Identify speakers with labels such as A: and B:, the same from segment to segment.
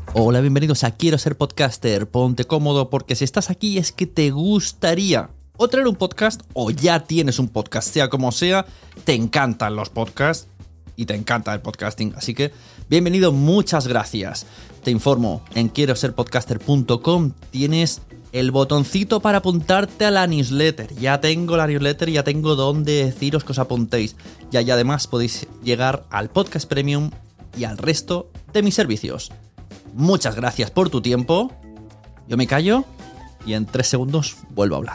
A: Hola, bienvenidos a Quiero Ser Podcaster. Ponte cómodo porque si estás aquí es que te gustaría o traer un podcast o ya tienes un podcast, sea como sea, te encantan los podcasts y te encanta el podcasting. Así que bienvenido, muchas gracias. Te informo, en quiero ser podcaster.com tienes el botoncito para apuntarte a la newsletter. Ya tengo la newsletter, ya tengo donde deciros que os apuntéis. Y además podéis llegar al podcast premium y al resto de mis servicios. Muchas gracias por tu tiempo. Yo me callo y en 3 segundos vuelvo a hablar.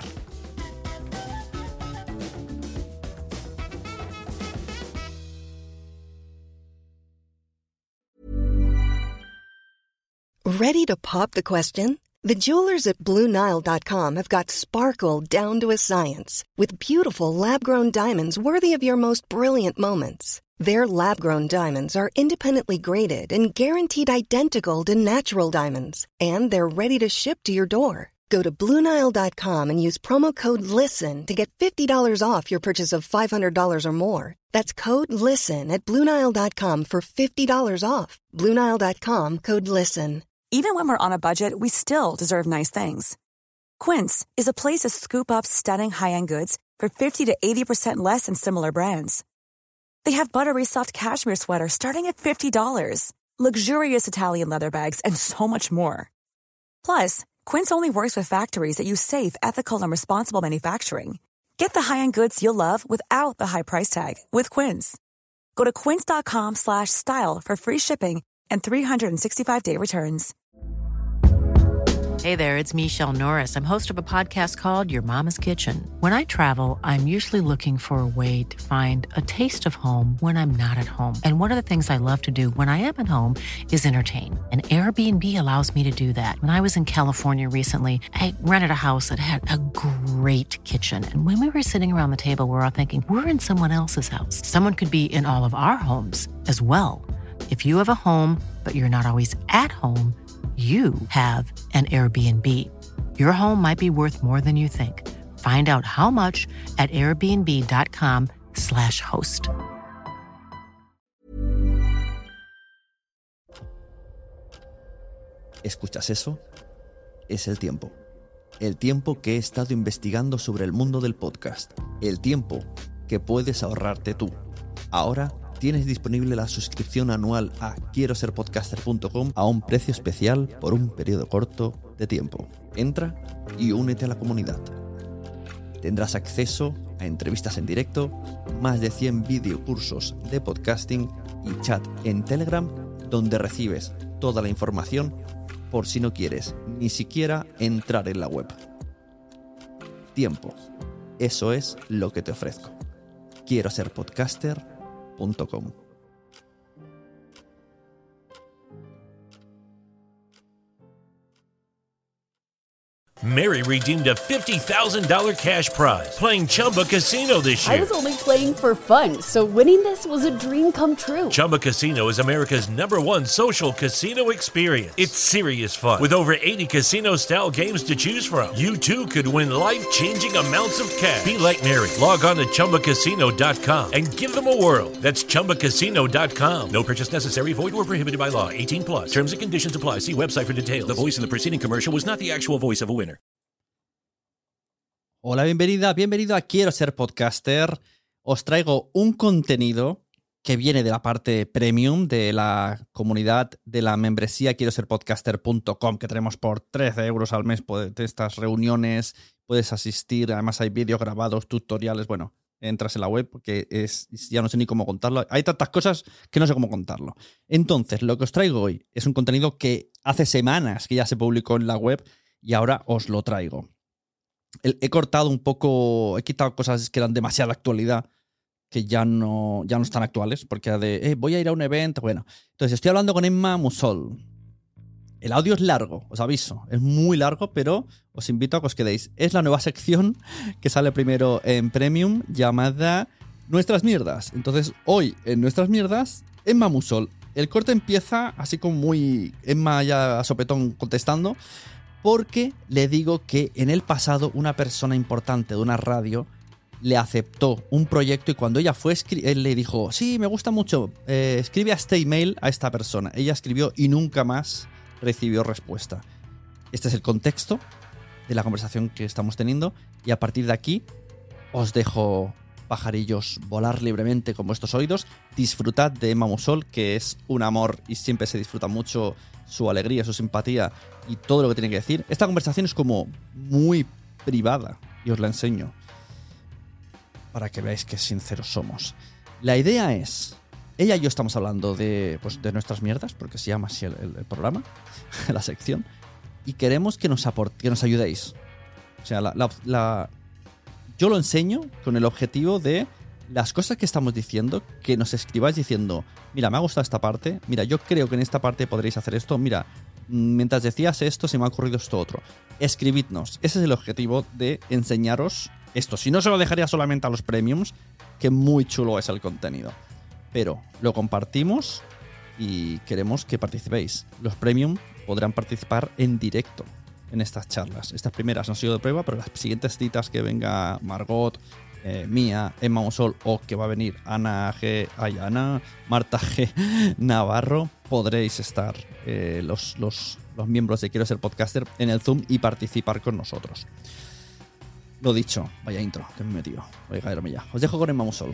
B: Ready to pop the question? The jewelers at BlueNile.com have got sparkle down to a science with beautiful lab-grown diamonds worthy of your most brilliant moments. Their lab-grown diamonds are independently graded and guaranteed identical to natural diamonds, and they're ready to ship to your door. Go to BlueNile.com and use promo code LISTEN to get $50 off your purchase of $500 or more. That's code LISTEN at BlueNile.com for $50 off. BlueNile.com, code LISTEN.
C: Even when we're on a budget, we still deserve nice things. Quince is a place to scoop up stunning high-end goods for 50 to 80% less than similar brands. They have buttery soft cashmere sweaters starting at $50, luxurious Italian leather bags, and so much more. Plus, Quince only works with factories that use safe, ethical, and responsible manufacturing. Get the high-end goods you'll love without the high price tag with Quince. Go to quince.com/style for free shipping and 365-day returns.
D: Hey there, it's Michelle Norris. I'm host of a podcast called Your Mama's Kitchen. When I travel, I'm usually looking for a way to find a taste of home when I'm not at home. And one of the things I love to do when I am at home is entertain. And Airbnb allows me to do that. When I was in California recently, I rented a house that had a great kitchen. And when we were sitting around the table, we're all thinking, we're in someone else's house. Someone could be in all of our homes as well. If you have a home, but you're not always at home, you have an Airbnb. Your home might be worth more than you think. Find out how much at airbnb.com/host.
A: ¿Escuchas eso? Es el tiempo. El tiempo que he estado investigando sobre el mundo del podcast. El tiempo que puedes ahorrarte tú. Ahora tienes disponible la suscripción anual a quiero ser podcaster.com a un precio especial por un periodo corto de tiempo. Entra y únete a la comunidad. Tendrás acceso a entrevistas en directo, más de 100 videocursos de podcasting y chat en Telegram, donde recibes toda la información por si no quieres ni siquiera entrar en la web. Tiempo. Eso es lo que te ofrezco. Quiero ser podcaster.com.
E: Mary redeemed a $50,000 cash prize playing Chumba Casino this year.
F: I was only playing for fun, so winning this was a dream come true.
E: Chumba Casino is America's #1 social casino experience. It's serious fun. With over 80 casino-style games to choose from, you too could win life-changing amounts of cash. Be like Mary. Log on to ChumbaCasino.com and give them a whirl. That's ChumbaCasino.com. No purchase necessary. Void where prohibited by law. 18+. Terms and conditions apply. See website for details. The voice in the preceding commercial was not the actual voice of a winner.
A: Hola, bienvenido a Quiero Ser Podcaster. Os traigo un contenido que viene de la parte premium de la comunidad de la membresía quiero ser podcaster.com, que tenemos por 13 euros al mes de estas reuniones. Puedes asistir, además hay vídeos grabados, tutoriales. Bueno, entras en la web porque ya no sé ni cómo contarlo. Hay tantas cosas que no sé cómo contarlo. Entonces, lo que os traigo hoy es un contenido que hace semanas que ya se publicó en la web y ahora os lo traigo. He cortado un poco, he quitado cosas que eran demasiada actualidad, que ya no están actuales, porque era de, voy a ir a un evento, bueno. Entonces estoy hablando con Emma Mussol. El audio es largo, os aviso, es muy largo, pero os invito a que os quedéis. Es la nueva sección que sale primero en Premium, llamada Nuestras Mierdas. Entonces hoy, en Nuestras Mierdas, Emma Mussol. El corte empieza así como muy Emma ya a sopetón contestando, porque le digo que en el pasado una persona importante de una radio le aceptó un proyecto y cuando ella fue, él le dijo, sí, me gusta mucho, escribe a este email a esta persona. Ella escribió y nunca más recibió respuesta. Este es el contexto de la conversación que estamos teniendo y a partir de aquí os dejo, pajarillos, volar libremente con vuestros oídos. Disfrutad de Emma Musol, que es un amor y siempre se disfruta mucho su alegría, su simpatía y todo lo que tiene que decir. Esta conversación es como muy privada y os la enseño para que veáis qué sinceros somos. La idea es, ella y yo estamos hablando de nuestras mierdas, porque se llama así el programa, la sección, y queremos que nos ayudéis. O sea, yo lo enseño con el objetivo de las cosas que estamos diciendo, que nos escribáis diciendo, mira, me ha gustado esta parte, mira, yo creo que en esta parte podréis hacer esto, mira, mientras decías esto se me ha ocurrido esto otro. Escribidnos. Ese es el objetivo de enseñaros esto. Si no, se lo dejaría solamente a los premiums, que muy chulo es el contenido. Pero lo compartimos y queremos que participéis. Los premium podrán participar en directo en estas charlas. Estas primeras no han sido de prueba, pero las siguientes citas que venga Margot, Mía, Emma Musol o que va a venir Marta G. Navarro, podréis estar los miembros de Quiero Ser Podcaster en el Zoom y participar con nosotros. Lo dicho, vaya intro que me he metido. Voy a caerme ya. Os dejo con Emma Musol.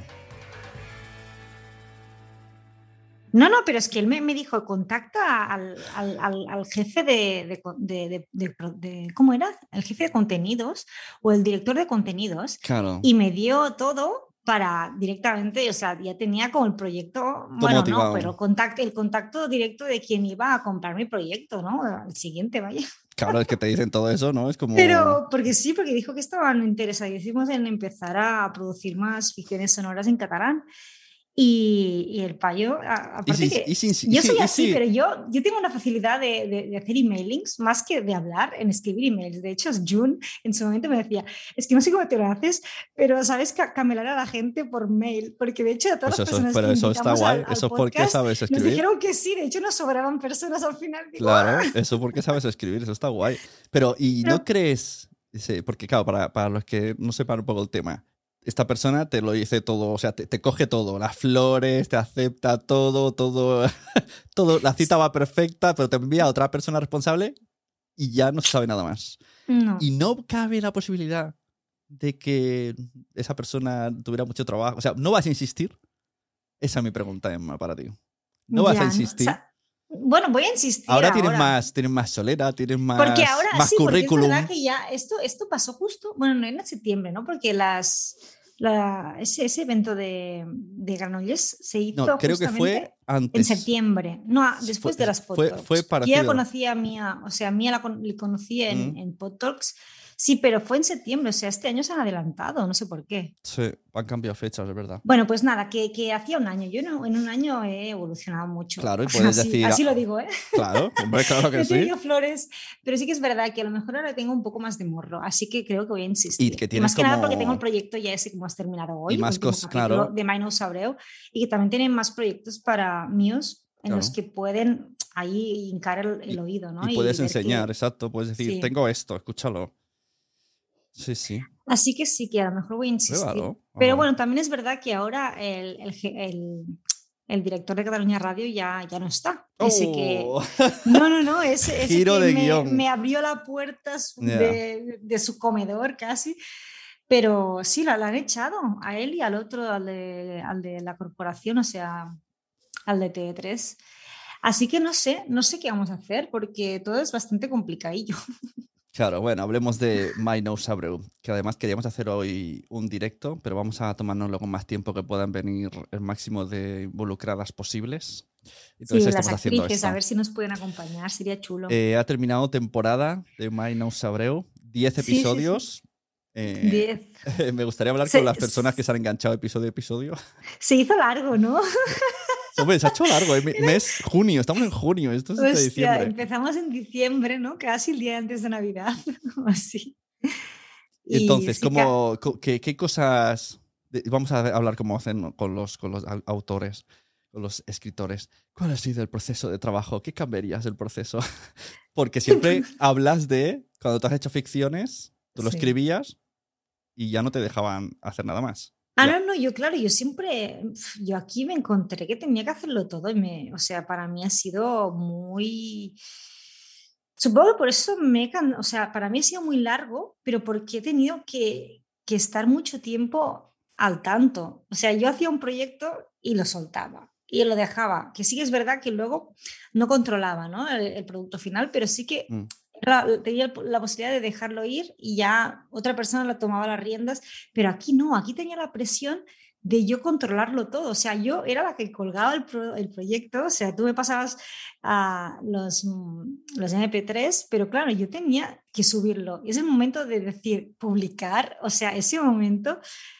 G: No, pero es que él me dijo, contacta al jefe de ¿cómo era? El jefe de contenidos o el director de contenidos.
A: Claro.
G: Y me dio todo para directamente, o sea, ya tenía como el proyecto,
A: Todo
G: bueno,
A: motivado.
G: no, pero el contacto directo de quien iba a comprar mi proyecto, ¿no? Al siguiente, vaya.
A: Claro, es que te dicen todo eso, ¿no? Es como...
G: Pero, porque dijo que estaban interesadísimos en empezar a producir más ficciones sonoras en catalán. Y el payo, aparte yo soy así, pero yo tengo una facilidad de hacer emailings más que de hablar en escribir emails. De hecho, June en su momento me decía, es que no sé cómo te lo haces, pero sabes camelar a la gente por mail, porque de hecho de todas las personas
A: pero
G: que
A: eso
G: invitamos
A: está guay,
G: al
A: eso
G: podcast,
A: porque sabes escribir.
G: nos dijeron que sí, de hecho nos sobraban personas al final. Digo,
A: claro, eso porque sabes escribir, eso está guay. Pero, ¿y no crees? Porque claro, para los que no sepan un poco el tema, esta persona te lo dice todo, o sea, te coge todo, las flores, te acepta todo, todo, la cita va perfecta, pero te envía a otra persona responsable y ya no se sabe nada más.
G: No.
A: Y no cabe la posibilidad de que esa persona tuviera mucho trabajo. O sea, ¿no vas a insistir? Esa es mi pregunta, Emma, para ti. ¿No vas a insistir?
G: No, o sea, bueno, voy a insistir.
A: Ahora tienes más solera, tienes más,
G: porque ahora,
A: más
G: sí,
A: currículum.
G: Porque es verdad que ya esto pasó justo, bueno, no en septiembre, ¿no? Porque ese evento de Granollers se hizo
A: creo que fue antes.
G: En septiembre. No, después de las PodTalks.
A: Fue parecido.
G: Yo ya conocía a Mía, o sea, Mía le conocí en PodTalks. Sí, pero fue en septiembre, o sea, este año se han adelantado, no sé por qué.
A: Sí, han cambiado fechas, es verdad.
G: Bueno, pues nada, que hacía un año. Yo en un año he evolucionado mucho.
A: Claro, y puedes decir...
G: Así lo digo, ¿eh?
A: Claro, hombre, claro que sí.
G: He tenido flores, pero sí que es verdad que a lo mejor ahora tengo un poco más de morro, así que creo que voy a insistir.
A: Y que tienes
G: más que nada porque tengo el proyecto ya ese que hemos terminado hoy,
A: y más cosas, claro.
G: de Mainos Abreu, y que también tienen más proyectos para míos en los que pueden ahí hincar el oído, ¿no?
A: Y puedes enseñar, exacto, puedes decir, tengo esto, escúchalo. Sí, sí.
G: Así que sí, que a lo mejor voy a insistir.
A: Pruébalo.
G: Pero bueno, también es verdad que ahora el director de Cataluña Radio ya no está. Ese que... No, ese
A: Giro
G: que
A: de guión.
G: Me abrió la puerta de su comedor casi. Pero sí, la han echado a él y al otro, al de la corporación, o sea, al de TV3. Así que no sé qué vamos a hacer porque todo es bastante complicadillo.
A: Claro, bueno, hablemos de Mainos Abreu, que además queríamos hacer hoy un directo, pero vamos a tomárnoslo con más tiempo, que puedan venir el máximo de involucradas posibles. Entonces
G: sí, las actrices, a ver si nos pueden acompañar, sería chulo.
A: Ha terminado temporada de Mainos Abreu, 10 episodios.
G: Sí. 10.
A: Me gustaría hablar con las personas que se han enganchado episodio a episodio.
G: Se hizo largo, ¿no?
A: Hombre, se ha hecho largo, mes junio, estamos en junio, esto es de diciembre.
G: Empezamos en diciembre, ¿no? Casi el día antes de Navidad, así.
A: Entonces, ¿qué cosas? Vamos a hablar cómo hacen con los autores, con los escritores. ¿Cuál ha sido el proceso de trabajo? ¿Qué cambiarías del proceso? Porque siempre hablas de, cuando tú has hecho ficciones, tú lo escribías y ya no te dejaban hacer nada más.
G: No, yo aquí me encontré que tenía que hacerlo todo o sea, para mí ha sido muy Supongo que por eso o sea, para mí ha sido muy largo, pero porque he tenido que estar mucho tiempo al tanto. O sea, yo hacía un proyecto y lo soltaba y lo dejaba, que sí que es verdad que luego no controlaba, ¿no? el producto final, pero sí que tenía la posibilidad de dejarlo ir y ya otra persona le tomaba las riendas, pero aquí no, aquí tenía la presión de yo controlarlo todo, o sea, yo era la que colgaba el proyecto, o sea, tú me pasabas los MP3, pero claro, yo tenía que subirlo, y ese momento de decir, publicar, o sea, ese momento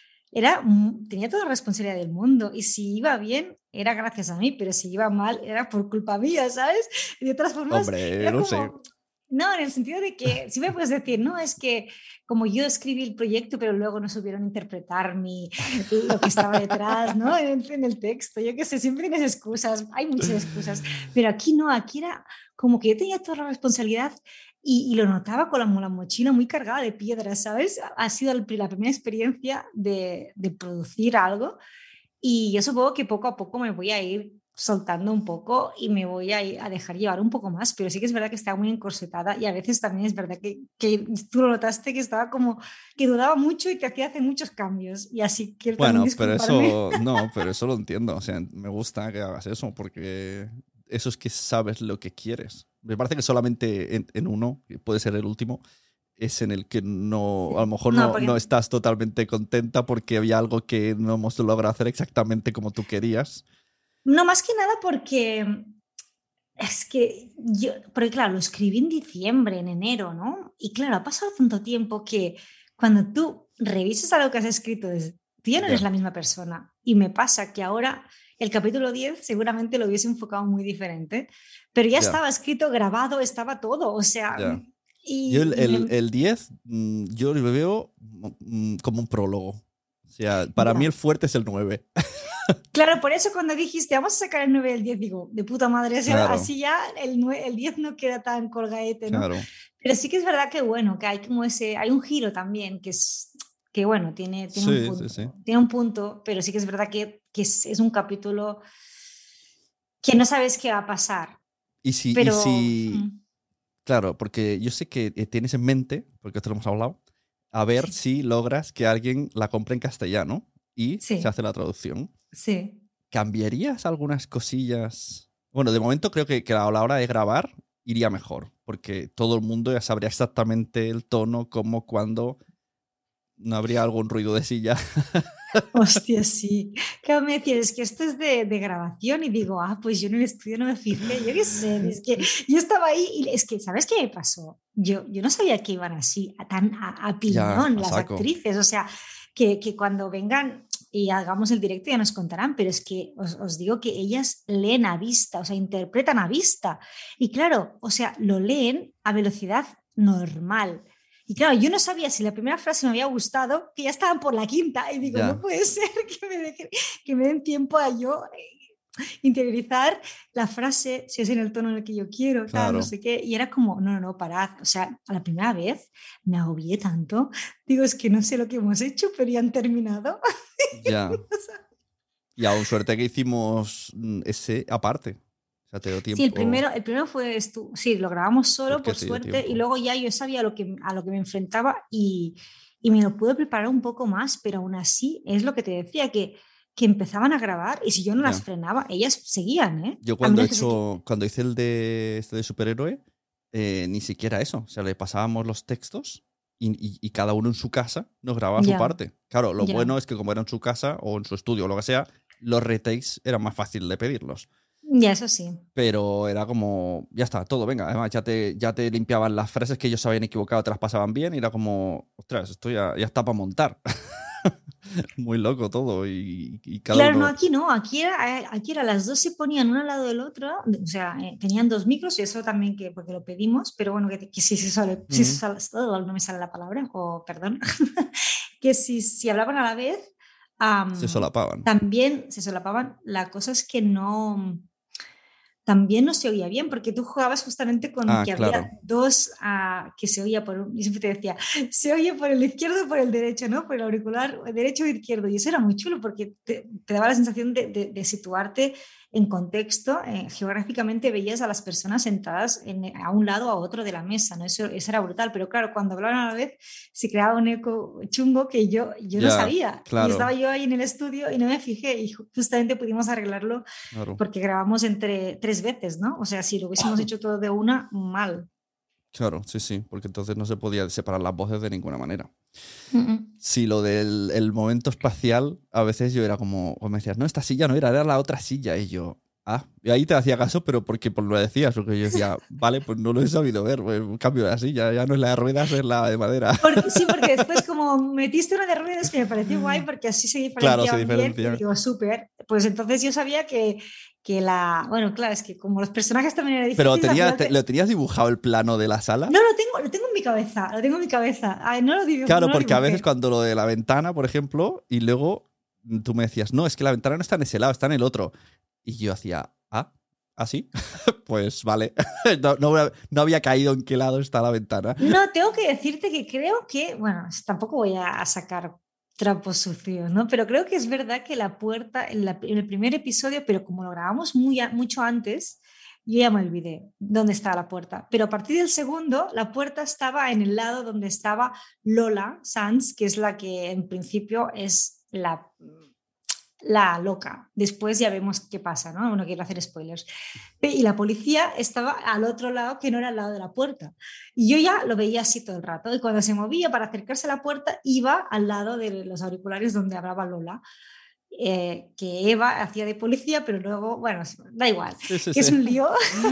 G: tenía toda la responsabilidad del mundo, y si iba bien, era gracias a mí, pero si iba mal, era por culpa mía, ¿sabes? Y de otras formas,
A: hombre,
G: era
A: no
G: como...
A: sé.
G: No, en el sentido de que sí me puedes decir, no, es que como yo escribí el proyecto, pero luego no supieron interpretar lo que estaba detrás, ¿no? En el texto, yo qué sé, siempre tienes excusas, hay muchas excusas, pero aquí no, aquí era como que yo tenía toda la responsabilidad y lo notaba con la mochila muy cargada de piedras, ¿sabes? Ha sido la primera experiencia de producir algo y yo supongo que poco a poco me voy a ir soltando un poco y me voy a dejar llevar un poco más, pero sí que es verdad que estaba muy encorsetada y a veces también es verdad que tú lo notaste que estaba como que dudaba mucho y que hacía hace muchos cambios y así quiero también disculparme.
A: Pero eso lo entiendo, o sea, me gusta que hagas eso porque eso es que sabes lo que quieres. Me parece que solamente en uno, que puede ser el último, es en el que no, a lo mejor no estás totalmente contenta porque había algo que no hemos logrado hacer exactamente como tú querías.
G: No, más que nada porque es que porque claro, lo escribí en diciembre, en enero, ¿no? Y claro, ha pasado tanto tiempo que cuando tú revisas algo que has escrito, tú ya no eres la misma persona. Y me pasa que ahora el capítulo 10 seguramente lo hubiese enfocado muy diferente, pero ya estaba escrito, grabado, estaba todo, o sea...
A: Yo el 10 yo lo veo como un prólogo. O sea, para mí el fuerte es el 9.
G: Claro, por eso cuando dijiste vamos a sacar el 9 y el 10, digo, de puta madre, o sea,
A: claro.
G: así ya el 10 no queda tan colgaete, ¿no?
A: Claro.
G: Pero sí que es verdad que bueno, que hay como hay un giro también, que bueno, tiene un punto, tiene un punto, pero sí que es verdad que es un capítulo que no sabes qué va a pasar.
A: Claro, porque yo sé que tienes en mente, porque esto lo hemos hablado, a ver si logras que alguien la compre en castellano y se hace la traducción.
G: Sí.
A: ¿Cambiarías algunas cosillas? Bueno, de momento creo que a la hora de grabar iría mejor, porque todo el mundo ya sabría exactamente el tono, cómo, cuándo. No habría algún ruido de silla.
G: Hostia, sí. Claro, me decían, es que esto es de grabación y digo, pues yo en el estudio no me fijé, yo qué sé, es que yo estaba ahí y es que, ¿sabes qué me pasó? Yo no sabía que iban así, a piñón las actrices, o sea, que cuando vengan y hagamos el directo ya nos contarán, pero es que os digo que ellas leen a vista, o sea, interpretan a vista. Y claro, o sea, lo leen a velocidad normal. Y claro, yo no sabía si la primera frase me había gustado, que ya estaban por la quinta, y digo, no puede ser que me den tiempo a yo interiorizar la frase, si es en el tono en el que yo quiero, tal, no sé qué. Y era como, no, parad. O sea, a la primera vez me agobié tanto. Digo, es que no sé lo que hemos hecho, pero ya han terminado.
A: Ya. Y aún suerte que hicimos ese aparte. O sea, te dio tiempo.
G: Sí, el primero fue sí, lo grabamos solo, por suerte, y luego ya yo sabía a lo que me enfrentaba y me lo pude preparar un poco más, pero aún así es lo que te decía, que empezaban a grabar y si yo no las frenaba, ellas seguían, ¿eh?
A: Yo cuando hice el de superhéroe, ni siquiera eso. O sea, le pasábamos los textos y cada uno en su casa nos grababa su parte. Claro, lo bueno es que como era en su casa o en su estudio o lo que sea, los retakes eran más fácil de pedirlos.
G: Ya, eso sí.
A: Pero era como, ya está, todo, venga. Además, ya te limpiaban las frases que ellos se habían equivocado, te las pasaban bien y era como, ostras, esto ya está para montar. Muy loco todo y cada
G: claro,
A: uno...
G: no, aquí no, aquí era las dos se ponían uno al lado del otro, o sea, tenían dos micros y eso también porque lo pedimos, pero bueno, que si se sale, no me sale la palabra, o perdón, que si hablaban a la vez...
A: se solapaban.
G: También se solapaban, la cosa es que también no se oía bien, porque tú jugabas justamente con que había dos que se oía yo siempre te decía, se oye por el izquierdo o por el derecho, ¿no? Por el auricular derecho o izquierdo, y eso era muy chulo porque te daba la sensación de situarte en contexto, geográficamente veías a las personas sentadas a un lado o a otro de la mesa, ¿no? Eso era brutal, pero claro, cuando hablaban a la vez se creaba un eco chungo que yo no sabía.
A: Claro.
G: Y estaba yo ahí en el estudio y no me fijé y justamente pudimos arreglarlo porque grabamos entre 3 veces, ¿no? O sea, si lo hubiésemos hecho todo de una, mal.
A: Claro, sí, porque entonces no se podía separar las voces de ninguna manera. Sí, lo del el momento espacial, a veces yo era como, o me decías, no, esta silla no era la otra silla. Y yo, y ahí te hacía caso, pero porque lo decías, porque yo decía, vale, pues no lo he sabido ver, pues cambio la silla, ya no es la de ruedas, es la de madera.
G: Porque después como metiste una de ruedas que me pareció guay, porque así se diferenciaba bien, y digo, súper, pues entonces yo sabía que bueno, claro, es que como los personajes también eran
A: diferentes... Pero ¿lo tenías dibujado el plano de la sala?
G: No, lo tengo en mi cabeza, Ay, no lo dibujo.
A: Claro,
G: no
A: porque a veces cuando lo de la ventana, por ejemplo, y luego tú me decías, no, es que la ventana no está en ese lado, está en el otro. Y yo hacía, ¿así? Pues vale, no había caído en qué lado está la ventana.
G: No, tengo que decirte que creo que, bueno, tampoco voy a sacar trapos sucios, ¿no? Pero creo que es verdad que la puerta, en el primer episodio, pero como lo grabamos mucho antes, yo ya me olvidé dónde estaba la puerta. Pero a partir del segundo, la puerta estaba en el lado donde estaba Lola Sanz, que es la que en principio es la loca. Después ya vemos qué pasa, ¿no? No quiero hacer spoilers. Y la policía estaba al otro lado, que no era al lado de la puerta. Y yo ya lo veía así todo el rato. Y cuando se movía para acercarse a la puerta, iba al lado de los auriculares donde hablaba Lola. Que Eva hacía de policía, pero luego, bueno, da igual, es un lío.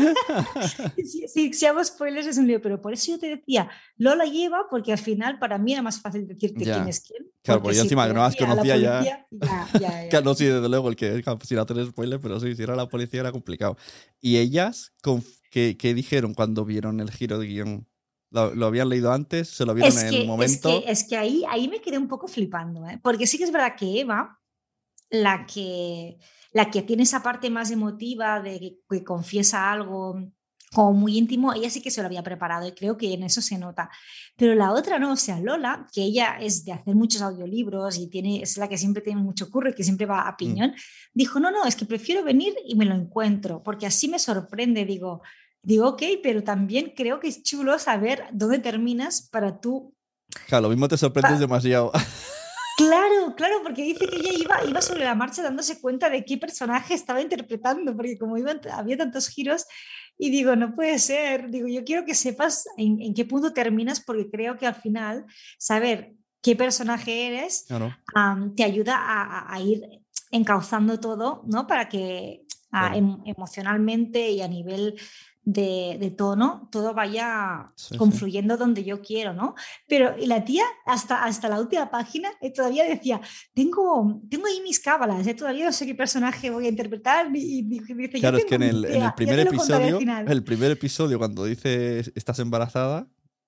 G: Si hago spoilers es un lío, pero por eso yo te decía Lola y Eva, porque al final para mí era más fácil decirte quién es quién.
A: Claro, porque yo encima que no las conocía ya.
G: Ya.
A: No, sí, desde luego, el que sin hacer spoilers, pero sí, si era la policía era complicado. ¿Y ellas qué dijeron cuando vieron el giro de guión? ¿Lo habían leído antes? ¿Se lo vieron en el momento?
G: Es que ahí me quedé un poco flipando, porque sí que es verdad que Eva, la que tiene esa parte más emotiva de que confiesa algo como muy íntimo, ella sí que se lo había preparado y creo que en eso se nota. Pero la otra no, o sea, Lola, que ella es de hacer muchos audiolibros y es la que siempre tiene mucho curro y que siempre va a piñón, dijo, no, es que prefiero venir y me lo encuentro, porque así me sorprende, digo, ok, pero también creo que es chulo saber dónde terminas para tú...
A: Claro, lo mismo te sorprendes demasiado.
G: Claro, porque dice que ella iba sobre la marcha dándose cuenta de qué personaje estaba interpretando, porque como había tantos giros, y digo, no puede ser, digo, yo quiero que sepas en qué punto terminas, porque creo que al final saber qué personaje eres te ayuda a ir encauzando todo, ¿no? Para que emocionalmente y a nivel de tono, todo vaya confluyendo donde yo quiero, ¿no? Pero la tía, hasta la última página, todavía decía, tengo ahí mis cábalas, todavía no sé qué personaje voy a interpretar, y dice,
A: claro, es que en el primer episodio, cuando dice estás embarazada,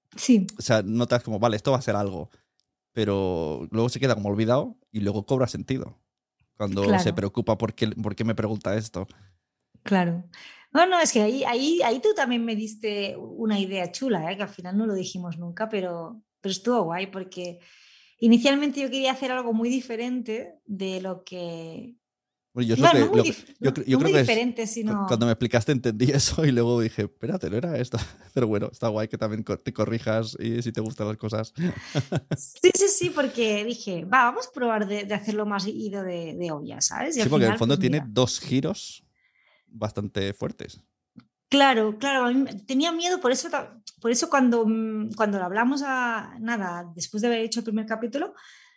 A: o sea, notas como, vale, esto va a ser algo, pero luego se queda como olvidado y luego cobra sentido cuando se preocupa por qué me pregunta esto.
G: Claro. No, es que ahí tú también me diste una idea chula, que al final no lo dijimos nunca, pero estuvo guay, porque inicialmente yo quería hacer algo muy diferente de lo que...
A: Bueno, yo creo que sino... Cuando me explicaste entendí eso y luego dije, espérate, no era esto. Pero bueno, está guay que también te corrijas y si te gustan las cosas.
G: Sí, porque dije, vamos a probar de hacerlo más ido de olla, ¿sabes?
A: Y porque en el fondo pues, tiene 2 giros bastante fuertes.
G: Claro, tenía miedo, por eso cuando lo hablamos después de haber hecho el primer capítulo,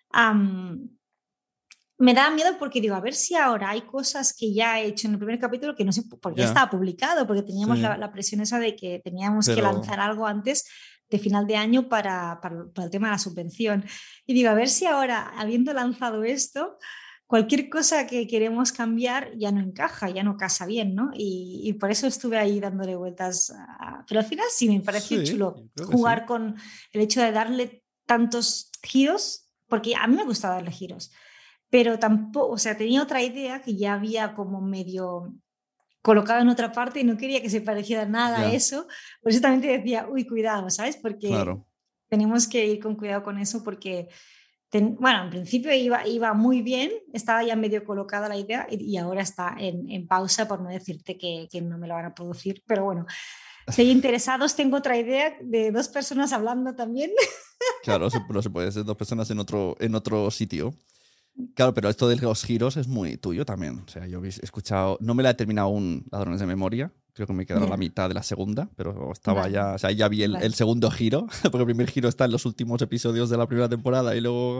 G: me daba miedo porque digo, a ver si ahora hay cosas que ya he hecho en el primer capítulo que no sé, porque ya estaba publicado, porque teníamos la presión esa de que teníamos que lanzar algo antes de final de año para el tema de la subvención. Y digo, a ver si ahora, habiendo lanzado esto, cualquier cosa que queremos cambiar ya no encaja, ya no casa bien, ¿no? Y por eso estuve ahí dándole vueltas. Pero al final sí me pareció chulo jugar con el hecho de darle tantos giros, porque a mí me gusta darle giros, pero tampoco, o sea, tenía otra idea que ya había como medio colocado en otra parte y no quería que se pareciera nada a eso. Por eso también te decía, cuidado, ¿sabes? Porque tenemos que ir con cuidado con eso porque... en principio iba muy bien, estaba ya medio colocada la idea y ahora está en pausa, por no decirte que no me lo van a producir, pero bueno, si hay interesados, tengo otra idea de 2 personas hablando también.
A: Claro, no se puede ser 2 personas en otro sitio. Claro, pero esto de los giros es muy tuyo también. O sea, yo he escuchado, no me la he terminado aún Ladrones de Memoria, creo que me quedaron la mitad de la segunda, pero estaba ya, o sea, ya vi el segundo giro, porque el primer giro está en los últimos episodios de la primera temporada y luego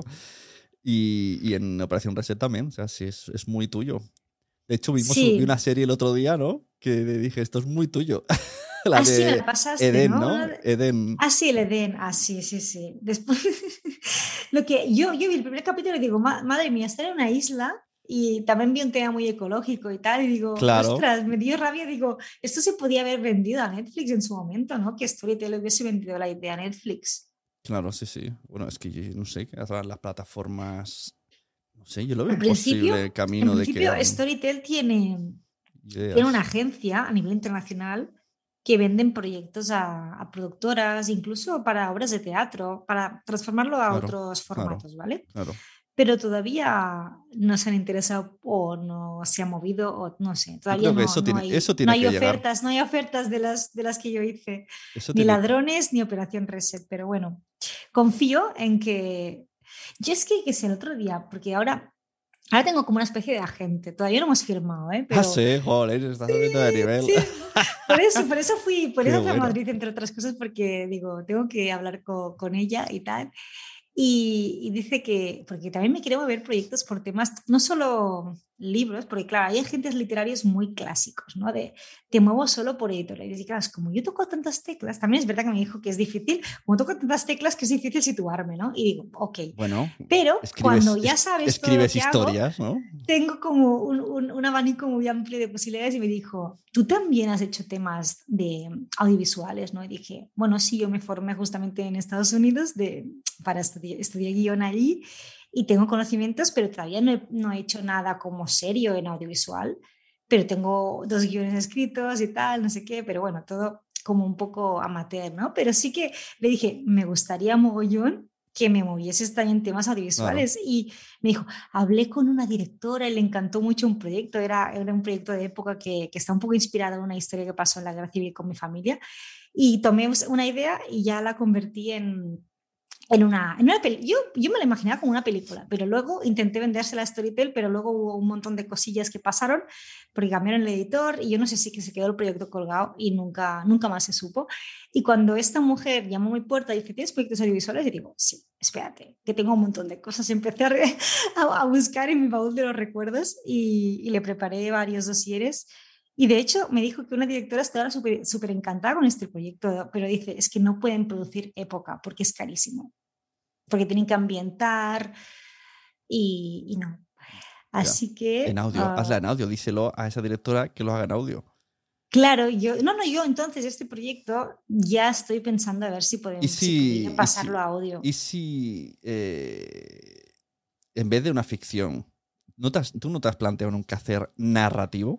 A: y en Operación Reset también, o sea, sí, es muy tuyo. De hecho, vi una serie el otro día, ¿no? Que dije, esto es muy tuyo. La de
G: sí, me la pasaste,
A: Edén,
G: ¿no?
A: Edén.
G: Sí, el Edén. Sí. Después, lo que yo vi el primer capítulo y digo, madre mía, estar en una isla y también vi un tema muy ecológico y tal, y digo, ostras, me dio rabia, digo, esto se podía haber vendido a Netflix en su momento, ¿no? Que Storytel hubiese vendido la idea a Netflix.
A: Claro, sí. Bueno, es que no sé, las plataformas, no sé, yo lo veo posible camino
G: en principio,
A: de que...
G: Storytel tiene una agencia a nivel internacional que venden proyectos a productoras, incluso para obras de teatro, para transformarlo a otros formatos, ¿vale?
A: Claro.
G: Pero todavía no se han interesado o no se ha movido o no sé. Todavía no hay ofertas, no hay ofertas de las que yo hice. Ni Ladrones ni Operación Reset. Pero bueno, confío en que... Yo es que el otro día, porque ahora tengo como una especie de agente. Todavía no hemos firmado, ¿eh? Pero...
A: sí, joder, estás subiendo de nivel.
G: Sí. Por eso fui a Madrid, entre otras cosas, porque digo, tengo que hablar con ella y tal. Y dice que, porque también me quiero mover proyectos por temas, no solo libros, porque claro, hay agentes literarios muy clásicos, ¿no? Te muevo solo por editoriales. Y claro, es como yo toco tantas teclas, también es verdad que me dijo que es difícil, como toco tantas teclas que es difícil situarme, ¿no? Y digo, ok.
A: Bueno,
G: pero cuando ya sabes
A: escribes
G: todo lo que
A: historias,
G: hago,
A: ¿no?
G: tengo como un abanico muy amplio de posibilidades y me dijo, tú también has hecho temas de audiovisuales, ¿no? Y dije, bueno, sí, yo me formé justamente en Estados Unidos para estudiar guión allí y tengo conocimientos, pero todavía no he hecho nada como serio en audiovisual, pero tengo 2 guiones escritos y tal, no sé qué, pero bueno, todo como un poco amateur, ¿no? Pero sí que le dije, me gustaría mogollón que me movieses también temas audiovisuales. Claro. Y me dijo, hablé con una directora y le encantó mucho un proyecto, era un proyecto de época que está un poco inspirado en una historia que pasó en la Guerra Civil con mi familia, y tomé una idea y ya la convertí en una yo me la imaginaba como una película, pero luego intenté vendérsela a Storytel, pero luego hubo un montón de cosillas que pasaron porque cambiaron el editor y yo no sé si que se quedó el proyecto colgado y nunca más se supo. Y cuando esta mujer llamó a mi puerta y dice, ¿tienes proyectos audiovisuales? Y digo, sí, espérate, que tengo un montón de cosas. Empecé a buscar en mi baúl de los recuerdos y le preparé varios dosieres. Y de hecho me dijo que una directora estaba súper encantada con este proyecto, pero dice, es que no pueden producir época porque es carísimo, porque tienen que ambientar y no. Así que...
A: En audio, hazla en audio, díselo a esa directora que lo haga en audio.
G: Claro, yo entonces este proyecto ya estoy pensando a ver si podemos pasarlo a audio.
A: ¿Y si en vez de una ficción, tú no te has planteado nunca hacer narrativo?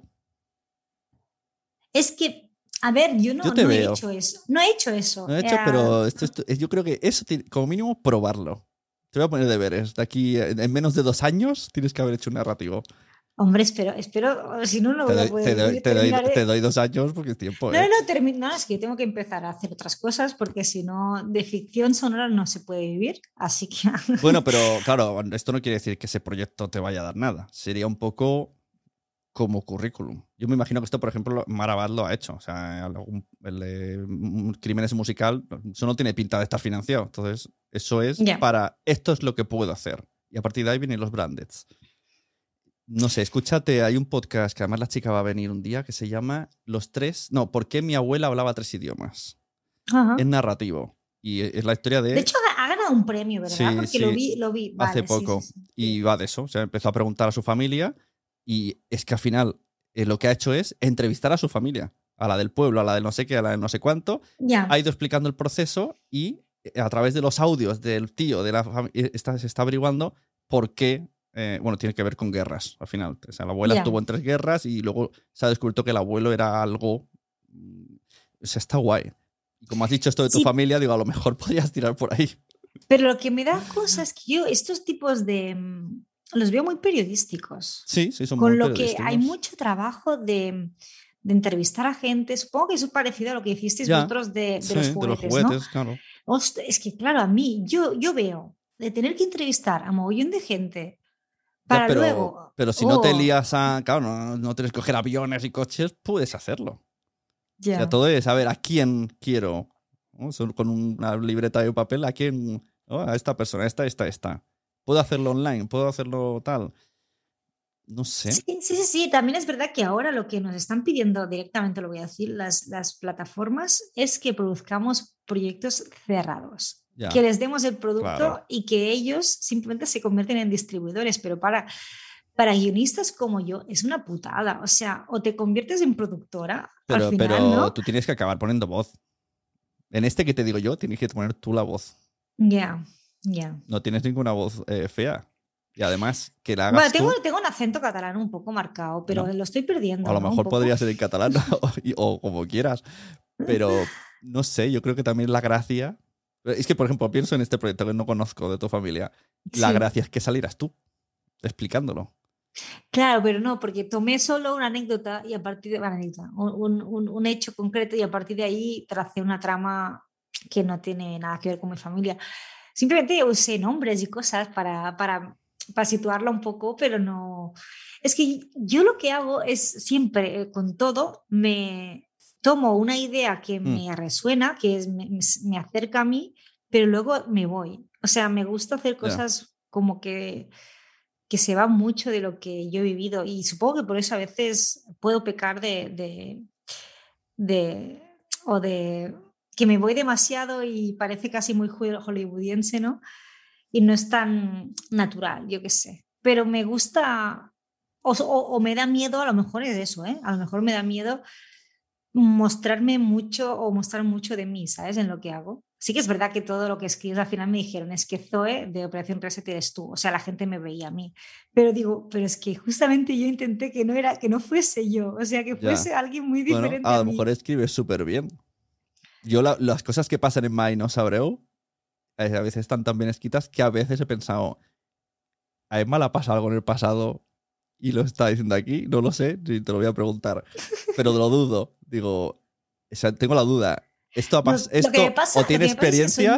G: Es que, a ver, yo no he hecho eso. No he hecho eso.
A: No he hecho, pero yo creo que eso, como mínimo, probarlo. Te voy a poner deberes. De aquí, en menos de 2 años, tienes que haber hecho un narrativo.
G: Hombre, espero, si no, no voy a poder.
A: Te doy 2 años porque es tiempo.
G: No, es que yo tengo que empezar a hacer otras cosas porque si no, de ficción sonora no se puede vivir. Así que.
A: Bueno, pero claro, esto no quiere decir que ese proyecto te vaya a dar nada. Sería un poco como currículum. Yo me imagino que esto, por ejemplo, Marabat lo ha hecho. O sea, el Crímenes musical, eso no tiene pinta de estar financiado. Entonces, eso es para esto es lo que puedo hacer. Y a partir de ahí vienen los brandeds. No sé, escúchate, hay un podcast que además la chica va a venir un día que se llama ¿Por qué mi abuela hablaba 3 idiomas?
G: Ajá.
A: Es narrativo. Y es la historia de...
G: De hecho, ha ganado un premio, ¿verdad?
A: Sí,
G: porque
A: sí.
G: lo vi.
A: Hace
G: vale,
A: poco.
G: Sí.
A: Y va de eso. O sea, empezó a preguntar a su familia y es que al final lo que ha hecho es entrevistar a su familia. A la del pueblo, a la del no sé qué, a la del no sé cuánto.
G: Ya.
A: Ha ido explicando el proceso y a través de los audios del tío de la familia se está averiguando por qué. Tiene que ver con guerras, al final. O sea, la abuela estuvo en 3 guerras y luego se ha descubierto que el abuelo era algo... O sea, está guay. Y como has dicho esto de tu familia, digo, a lo mejor podrías tirar por ahí.
G: Pero lo que me da cosa es que yo estos tipos de... los veo muy periodísticos.
A: Sí, son
G: con
A: muy
G: lo
A: periodísticos.
G: Que hay mucho trabajo de entrevistar a gente. Supongo que eso es parecido a lo que hicisteis vosotros de los juguetes,
A: de los juguetes,
G: ¿no?
A: claro.
G: Ostras, es que, claro, a mí, yo veo de tener que entrevistar a mogollón de gente para luego...
A: Pero si no te lías a... Claro, no tienes que coger aviones y coches, puedes hacerlo.
G: Yeah.
A: O sea, todo es, a ver, ¿a quién quiero? ¿No? Con una libreta de papel, ¿a quién? Oh, a esta persona, esta. ¿Puedo hacerlo online? ¿Puedo hacerlo tal? No sé.
G: Sí. También es verdad que ahora lo que nos están pidiendo directamente, lo voy a decir, las plataformas, es que produzcamos proyectos cerrados. Ya, que les demos el producto y que ellos simplemente se convierten en distribuidores. Pero para guionistas como yo es una putada. O sea, o te conviertes en productora al final,
A: pero
G: ¿no?
A: Tú tienes que acabar poniendo voz. En este que te digo yo, tienes que poner tú la voz.
G: Ya.
A: No tienes ninguna voz fea. Y además, que la hagas
G: tengo un acento catalán un poco marcado, pero lo estoy perdiendo.
A: A lo mejor podría ser en catalán o como quieras. Pero no sé, yo creo que también la gracia... Es que, por ejemplo, pienso en este proyecto que no conozco de tu familia. La gracia es que salieras tú explicándolo.
G: Claro, pero no, porque tomé solo una anécdota y a partir de un hecho concreto y a partir de ahí tracé una trama que no tiene nada que ver con mi familia. Simplemente usé nombres y cosas para situarla un poco, pero no... Es que yo lo que hago es siempre, con todo, me tomo una idea que me resuena, que me acerca a mí, pero luego me voy. O sea, me gusta hacer cosas como que se va mucho de lo que yo he vivido y supongo que por eso a veces puedo pecar de que me voy demasiado y parece casi muy hollywoodiense, ¿no? Y no es tan natural, yo qué sé. Pero me gusta, o me da miedo, a lo mejor es eso, ¿eh? A lo mejor me da miedo mostrarme mucho o mostrar mucho de mí, ¿sabes? En lo que hago. Sí que es verdad que todo lo que escribes al final me dijeron, es que Zoe de Operación Reset eres tú, o sea, la gente me veía a mí. Pero digo, pero es que justamente yo intenté que no fuese yo, o sea, que fuese alguien muy diferente.
A: Bueno, a lo mejor escribes súper bien. Yo las cosas que pasan en Mai no Sabreu a veces están tan bien escritas que a veces he pensado, a Emma le ha pasado algo en el pasado y lo está diciendo aquí, no lo sé, te lo voy a preguntar, pero lo dudo. Digo, o sea, tengo la duda. ¿Esto o tiene experiencias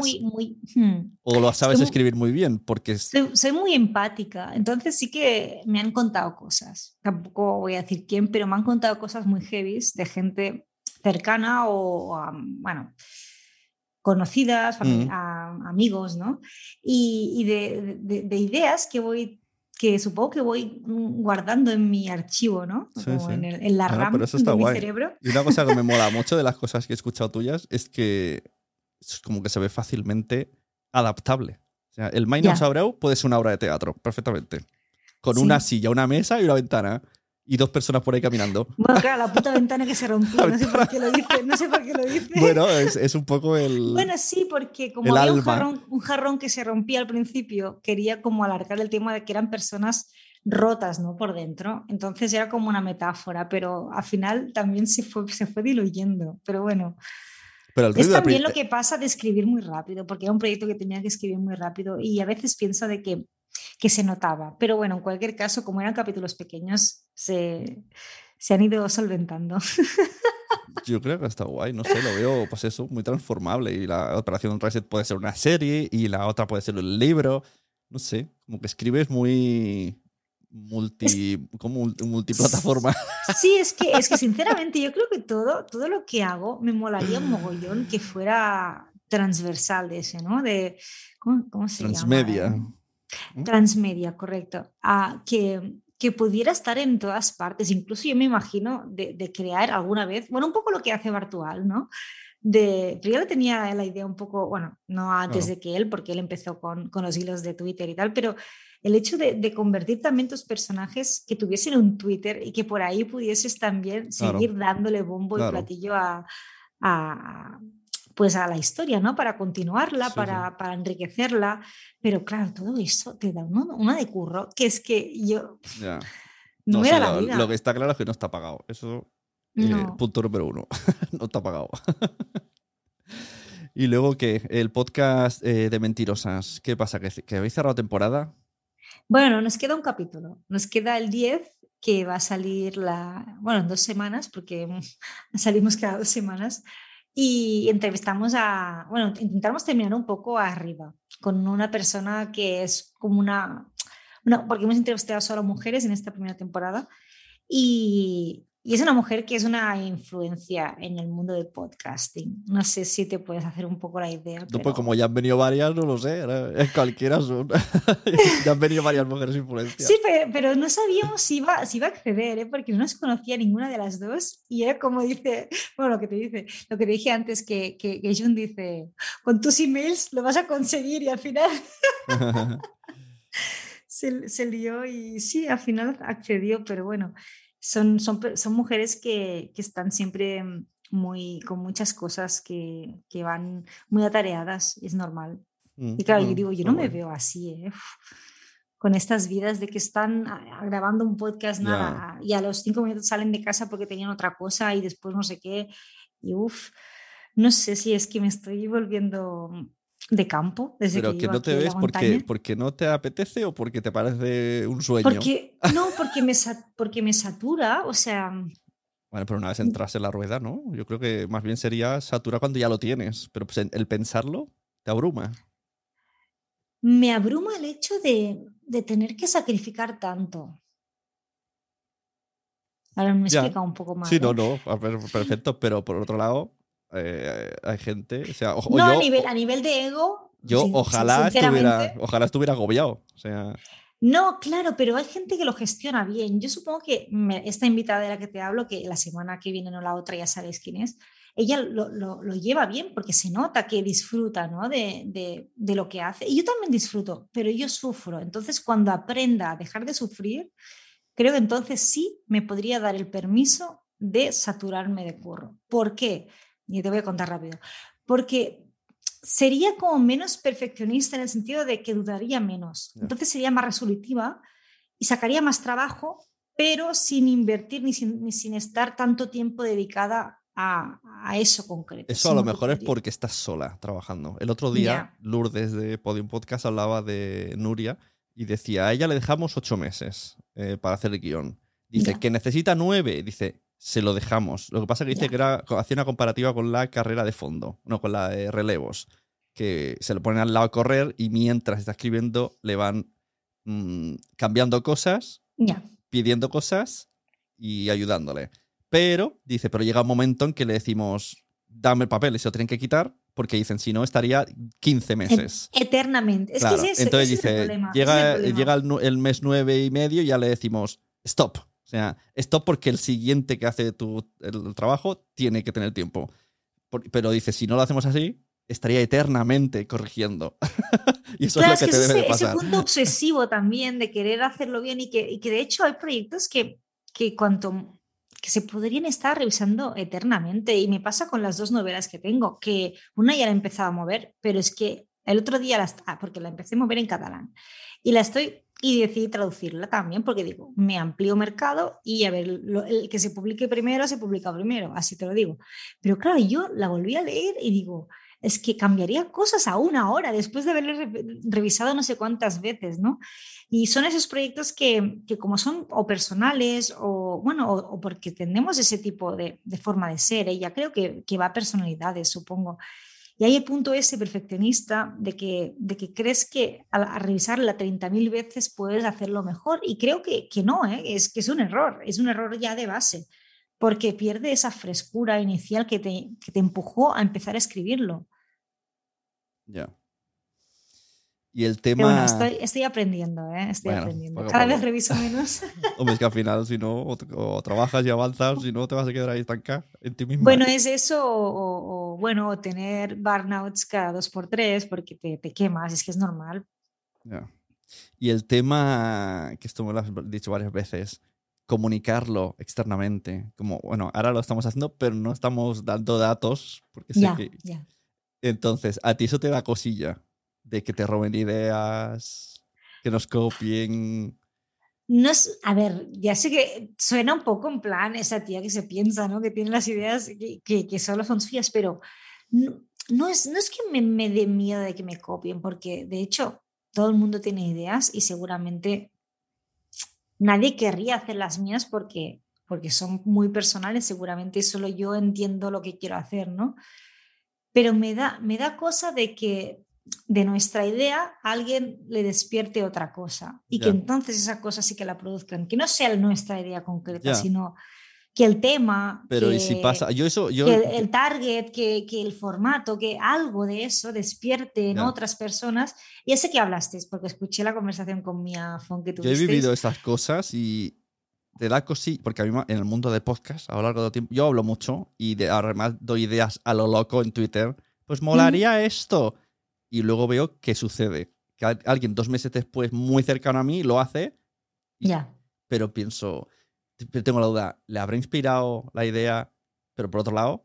A: o lo sabes escribir muy bien? Porque
G: soy muy empática, entonces sí que me han contado cosas. Tampoco voy a decir quién, pero me han contado cosas muy heavies de gente cercana o bueno, conocidas, amigos, ¿no? Y de ideas que supongo que voy guardando en mi archivo, ¿no? Como en la RAM de mi cerebro.
A: Y una cosa que me mola mucho de las cosas que he escuchado tuyas es que es como que se ve fácilmente adaptable. O sea, el Mai no Sabreu puede ser una obra de teatro, perfectamente. Con una silla, una mesa y una ventana. Y 2 personas por ahí caminando.
G: Bueno, claro, la puta ventana que se rompió. No sé por qué lo dice.
A: Bueno, es un poco el...
G: Bueno, sí, porque como había un jarrón que se rompía al principio, quería como alargar el tema de que eran personas rotas, ¿no? Por dentro. Entonces era como una metáfora, pero al final también se fue diluyendo. Pero bueno... Pero es también lo que pasa de escribir muy rápido, porque era un proyecto que tenía que escribir muy rápido y a veces pienso de que se notaba. Pero bueno, en cualquier caso, como eran capítulos pequeños, se han ido solventando.
A: Yo creo que está guay, no sé, lo veo pues eso, muy transformable. Y la Operación Reset puede ser una serie y la otra puede ser un libro. No sé, como que escribes muy como multiplataforma.
G: Sí, es que sinceramente yo creo que todo lo que hago me molaría un mogollón que fuera transversal de ese, ¿no? De, ¿cómo se
A: Transmedia.
G: llama? Transmedia, correcto. Que pudiera estar en todas partes. Incluso yo me imagino de crear alguna vez, bueno, un poco lo que hace Bartual, ¿no? Pero yo le tenía la idea un poco, bueno, no antes de que él, porque él empezó con los hilos de Twitter y tal, pero el hecho de convertir también tus personajes que tuviesen un Twitter y que por ahí pudieses también seguir dándole bombo y platillo pues a la historia, ¿no? Para continuarla, para enriquecerla. Pero claro, todo eso te da una de curro, que es que yo no era la vida.
A: Lo que está claro es que no está pagado. Eso, punto número 1. No está pagado. Y luego, ¿qué? El podcast de Mentirosas. ¿Qué pasa? ¿Que habéis cerrado temporada?
G: Bueno, nos queda un capítulo. Nos queda el 10, que va a salir en 2 semanas, porque salimos cada 2 semanas. Y intentamos terminar un poco arriba, con una persona que es como porque hemos entrevistado solo a mujeres en esta primera temporada. Y es una mujer que es una influencia en el mundo del podcasting. No sé si te puedes hacer un poco la idea.
A: No, pues como ya han venido varias, no lo sé. Cualquiera son. Ya han venido varias mujeres influencias.
G: Sí, pero no sabíamos si iba a acceder, porque no nos conocía ninguna de las dos. Y era como dice, bueno, lo que te dije antes, que Jun dice, con tus emails lo vas a conseguir, y al final se lió y sí, al final accedió, pero bueno. Son mujeres que están siempre con muchas cosas, que van muy atareadas, es normal. Y claro, yo digo, yo no me veo así, con estas vidas de que están grabando un podcast, nada, y a los 5 minutos salen de casa porque tenían otra cosa y después no sé qué. Y no sé si es que me estoy volviendo de campo desde
A: pero que no te ves porque no te apetece o porque te parece un sueño.
G: Porque me satura, o sea.
A: Bueno, pero una vez entras en la rueda, ¿no? Yo creo que más bien sería satura cuando ya lo tienes, pero pues el pensarlo te abruma.
G: Me abruma el hecho de tener que sacrificar tanto. Ahora me he explicado un poco más.
A: Sí, no, perfecto, pero por otro lado, hay gente, o sea,
G: a nivel de ego.
A: Yo ojalá estuviera agobiado, o sea.
G: No, claro, pero hay gente que lo gestiona bien. Yo supongo que esta invitada de la que te hablo, que la semana que viene, no la otra, ya sabéis quién es, ella lo lleva bien porque se nota que disfruta, ¿no? de lo que hace. Y yo también disfruto, pero yo sufro. Entonces, cuando aprenda a dejar de sufrir, creo que entonces sí me podría dar el permiso de saturarme de curro. ¿Por qué? Y te voy a contar rápido. Porque sería como menos perfeccionista, en el sentido de que dudaría menos. Entonces sería más resolutiva y sacaría más trabajo, pero sin invertir ni sin estar tanto tiempo dedicada a eso concreto.
A: Eso a lo mejor es porque estás sola trabajando. El otro día, Lourdes de Podium Podcast hablaba de Nuria y decía, a ella le dejamos 8 meses para hacer el guión. Dice, que necesita 9. Dice, se lo dejamos. Lo que pasa es que dice que hacía una comparativa con la carrera de fondo, no con la de relevos, que se lo ponen al lado a correr y mientras está escribiendo le van cambiando cosas, pidiendo cosas y ayudándole. Pero llega un momento en que le decimos, dame el papel, y se lo tienen que quitar, porque dicen, si no, estaría 15 meses.
G: Eternamente. Es
A: claro.
G: Que es
A: entonces
G: ese
A: dice,
G: es el
A: llega el mes 9 y medio y ya le decimos, stop. O sea, stop, porque el siguiente que hace el trabajo tiene que tener tiempo. Pero dice, si no lo hacemos así, estaría eternamente corrigiendo. Y eso es lo que te debe de pasar.
G: Ese punto obsesivo también de querer hacerlo bien y que de hecho hay proyectos que se podrían estar revisando eternamente. Y me pasa con las 2 novelas que tengo, que una ya la he empezado a mover, pero es que el otro día porque la empecé a mover en catalán y decidí traducirla también, porque digo, me amplío mercado y a ver, el que se publica primero, así te lo digo. Pero claro, yo la volví a leer y digo, es que cambiaría cosas aún ahora, después de haberle revisado no sé cuántas veces, ¿no? Y son esos proyectos que como son o personales o porque tenemos ese tipo de forma de ser, ya creo que va a personalidades, supongo. Y hay el punto ese perfeccionista de que crees que al revisarla 30.000 veces puedes hacerlo mejor, y creo que no, es que es un error ya de base, porque pierde esa frescura inicial que te empujó a empezar a escribirlo.
A: Ya. Y el tema...
G: Pero bueno, estoy aprendiendo, aprendiendo. Cada vez reviso menos.
A: Hombre, es que al final, si no, o trabajas y avanzas, si no, te vas a quedar ahí estancada en ti misma.
G: Bueno, es eso, o tener burnouts cada 2x3 porque te quemas, es que es normal.
A: Ya. Y el tema, que esto me lo has dicho varias veces, comunicarlo externamente. Como, bueno, ahora lo estamos haciendo, pero no estamos dando datos. Porque sé que... Entonces, a ti eso te da cosilla de que te roben ideas, que nos copien.
G: No es, a ver, ya sé que suena un poco en plan esa tía que se piensa, ¿no? Que tiene las ideas que solo son suyas, pero no es que me dé miedo de que me copien, porque de hecho todo el mundo tiene ideas y seguramente nadie querría hacer las mías porque son muy personales, seguramente solo yo entiendo lo que quiero hacer, ¿no? Pero me da cosa de que de nuestra idea a alguien le despierte otra cosa y que entonces esa cosa sí que la produzcan, que no sea nuestra idea concreta, sino que el tema,
A: pero
G: que,
A: ¿y si pasa? Que
G: el target, que el formato, que algo de eso despierte en otras personas. Y ya sé que hablaste, porque escuché la conversación con Mia Fon que tuvisteis.
A: Yo he vivido estas cosas y te da cosilla, porque a mí en el mundo de podcast, a lo largo del tiempo, yo hablo mucho y además doy ideas a lo loco en Twitter. Pues molaría esto. Y luego veo qué sucede. Que alguien 2 meses después, muy cercano a mí, lo hace. Pero pienso, tengo la duda, ¿le habrá inspirado la idea? Pero por otro lado,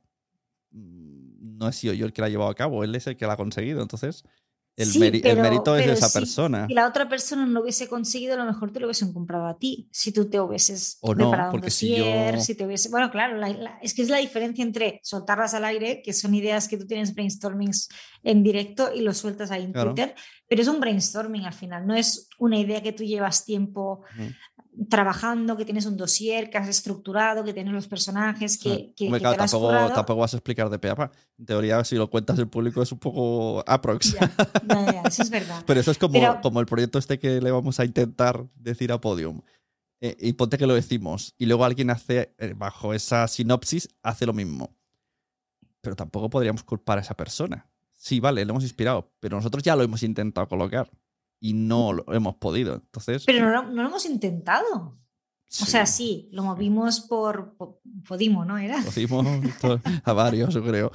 A: no he sido yo el que la ha llevado a cabo, él es el que la ha conseguido. Entonces, el mérito es de esa persona.
G: Si la otra persona no lo hubiese conseguido, a lo mejor te lo hubiesen comprado a ti. Si tú te hubieses preparado un dossier, si te hubiese... Bueno, claro, es que es la diferencia entre soltarlas al aire, que son ideas que tú tienes brainstormings en directo y lo sueltas ahí en Twitter, pero es un brainstorming al final, no es una idea que tú llevas tiempo trabajando, que tienes un dossier, que has estructurado, que tienes los personajes, que
A: tampoco vas a explicar de pe a pa. En teoría, si lo cuentas en público es un poco aprox.
G: Eso es verdad.
A: Pero eso es como el proyecto este que le vamos a intentar decir a Podium. Y ponte que lo decimos. Y luego alguien hace, bajo esa sinopsis, hace lo mismo. Pero tampoco podríamos culpar a esa persona. Sí, vale, lo hemos inspirado, pero nosotros ya lo hemos intentado colocar. Y no lo hemos podido. Entonces,
G: pero no lo hemos intentado. Sí. O sea, sí, lo movimos por Podimo, ¿no? Era.
A: Podimo a varios, yo creo.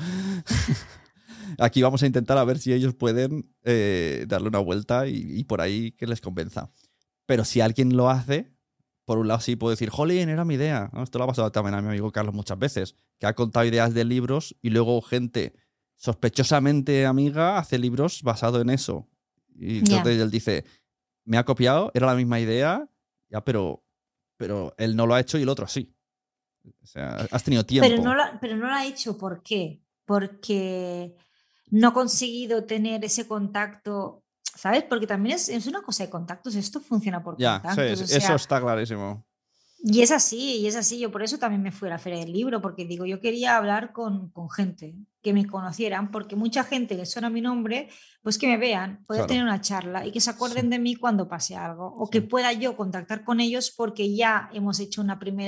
A: Aquí vamos a intentar a ver si ellos pueden darle una vuelta y por ahí que les convenza. Pero si alguien lo hace, por un lado sí puedo decir, jolín, era mi idea. ¿No? Esto lo ha pasado también a mi amigo Carlos muchas veces, que ha contado ideas de libros y luego gente sospechosamente amiga hace libros basados en eso. Y entonces él dice, me ha copiado, era la misma idea, pero él no lo ha hecho y el otro sí. O sea, has tenido tiempo.
G: Pero no lo ha hecho, ¿por qué? Porque no ha conseguido tener ese contacto, ¿sabes? Porque también es una cosa de contactos, esto funciona por contactos.
A: Sí, eso está clarísimo.
G: Y es así. Yo por eso también me fui a la Feria del Libro, porque digo, yo quería hablar con gente que me conocieran, porque mucha gente le suena mi nombre, pues que me vean, poder tener una charla y que se acuerden de mí cuando pase algo, o que pueda yo contactar con ellos porque ya hemos hecho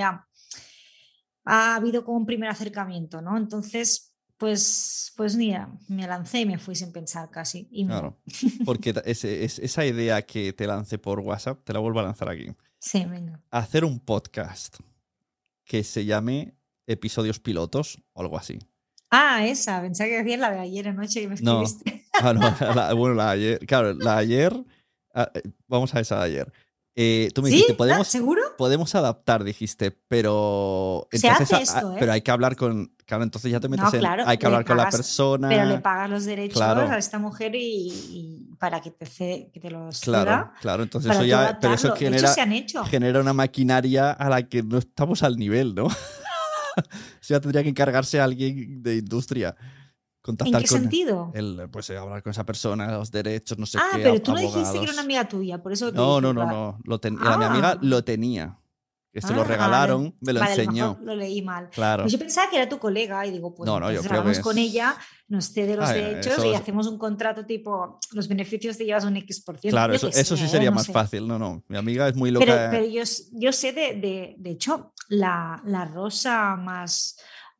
G: ha habido como un primer acercamiento, ¿no? Entonces, pues mira, me lancé y me fui sin pensar casi.
A: Claro, porque esa idea que te lancé por WhatsApp, te la vuelvo a lanzar aquí.
G: Sí, venga.
A: Hacer un podcast que se llame Episodios Pilotos o algo así.
G: Ah, esa, pensaba que decías la de ayer anoche que me escribiste.
A: No, la de ayer. Claro, la de ayer. Vamos a esa de ayer. Tú me dijiste,
G: ¿seguro?
A: Podemos adaptar, dijiste, pero.
G: Entonces, se hace esto,
A: pero hay que hablar con. Claro, entonces ya te metes hay que hablar con la persona.
G: Pero le pagas los derechos a esta mujer y para que te los
A: Claro, entonces eso ya. Pero eso genera una maquinaria a la que no estamos al nivel, ¿no? O sea, tendría que encargarse a alguien de industria.
G: ¿En qué sentido?
A: Pues hablar con esa persona, los derechos, no sé qué.
G: Pero tú no dijiste que era una amiga tuya, por eso.
A: No. Mi amiga lo tenía. Que se lo regalaron, me lo enseñó.
G: Lo leí mal.
A: Claro.
G: Pues yo pensaba que era tu colega y digo, pues
A: yo creo que
G: con ella, nos cede los derechos y hacemos un contrato tipo, los beneficios te llevas un X%.
A: Claro, eso sí sería más fácil. No. Mi amiga es muy loca.
G: Pero yo sé de hecho, la rosa más...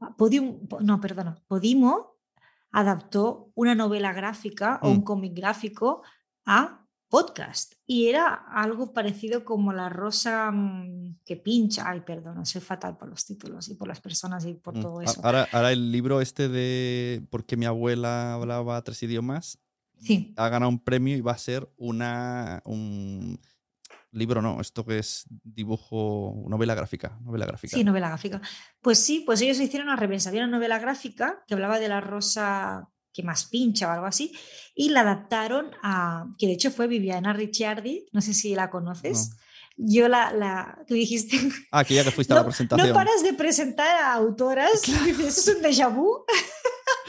G: Podimo adaptó una novela gráfica o un cómic gráfico a podcast y era algo parecido como La rosa que pincha. Ay, perdona, soy fatal por los títulos y por las personas y por todo eso.
A: Ahora el libro este de ¿Por qué mi abuela hablaba 3 idiomas?
G: Sí.
A: Ha ganado un premio y va a ser un libro, no, esto que es dibujo, novela gráfica.
G: Sí, novela gráfica. Pues sí, pues ellos hicieron al revés. Había una novela gráfica que hablaba de la rosa que más pincha o algo así, y la adaptaron que de hecho fue Viviana Ricciardi, no sé si la conoces. No. Yo tú dijiste...
A: que ya que fuiste a la presentación.
G: No paras de presentar a autoras, eso es un déjà vu.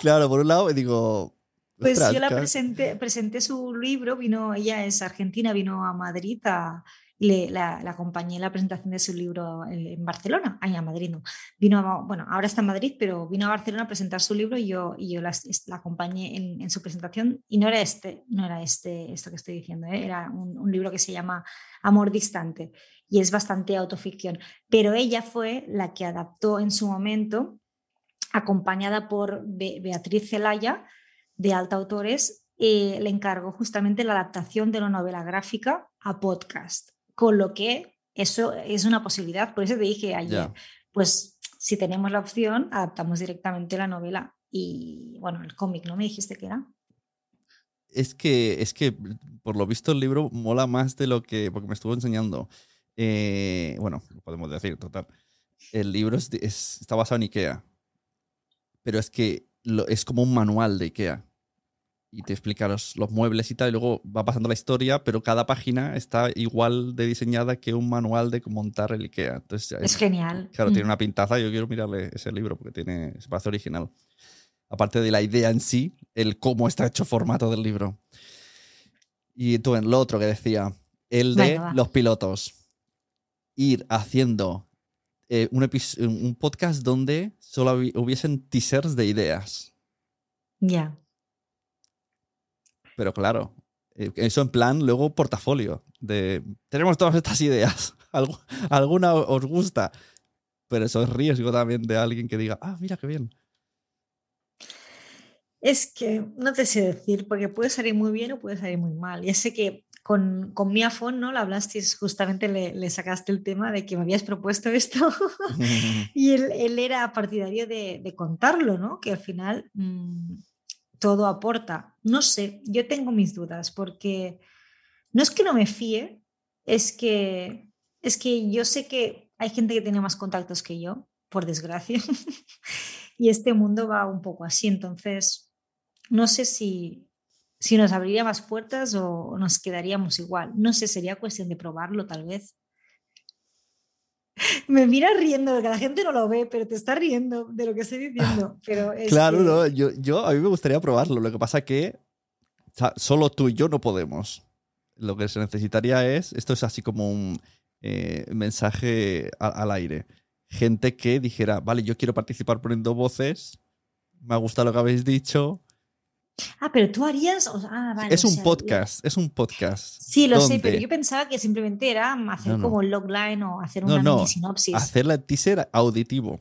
A: Claro, por un lado digo...
G: Pues yo la presenté su libro, ella es argentina, vino a Madrid, la acompañé en la presentación de su libro en Barcelona, a Madrid no, ahora está en Madrid, pero vino a Barcelona a presentar su libro y yo la acompañé en su presentación y no era esto que estoy diciendo, era un libro que se llama Amor Distante y es bastante autoficción, pero ella fue la que adaptó en su momento, acompañada por Beatriz Zelaya, de Alta Autores, le encargó justamente la adaptación de la novela gráfica a podcast, con lo que eso es una posibilidad. Por eso te dije ayer, pues si tenemos la opción, adaptamos directamente la novela y, bueno, el cómic, ¿no me dijiste que era?
A: Es que por lo visto el libro mola más de lo que... porque me estuvo enseñando. Bueno, lo podemos decir, total. El libro está basado en IKEA, pero es que es como un manual de IKEA y te explica los muebles y tal, y luego va pasando la historia, pero cada página está igual de diseñada que un manual de montar el IKEA. Entonces,
G: es genial.
A: Claro, tiene una pintaza. Yo quiero mirarle ese libro porque se parece original. Aparte de la idea en sí, el cómo está hecho formato del libro. Y tú, en lo otro que decía, el de los pilotos. Ir haciendo un podcast donde solo hubiesen teasers de ideas.
G: Ya.
A: Pero claro, eso en plan luego portafolio. Tenemos todas estas ideas. Alguna os gusta. Pero eso es riesgo también de alguien que diga, mira qué bien.
G: Es que no te sé decir, porque puede salir muy bien o puede salir muy mal. Ya sé que con Mia Font, ¿no? La hablaste, justamente le sacaste el tema de que me habías propuesto esto y él era partidario de contarlo, ¿no? Que al final todo aporta. No sé, yo tengo mis dudas porque no es que no me fíe, es que yo sé que hay gente que tiene más contactos que yo, por desgracia, y este mundo va un poco así, entonces no sé si nos abriría más puertas o nos quedaríamos igual. No sé, sería cuestión de probarlo tal vez. Me miras riendo, porque la gente no lo ve, pero te está riendo de lo que estoy diciendo. Pero
A: claro, no, yo a mí me gustaría probarlo. Lo que pasa es que solo tú y yo no podemos. Lo que se necesitaría esto es así como un mensaje al aire. Gente que dijera, vale, yo quiero participar poniendo voces, me ha gustado lo que habéis dicho.
G: Pero tú harías... vale,
A: es un podcast.
G: Sí, lo sé, pero yo pensaba que simplemente era hacer como el logline o hacer una mini sinopsis.
A: Hacer el teaser auditivo.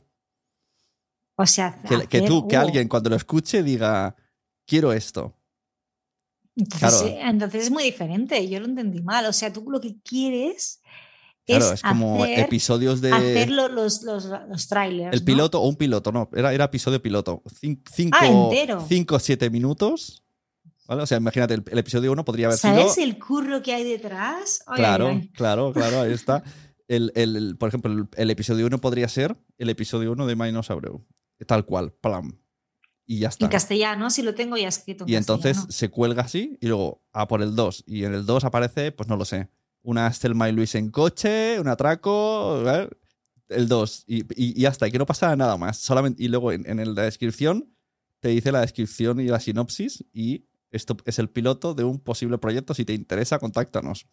G: O sea,
A: que alguien cuando lo escuche diga, quiero esto.
G: Entonces es muy diferente, yo lo entendí mal. O sea, tú lo que quieres...
A: Claro, es como episodios de...
G: Hacer los trailers,
A: el piloto, ¿no? O un piloto, no. Era episodio piloto. 5 o 7 minutos. ¿Vale? O sea, imagínate, el episodio 1 podría haber sido...
G: ¿Sabes el curro que hay detrás?
A: Claro, ahí está. Por ejemplo, el episodio 1 podría ser el episodio 1 de Manos Abreu. Tal cual, plam. Y ya está.
G: En castellano, si lo tengo ya escrito en
A: y
G: castellano.
A: Entonces se cuelga así y luego por el 2. Y en el 2 aparece, pues no lo sé, una Thelma y Luis en coche, un atraco, ¿vale? El 2 y ya está, y que no pasa nada más. Solamente, y luego en la descripción te dice la descripción y la sinopsis y esto es el piloto de un posible proyecto. Si te interesa, contáctanos.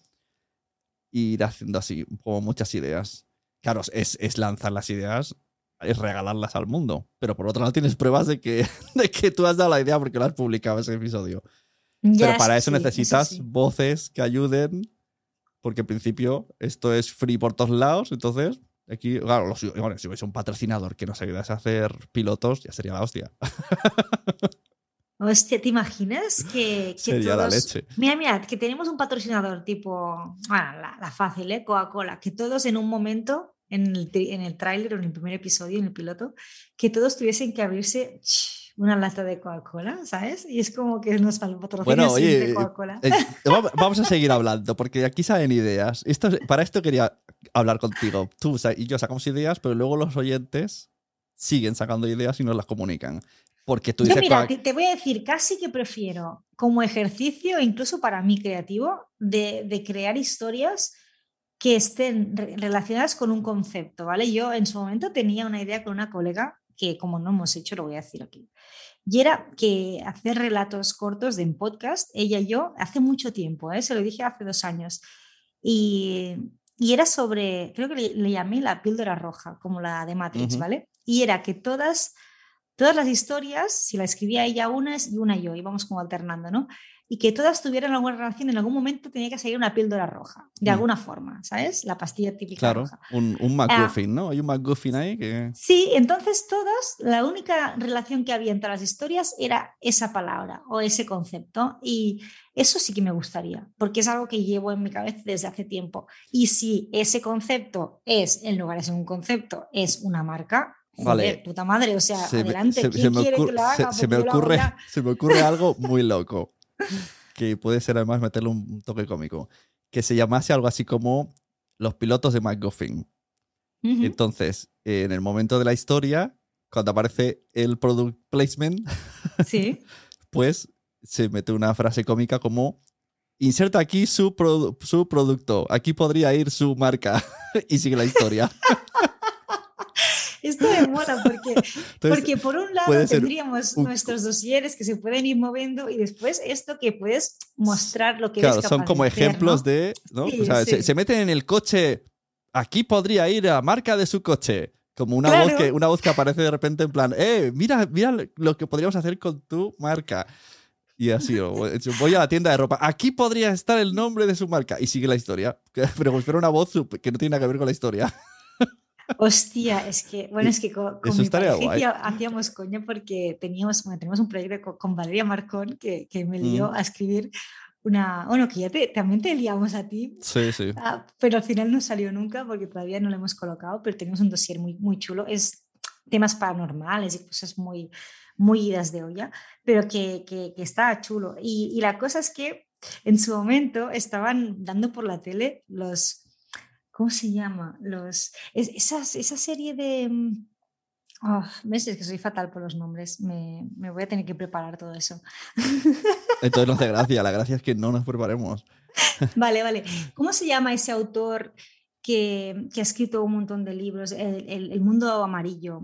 A: Y ir haciendo así, como muchas ideas. Claro, es lanzar las ideas, es regalarlas al mundo. Pero por otro lado tienes pruebas de que tú has dado la idea porque lo has publicado ese episodio. Pero para eso necesitas voces que ayuden. Porque en principio esto es free por todos lados, entonces aquí, claro, si hubiese un patrocinador que nos ayudase a hacer pilotos, ya sería la hostia.
G: Hostia, ¿te imaginas que
A: sería
G: todos...
A: la leche?
G: Mira, que tenemos un patrocinador tipo, la fácil, Coca-Cola, que todos en un momento, en el tráiler o en el primer episodio, en el piloto, que todos tuviesen que abrirse una lata de Coca-Cola, ¿sabes? Y es como que nos patrocina siempre Coca-Cola.
A: Vamos a seguir hablando, porque aquí salen ideas. Para esto quería hablar contigo. Tú y yo sacamos ideas, pero luego los oyentes siguen sacando ideas y nos las comunican. Porque tú dices...
G: Mira, te voy a decir, casi que prefiero como ejercicio, incluso para mí creativo, de crear historias que estén relacionadas con un concepto, ¿vale? Yo en su momento tenía una idea con una colega que como no hemos hecho, lo voy a decir aquí. Y era que hacer relatos cortos en podcast, ella y yo, hace mucho tiempo, se lo dije hace 2 años, y era sobre, creo que le llamé la píldora roja, como la de Matrix, ¿vale? Y era que todas las historias, si la escribía ella una y una yo, íbamos como alternando, ¿no? Y que todas tuvieran alguna relación, en algún momento tenía que salir una píldora roja, de alguna forma, ¿sabes? La pastilla típica roja.
A: Un MacGuffin, ¿no? Hay un MacGuffin ahí que...
G: Sí, entonces todas, la única relación que había entre las historias era esa palabra o ese concepto, y eso sí que me gustaría, porque es algo que llevo en mi cabeza desde hace tiempo. Y si ese concepto es, en lugar de ser un concepto, es una marca... Joder, puta madre, o sea, adelante, ¿quién quiere que lo haga?
A: Se me ocurre algo muy loco, que puede ser además meterle un toque cómico, que se llamase algo así como los pilotos de MacGuffin. Entonces, en el momento de la historia, cuando aparece el product placement,
G: ¿sí?
A: Pues se mete una frase cómica como: inserta aquí su producto, aquí podría ir su marca, y sigue la historia.
G: Esto me mola porque por un lado tendríamos nuestros dosieres que se pueden ir moviendo, y después esto que puedes mostrar lo que eres capaz
A: son como
G: de
A: ejemplos
G: hacer,
A: ¿no?
G: Sí,
A: o sea,
G: sí.
A: se meten en el coche, aquí podría ir la marca de su coche. Como una voz que aparece de repente en plan, mira lo que podríamos hacer con tu marca. Y así, voy a la tienda de ropa, aquí podría estar el nombre de su marca. Y sigue la historia. Pero espera una voz que no tiene nada que ver con la historia.
G: Hostia, es que con mi pareja hacíamos coña porque tenemos un proyecto con Valeria Marcón que me lió a escribir que ya también te liamos a ti.
A: Sí.
G: Pero al final no salió nunca porque todavía no lo hemos colocado, pero tenemos un dossier muy, muy chulo. Es temas paranormales y cosas muy, muy idas de olla, pero que está chulo. Y la cosa es que en su momento estaban dando por la tele los... ¿Cómo se llama? Esa serie de... ¿ves? Es que soy fatal por los nombres. Me voy a tener que preparar todo eso.
A: Entonces no hace gracia. La gracia es que no nos preparemos.
G: Vale. ¿Cómo se llama ese autor que ha escrito un montón de libros? El mundo amarillo.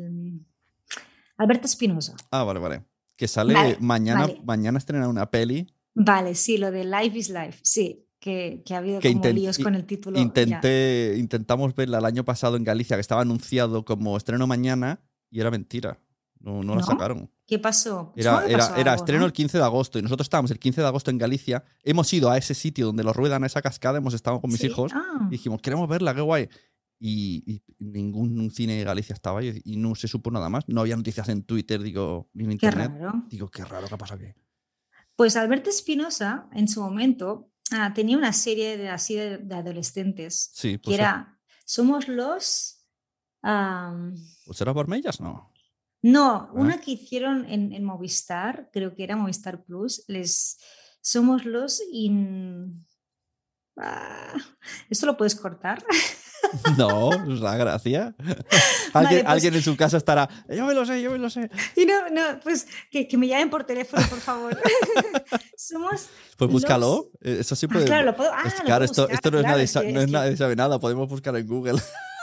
G: Alberto Espinosa.
A: Vale. Que sale mañana estrena una peli.
G: Vale, sí, lo de Life is Life. Sí. Que ha habido como líos con el título.
A: Intentamos verla el año pasado en Galicia, que estaba anunciado como estreno mañana, y era mentira. No la sacaron.
G: ¿Qué pasó?
A: Era estreno el 15 de agosto, y nosotros estábamos el 15 de agosto en Galicia. Hemos ido a ese sitio donde los ruedan, a esa cascada, hemos estado con mis hijos, y dijimos, queremos verla, qué guay. Y ningún cine de Galicia estaba ahí, y no se supo nada más. No había noticias en Twitter, ni en internet.
G: Qué raro.
A: Digo, qué raro, ¿qué ha pasado aquí?
G: Pues Alberto Espinosa, en su momento... tenía una serie de adolescentes que era Somos los...
A: ¿Pulseras Vermellas? No.
G: No, una que hicieron en Movistar, creo que era Movistar Plus, Somos los... ¿Esto lo puedes cortar?
A: No, es la gracia. Alguien en su casa estará, yo me lo sé.
G: Y no, pues que me llamen por teléfono, por favor. Somos...
A: Pues búscalo. Eso sí puede...
G: Claro, lo puedo...
A: claro,
G: lo puedo buscar,
A: esto no es nadie sabe nada. Podemos buscar en Google.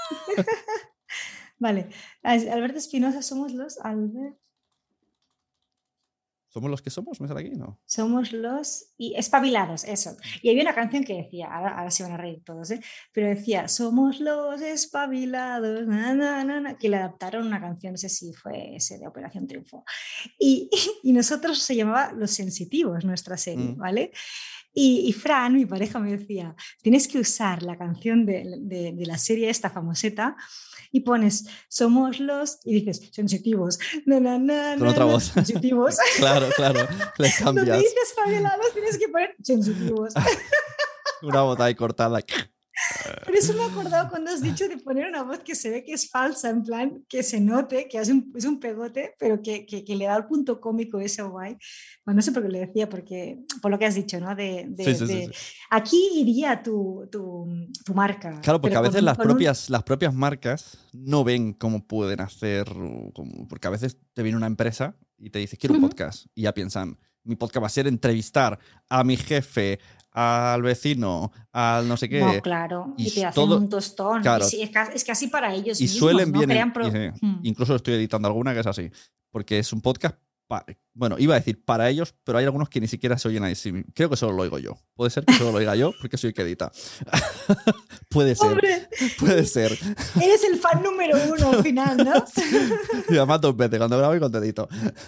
G: Vale. Alberto Espinosa, somos los...
A: ¿Somos los que somos? ¿Me sale aquí? No.
G: Somos los espabilados, eso. Y había una canción que decía, ahora se van a reír todos, pero decía, somos los espabilados, que le adaptaron una canción, no sé si fue ese de Operación Triunfo. Y nosotros se llamaba Los Sensitivos, nuestra serie, ¿vale? Y Fran, mi pareja, me decía, tienes que usar la canción de la serie esta famoseta y pones somos los y dices sensitivos.
A: Con otra voz.
G: Sensitivos.
A: Claro, le cambias.
G: Donde dices espabilados tienes que poner sensitivos.
A: Una voz ahí cortada.
G: Por eso me he acordado cuando has dicho de poner una voz que se ve que es falsa, en plan que se note que es un pegote, pero que le da el punto cómico ese guay. Bueno, no sé por qué le decía, porque por lo que has dicho, ¿no? Sí. Aquí iría tu marca.
A: Claro, porque a veces las propias marcas no ven cómo pueden hacer, porque a veces te viene una empresa y te dice, quiero un podcast, y ya piensan, mi podcast va a ser entrevistar a mi jefe, al vecino, al no sé qué.
G: No, claro. Y te hacen un tostón.
A: Claro.
G: Sí, es casi para ellos
A: y
G: mismos,
A: suelen
G: ¿no?
A: bien. Incluso estoy editando alguna que es así. Porque es un podcast. Bueno, iba a decir para ellos, pero hay algunos que ni siquiera se oyen ahí. Sí, creo que solo lo oigo yo. Puede ser que solo lo oiga yo, porque soy el que edita. Puede ser.
G: ¡Hombre!
A: Puede ser.
G: Eres el fan número 1 al final, ¿no?
A: Y además 2 veces, cuando grabo y cuando edito.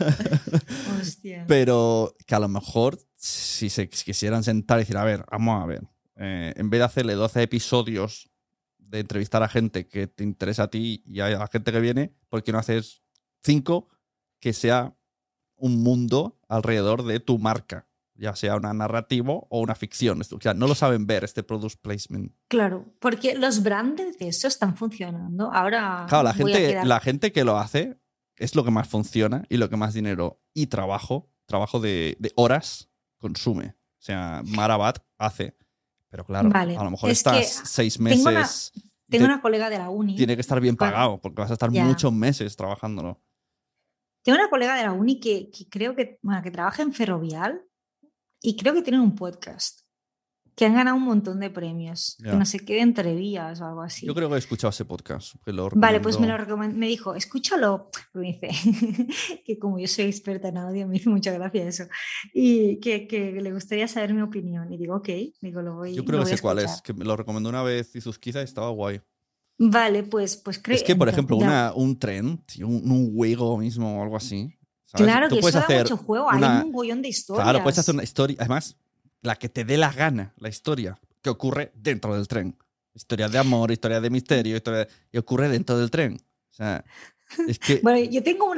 G: Hostia.
A: Pero que a lo mejor, si se quisieran sentar y decir, a ver, vamos a ver. En vez de hacerle 12 episodios de entrevistar a gente que te interesa a ti y a la gente que viene, ¿por qué no haces 5 que sea un mundo alrededor de tu marca, ya sea una narrativo o una ficción? O sea, no lo saben ver este product placement.
G: Claro, porque los brands de eso están funcionando. Ahora
A: claro, la gente que lo hace es lo que más funciona y lo que más dinero y trabajo de horas consume. O sea, Marabat hace. Pero claro,
G: vale,
A: a lo mejor estás 6 meses...
G: Tengo una colega de la uni.
A: Tiene que estar bien pagado porque vas a estar muchos meses trabajándolo.
G: Tengo una colega de la uni que creo que trabaja en Ferrovial y creo que tienen un podcast que han ganado un montón de premios. Que no sé qué, entrevías o algo así.
A: Yo creo que he escuchado ese podcast.
G: Vale, pues me dijo, escúchalo. Me dice que como yo soy experta en audio, me hizo mucha gracia eso. Y que le gustaría saber mi opinión. Y digo, ok, lo voy a escuchar.
A: Yo creo que sé cuál es, que me lo recomendó una vez Izuzquiza y estaba guay.
G: Vale, pues creo.
A: Es que, por ejemplo, un tren, un juego mismo o algo así. ¿sabes?
G: Claro,
A: tú
G: que
A: puedes
G: eso
A: hacer
G: da mucho juego. Hay un mogollón de historias.
A: Claro, puedes hacer una historia. Además, la que te dé la gana, la historia que ocurre dentro del tren. Historia de amor, historia de misterio, y ocurre dentro del tren. O sea, es que...
G: Bueno, yo tengo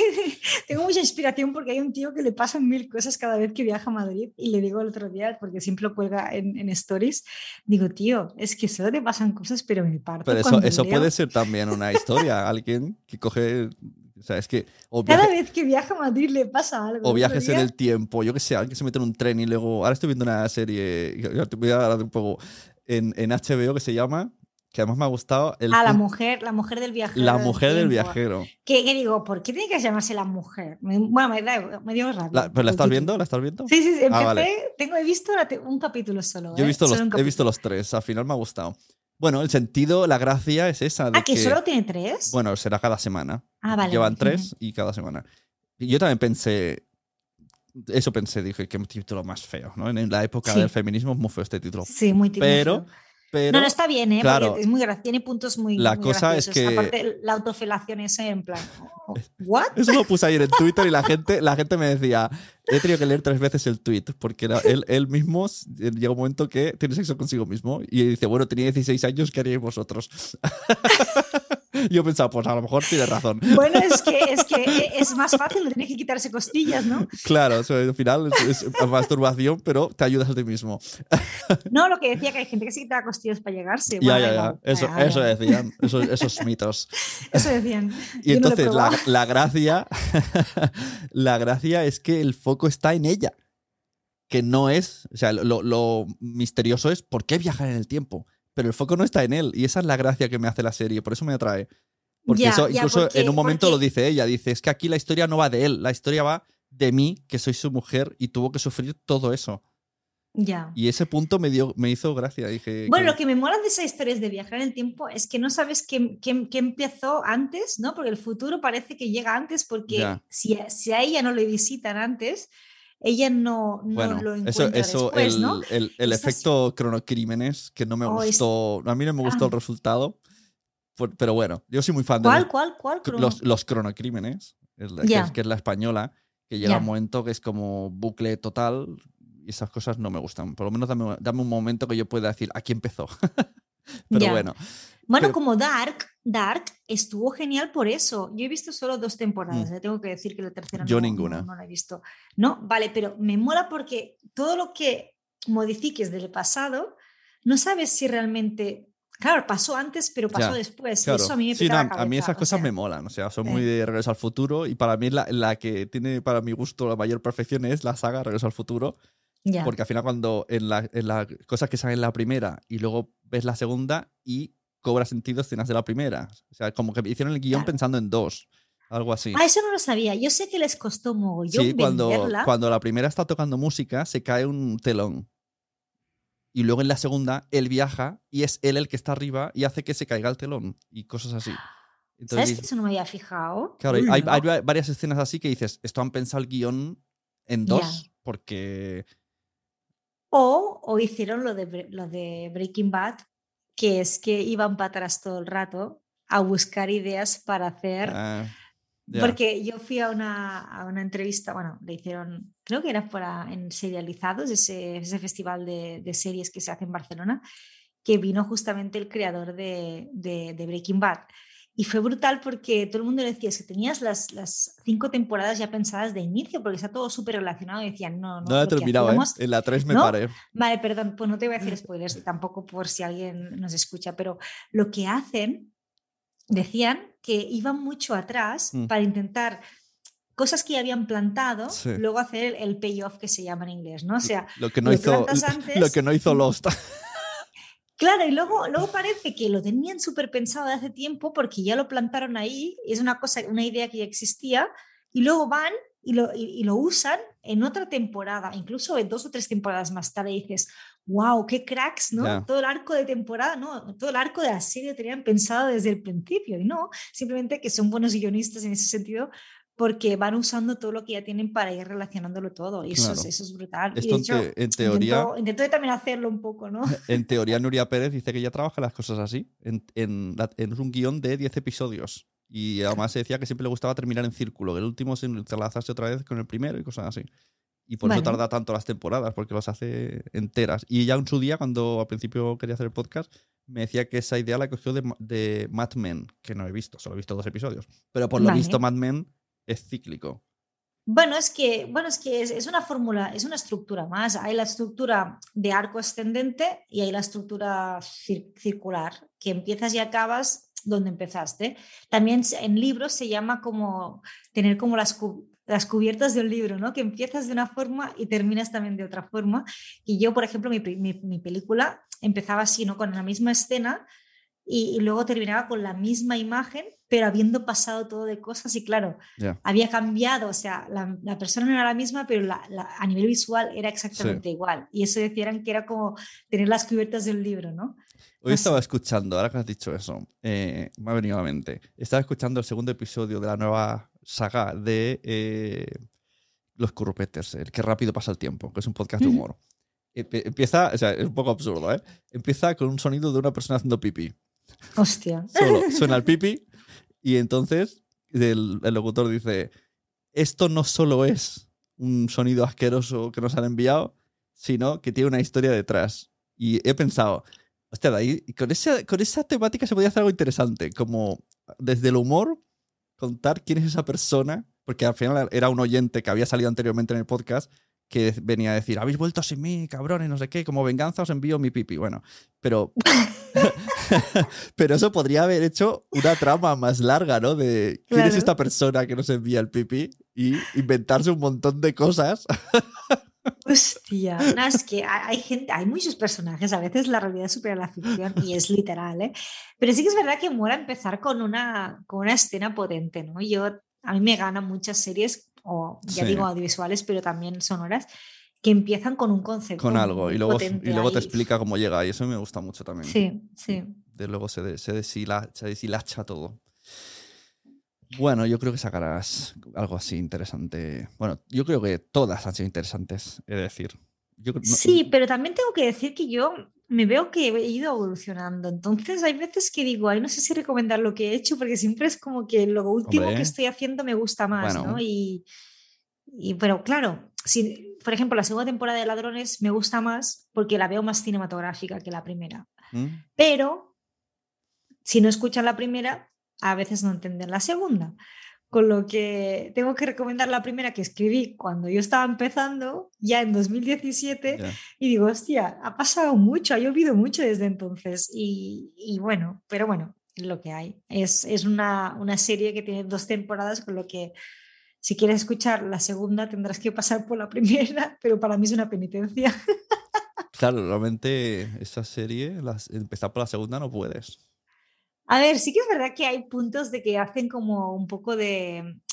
G: mucha inspiración porque hay un tío que le pasan 1000 cosas cada vez que viaja a Madrid y le digo el otro día, porque siempre lo cuelga en stories, digo, tío, es que solo te pasan cosas, pero me parto.
A: Pero eso puede ser también una historia. Alguien que coge... O sea, es que...
G: Cada vez que viaja a Madrid le pasa algo.
A: O viajes en el tiempo. Yo qué sé, alguien que se mete en un tren y luego... Ahora estoy viendo una serie, yo te voy a hablar un poco, en HBO que se llama... Que además me ha gustado...
G: la mujer del viajero.
A: La mujer del viajero.
G: Que digo, ¿por qué tiene que llamarse la mujer? Bueno, me dio rabia.
A: ¿Pero la estás viendo? ¿La estás viendo?
G: Sí, empecé, vale. He visto un capítulo solo.
A: Yo he visto los 3, al final me ha gustado. Bueno, el sentido, la gracia es esa.
G: ¿Que solo tiene 3?
A: Bueno, será cada semana.
G: Vale.
A: Llevan 3 y cada semana. Y yo también pensé... dije, qué título más feo, ¿no? En la época del feminismo es muy feo este título.
G: Sí, muy título. Pero no está bien,
A: claro,
G: porque es muy tiene puntos muy
A: la
G: muy
A: cosa
G: graciosos.
A: Es que
G: aparte la autofelación esa en plan ¿what?
A: Eso lo puse ayer en Twitter y la gente me decía, he tenido que leer 3 veces el tweet porque él mismo llega un momento que tiene sexo consigo mismo y dice, bueno, tenía 16 años, ¿qué haríais vosotros? Yo pensaba, pues a lo mejor tiene razón.
G: Bueno, es que es más fácil, no tienes que quitarse costillas, ¿no?
A: Claro, al final es masturbación, pero te ayudas a ti mismo.
G: No, lo que decía que hay gente que se quita costillas para llegarse.
A: Bueno, ya. Eso decían, esos mitos.
G: Eso decían.
A: Y entonces la gracia es que el foco está en ella. Que no es, o sea, lo misterioso es ¿por qué viajar en el tiempo? Pero el foco no está en él. Y esa es la gracia que me hace la serie. Por eso me atrae. Porque incluso en un momento lo dice ella. Dice, es que aquí la historia no va de él. La historia va de mí, que soy su mujer, y tuvo que sufrir todo eso.
G: Ya.
A: Y ese punto me hizo gracia. Dije,
G: bueno, lo que me mola de esas historias de viajar en el tiempo es que no sabes qué empezó antes, ¿no? Porque el futuro parece que llega antes, porque si a ella no le visitan antes... Ella no lo encuentra después, ¿no?
A: El efecto cronocrímenes, que no me gustó. A mí no me gustó el resultado. Pero bueno, yo soy muy fan de los cronocrímenes, que es la española, que llega un momento que es como bucle total y esas cosas no me gustan. Por lo menos dame un momento que yo pueda decir, aquí empezó. Pero bueno.
G: Bueno, como Dark estuvo genial por eso. Yo he visto solo 2 temporadas. Tengo que decir que la tercera
A: ninguna.
G: No la he visto. No, vale, pero me mola porque todo lo que modifiques del pasado, no sabes si realmente... Claro, pasó antes, pero pasó después. Claro. Eso a mí me pica la cabeza.
A: A mí esas cosas me molan. O sea, son muy de Regreso al Futuro. Y para mí la que tiene, para mi gusto, la mayor perfección es la saga Regreso al Futuro. Porque al final cuando en las cosas que salen en la primera y luego ves la segunda y cobra sentido escenas de la primera. O sea, como que hicieron el guión pensando en 2. Algo así.
G: Eso no lo sabía. Yo sé que les costó mogollón
A: venderla. Cuando la primera está tocando música se cae un telón. Y luego en la segunda, él viaja y es él el que está arriba y hace que se caiga el telón y cosas así. Entonces,
G: ¿sabes que eso no me había fijado?
A: Claro, hay varias escenas así que dices, esto han pensado el guión en dos, porque...
G: O hicieron lo de Breaking Bad, que es que iban para atrás todo el rato a buscar ideas para hacer... Porque yo fui a una entrevista, bueno, le hicieron, creo que era en Serializados, ese festival de series que se hace en Barcelona, que vino justamente el creador de Breaking Bad. Y fue brutal porque todo el mundo decía que tenías las 5 temporadas ya pensadas de inicio, porque está todo súper relacionado. Y decían, no.
A: No he terminado, en la 3 me paré.
G: Vale, perdón, pues no te voy a decir spoilers, y tampoco por si alguien nos escucha, pero lo que hacen, decían que iban mucho atrás para intentar cosas que ya habían plantado, luego hacer el payoff que se llama en inglés, ¿no? O sea,
A: lo que no hizo Lost.
G: Claro, y luego parece que lo tenían súper pensado de hace tiempo porque ya lo plantaron ahí, es una idea que ya existía, y luego van y lo usan en otra temporada, incluso en 2 o 3 temporadas más tarde, y dices, wow, qué cracks, ¿no? Yeah. Todo el arco de temporada, ¿no? Todo el arco de la serie lo tenían pensado desde el principio, y no, simplemente que son buenos guionistas en ese sentido, porque van usando todo lo que ya tienen para ir relacionándolo todo. Y claro. eso es brutal.
A: Esto, y de hecho, en teoría...
G: Intento también hacerlo un poco, ¿no?
A: En teoría, Nuria Pérez dice que ya trabaja las cosas así, en un guión de 10 episodios. Y además se decía que siempre le gustaba terminar en círculo, que el último se entrelazase otra vez con el primero y cosas así. Y por eso tarda tanto las temporadas, porque las hace enteras. Y ella en su día, cuando al principio quería hacer el podcast, me decía que esa idea la cogió de Mad Men, que no he visto, solo he visto 2 episodios. Pero por lo visto Mad Men es cíclico.
G: Bueno, es que es una fórmula, es una estructura más. Hay la estructura de arco ascendente y hay la estructura circular, que empiezas y acabas donde empezaste. También en libros se llama como tener como las cubiertas del libro, ¿no? Que empiezas de una forma y terminas también de otra forma. Y yo, por ejemplo, mi película empezaba así, ¿no? Con la misma escena y luego terminaba con la misma imagen, pero habiendo pasado todo de cosas y claro, había cambiado, o sea, la persona no era la misma, pero a nivel visual era exactamente igual. Y eso decían que era como tener las cubiertas del libro, ¿no?
A: Hoy estaba escuchando, ahora que has dicho eso, me ha venido a la mente. Estaba escuchando el segundo episodio de la nueva saga de Los Currupeters, el que rápido pasa el tiempo, que es un podcast de humor. Empieza, o sea, es un poco absurdo, ¿eh? Empieza con un sonido de una persona haciendo pipí.
G: Hostia.
A: Solo suena el pipí y entonces el locutor dice, esto no solo es un sonido asqueroso que nos han enviado, sino que tiene una historia detrás. Y he pensado, hostia, de ahí, con esa temática se podía hacer algo interesante, como desde el humor contar quién es esa persona, porque al final era un oyente que había salido anteriormente en el podcast que venía a decir, habéis vuelto sin mí, cabrones, no sé qué, como venganza os envío mi pipi. Bueno, pero pero eso podría haber hecho una trama más larga, ¿no? De quién es esta persona que nos envía el pipi y inventarse un montón de cosas.
G: Hostia, no, es que hay muchos personajes, a veces la realidad supera la ficción y es literal, ¿eh? Pero sí que es verdad que mola empezar con una escena potente, ¿no? A mí me ganan muchas series, o ya digo audiovisuales, pero también sonoras, que empiezan con un concepto.
A: Con algo, y luego te explica cómo llega, y eso me gusta mucho también.
G: Sí.
A: De luego se deshilacha todo. Bueno, yo creo que sacarás algo así interesante. Bueno, yo creo que todas han sido interesantes, es decir.
G: Sí, pero también tengo que decir que yo me veo que he ido evolucionando. Entonces hay veces que digo, ay, no sé si recomendar lo que he hecho, porque siempre es como que lo último que estoy haciendo me gusta más, ¿no? Pero claro, si, por ejemplo, la segunda temporada de Ladrones me gusta más porque la veo más cinematográfica que la primera. Pero si no escuchan la primera, a veces no entienden la segunda. Con lo que tengo que recomendar la primera que escribí cuando yo estaba empezando, ya en 2017, y digo, hostia, ha pasado mucho, ha llovido mucho desde entonces. Y bueno, pero bueno, es lo que hay. Es una serie que tiene 2 temporadas, con lo que si quieres escuchar la segunda tendrás que pasar por la primera, pero para mí es una penitencia.
A: Claro, realmente esa serie, empezar por la segunda no puedes.
G: A ver, sí que es verdad que hay puntos de que hacen como un poco de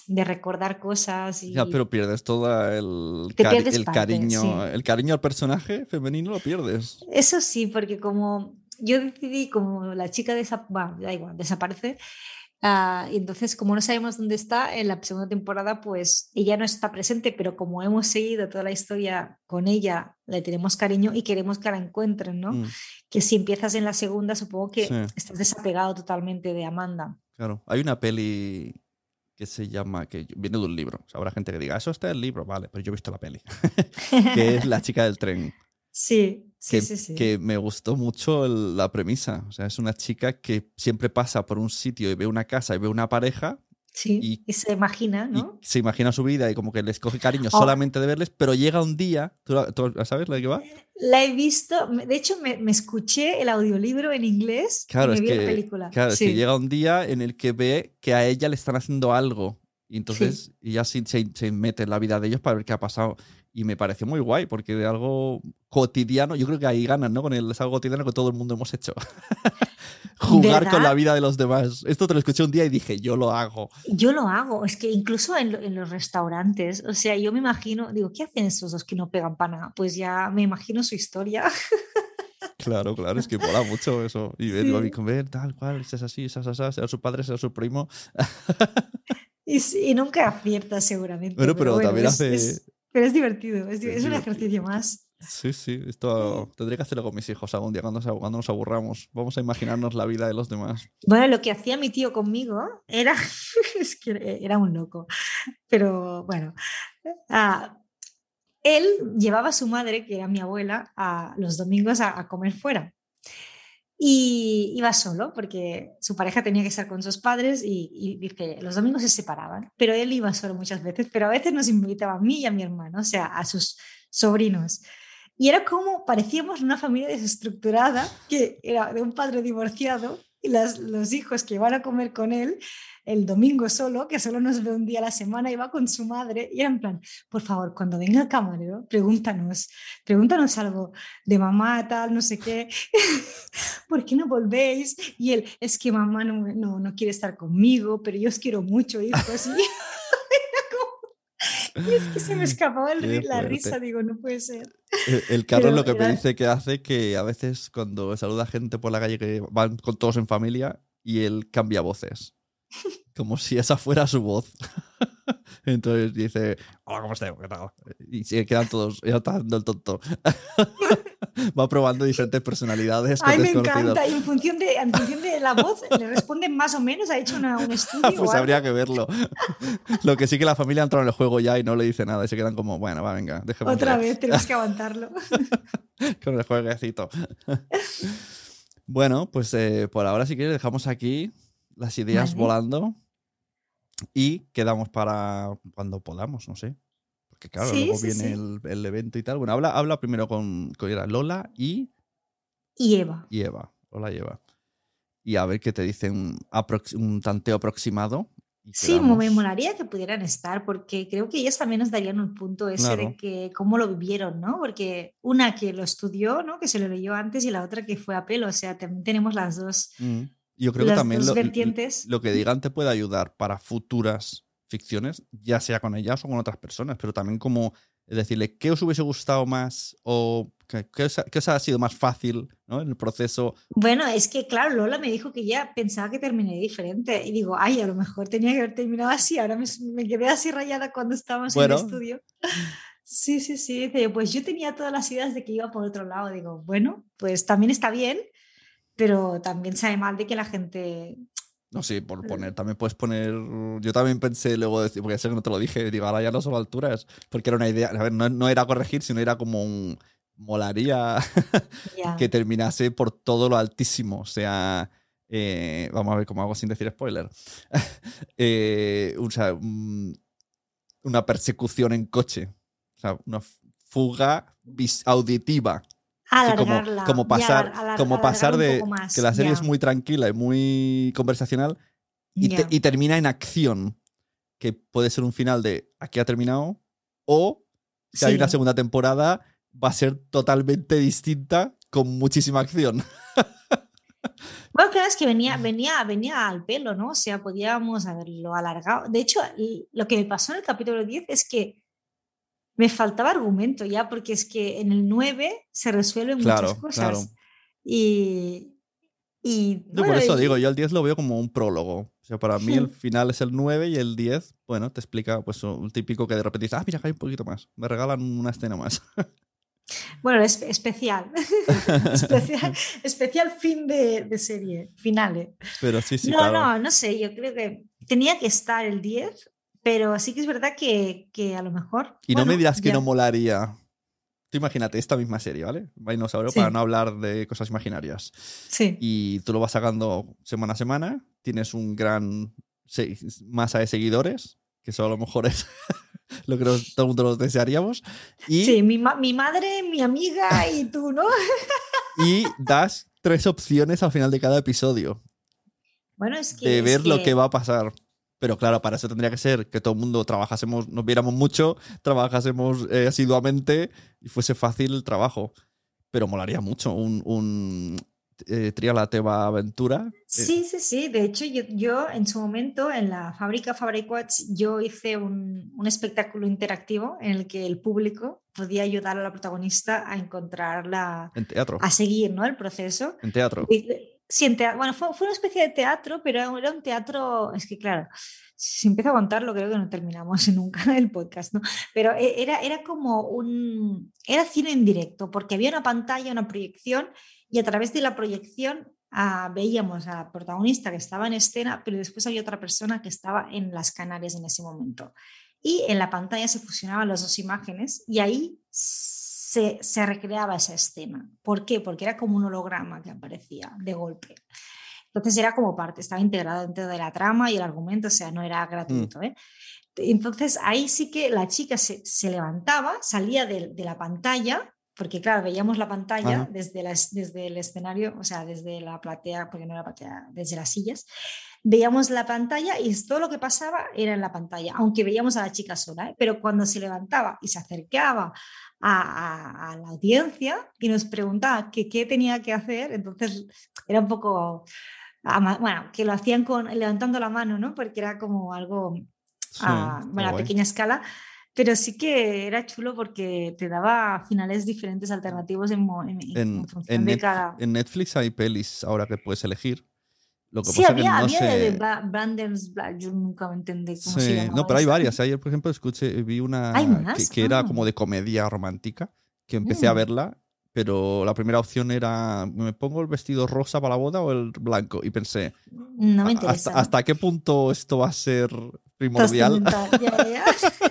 G: de recordar cosas. Y...
A: Ya, pero pierdes todo el cariño.
G: Sí.
A: El cariño al personaje femenino lo pierdes.
G: Eso sí, porque como yo decidí, como la chica da igual, desaparece, y entonces como no sabemos dónde está, en la segunda temporada pues ella no está presente, pero como hemos seguido toda la historia con ella, le tenemos cariño y queremos que la encuentren, ¿no? Que si empiezas en la segunda, supongo que estás desapegado totalmente de Amanda.
A: Claro, hay una peli que se llama, que viene de un libro. O sea, habrá gente que diga, eso está en el libro, vale, pero yo he visto la peli. Que es La chica del tren.
G: Sí.
A: Que me gustó mucho la premisa. O sea, es una chica que siempre pasa por un sitio y ve una casa y ve una pareja.
G: Sí, y se imagina, ¿no?
A: Y se imagina su vida y como que les coge cariño solamente de verles, pero llega un día, ¿tú sabes la de qué va?
G: La he visto, de hecho me escuché el audiolibro en inglés y me vi la película.
A: Claro, es que llega un día en el que ve que a ella le están haciendo algo y entonces ella se mete en la vida de ellos para ver qué ha pasado. Y me pareció muy guay, porque de algo cotidiano, yo creo que ahí ganan, ¿no? Es algo cotidiano que todo el mundo hemos hecho. Jugar con la vida de los demás. Esto te lo escuché un día y dije, yo lo hago.
G: Yo lo hago. Es que incluso en los restaurantes, o sea, yo me imagino, digo, ¿qué hacen esos dos que no pegan para nada? Pues ya me imagino su historia.
A: Claro, es que mola mucho eso. Y digo, a mí comer, tal cual, es así, sea su padre, sea su primo.
G: Y nunca acierta seguramente.
A: Bueno, pero también hace...
G: Pero es divertido, es un ejercicio más.
A: Sí, esto tendré que hacerlo con mis hijos algún día cuando nos aburramos. Vamos a imaginarnos la vida de los demás.
G: Bueno, lo que hacía mi tío conmigo era, es que era un loco, pero bueno, él llevaba a su madre, que era mi abuela, a los domingos a comer fuera. Y iba solo porque su pareja tenía que estar con sus padres y dice, los domingos se separaban, pero él iba solo muchas veces, pero a veces nos invitaba a mí y a mi hermano, o sea, a sus sobrinos. Y era como, parecíamos una familia desestructurada, que era de un padre divorciado y los hijos que iban a comer con él el domingo solo, que solo nos ve un día a la semana, iba con su madre y era en plan, por favor, cuando venga el camarero, pregúntanos algo de mamá, tal, no sé qué, ¿por qué no volvéis? Y él, es que mamá no quiere estar conmigo, pero yo os quiero mucho, hijos. Y es que se me escapaba la risa, digo, no puede ser.
A: El Carlos lo que me dice que hace que a veces cuando saluda a gente por la calle que van con todos en familia y él cambia voces. Como si esa fuera su voz. Entonces dice, hola, ¿cómo estás? ¿Qué tal? Y se quedan todos, ya está dando el tonto. Va probando diferentes personalidades.
G: Ay, me encanta. Y en función de la voz, le responden más o menos. Ha hecho un estudio.
A: Pues habría que verlo. Lo que sí que la familia ha entrado en el juego ya y no le dice nada. Y se quedan como, bueno, va, venga, déjeme.
G: Otra vez, tenemos que aguantarlo.
A: Con el jueguecito. Bueno, pues por ahora, si quieres, dejamos aquí las ideas volando y quedamos para cuando podamos, no sé. Porque claro, luego viene el evento y tal. Bueno, habla primero con Lola y
G: Eva.
A: Lola y Eva. Y a ver qué te dicen un tanteo aproximado.
G: Sí, me molaría que pudieran estar, porque creo que ellas también nos darían un punto ese de que cómo lo vivieron, ¿no? Porque una que lo estudió, ¿no? Que se lo leyó antes, y la otra que fue a pelo. O sea, también tenemos las dos.
A: Yo creo que también
G: vertientes.
A: Lo que digan te puede ayudar para futuras ficciones, ya sea con ellas o con otras personas, pero también como decirle qué os hubiese gustado más o qué os ha sido más fácil, ¿no? En el proceso.
G: Bueno, es que claro, Lola me dijo que ya pensaba que terminé diferente y digo, ay, a lo mejor tenía que haber terminado así, ahora me quedé así rayada cuando estábamos en el estudio. Sí, dice, pues yo tenía todas las ideas de que iba por otro lado, digo, bueno, pues también está bien, pero también sabe mal de que la gente...
A: No, sí, por poner, también puedes poner... Yo también pensé luego, porque ya sé que no te lo dije, digo, ahora ya no son alturas, porque era una idea, a ver, no era corregir, sino era como un... Molaría que terminase por todo lo altísimo, o sea... vamos a ver cómo hago sin decir spoiler. O sea, una persecución en coche, o sea, una fuga auditiva.
G: Alargarla,
A: como pasar de más, que la serie es muy tranquila y muy conversacional y termina en acción, que puede ser un final de aquí ha terminado, o si hay una segunda temporada va a ser totalmente distinta con muchísima acción.
G: Bueno, claro, es que venía al pelo, ¿no? O sea, podíamos haberlo alargado. De hecho, lo que me pasó en el capítulo 10 es que me faltaba argumento ya, porque es que en el 9 se resuelven muchas cosas. Claro. Y
A: no, por eso digo, yo el 10 lo veo como un prólogo. O sea, para mí el final es el 9 y el 10, bueno, te explica pues un típico que de repente dices, mira, hay un poquito más. Me regalan una escena más.
G: Bueno, es especial. especial fin de serie, finales.
A: Pero sí,
G: claro. No sé, yo creo que tenía que estar el 10, pero sí que es verdad que a lo mejor...
A: Y no me dirás que no molaría. Tú imagínate esta misma serie, ¿vale? Dinosaurio, para no hablar de cosas imaginarias.
G: Sí.
A: Y tú lo vas sacando semana a semana, tienes un gran masa de seguidores, que eso a lo mejor es lo que todo el mundo nos desearíamos. Y,
G: sí, mi madre, mi amiga y tú, ¿no?
A: Y das 3 opciones al final de cada episodio.
G: Bueno, es que...
A: De ver lo que va a pasar. Pero claro, para eso tendría que ser que todo el mundo trabajásemos, nos viéramos mucho, trabajásemos asiduamente y fuese fácil el trabajo. Pero molaría mucho un Triala Teva Aventura.
G: Sí. De hecho, yo en su momento en la fábrica Fabriquats yo hice un espectáculo interactivo en el que el público podía ayudar a la protagonista a encontrarla.
A: En teatro.
G: A seguir, ¿no? El proceso.
A: En teatro.
G: Sí, bueno, fue una especie de teatro, pero era un teatro, es que claro, si empiezo a contarlo creo que no terminamos nunca el podcast, ¿no? Pero era como era cine en directo, porque había una pantalla, una proyección, y a través de la proyección veíamos a la protagonista que estaba en escena, pero después había otra persona que estaba en las Canarias en ese momento. Y en la pantalla se fusionaban las dos imágenes y ahí se recreaba esa escena. ¿Por qué? Porque era como un holograma que aparecía de golpe. Entonces era como parte, estaba integrado dentro de la trama y el argumento, o sea, no era gratuito. Entonces ahí sí que la chica se levantaba, salía de la pantalla, porque claro, veíamos la pantalla desde el escenario, o sea, desde la platea, porque no era platea, desde las sillas. Veíamos la pantalla y todo lo que pasaba era en la pantalla, aunque veíamos a la chica sola, pero cuando se levantaba y se acercaba a la audiencia y nos preguntaba qué tenía que hacer, entonces era un poco, bueno, que lo hacían levantando la mano, ¿no? Porque era como algo a pequeña escala, pero sí que era chulo porque te daba finales diferentes, alternativos en función de cada...
A: En Netflix hay pelis ahora que puedes elegir. Lo que
G: sí,
A: pasa
G: había
A: que no
G: de Branden's Black, yo nunca me entendí cómo se llamaba.
A: No, pero hay varias. Ayer, por ejemplo, vi una que era como de comedia romántica, que empecé a verla, pero la primera opción era, ¿me pongo el vestido rosa para la boda o el blanco? Y pensé,
G: no me interesa.
A: ¿Hasta qué punto esto va a ser primordial?
G: Ya.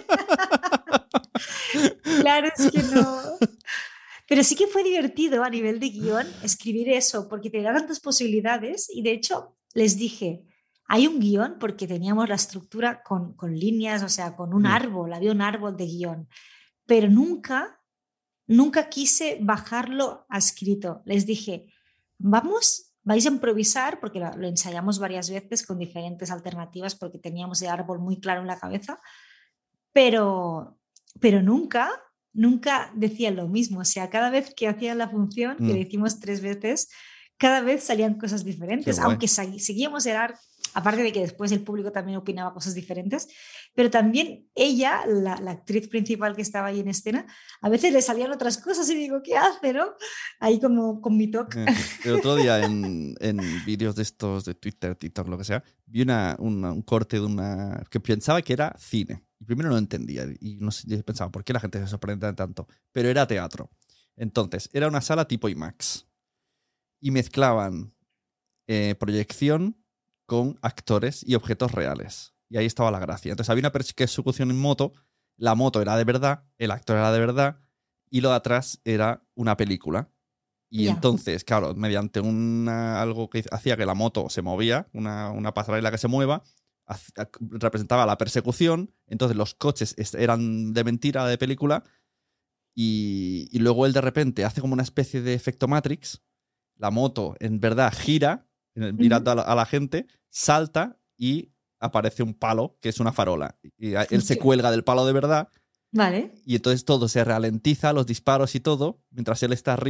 G: Claro, es que no... Pero sí que fue divertido a nivel de guión escribir eso, porque te da tantas posibilidades y de hecho les dije, hay un guión porque teníamos la estructura con líneas, o sea, con un árbol, había un árbol de guión, pero nunca quise bajarlo a escrito. Les dije, vais a improvisar, porque lo ensayamos varias veces con diferentes alternativas porque teníamos el árbol muy claro en la cabeza, pero nunca decían lo mismo, o sea, cada vez que hacían la función, que lo hicimos 3 veces, cada vez salían cosas diferentes, aunque seguíamos el arco, aparte de que después el público también opinaba cosas diferentes, pero también ella, la actriz principal que estaba ahí en escena, a veces le salían otras cosas y digo, ¿qué hace, no? Ahí como con mi toque.
A: El otro día en vídeos de estos, de Twitter, TikTok, lo que sea, vi un corte de una que pensaba que era cine. Y primero no entendía y no sé, pensaba, ¿por qué la gente se sorprende tanto? Pero era teatro. Entonces, era una sala tipo IMAX. Y mezclaban proyección con actores y objetos reales. Y ahí estaba la gracia. Entonces, había una persecución en moto. La moto era de verdad, el actor era de verdad, y lo de atrás era una película. Y entonces, claro, mediante algo que hacía que la moto se movía, una pasarela que se mueva, representaba la persecución, entonces los coches eran de mentira, de película, y luego él de repente hace como una especie de efecto Matrix, la moto en verdad gira, mirando a la gente, salta y aparece un palo, que es una farola, y él se cuelga del palo de verdad,
G: vale.
A: Y entonces todo se ralentiza, los disparos y todo, mientras él está arriba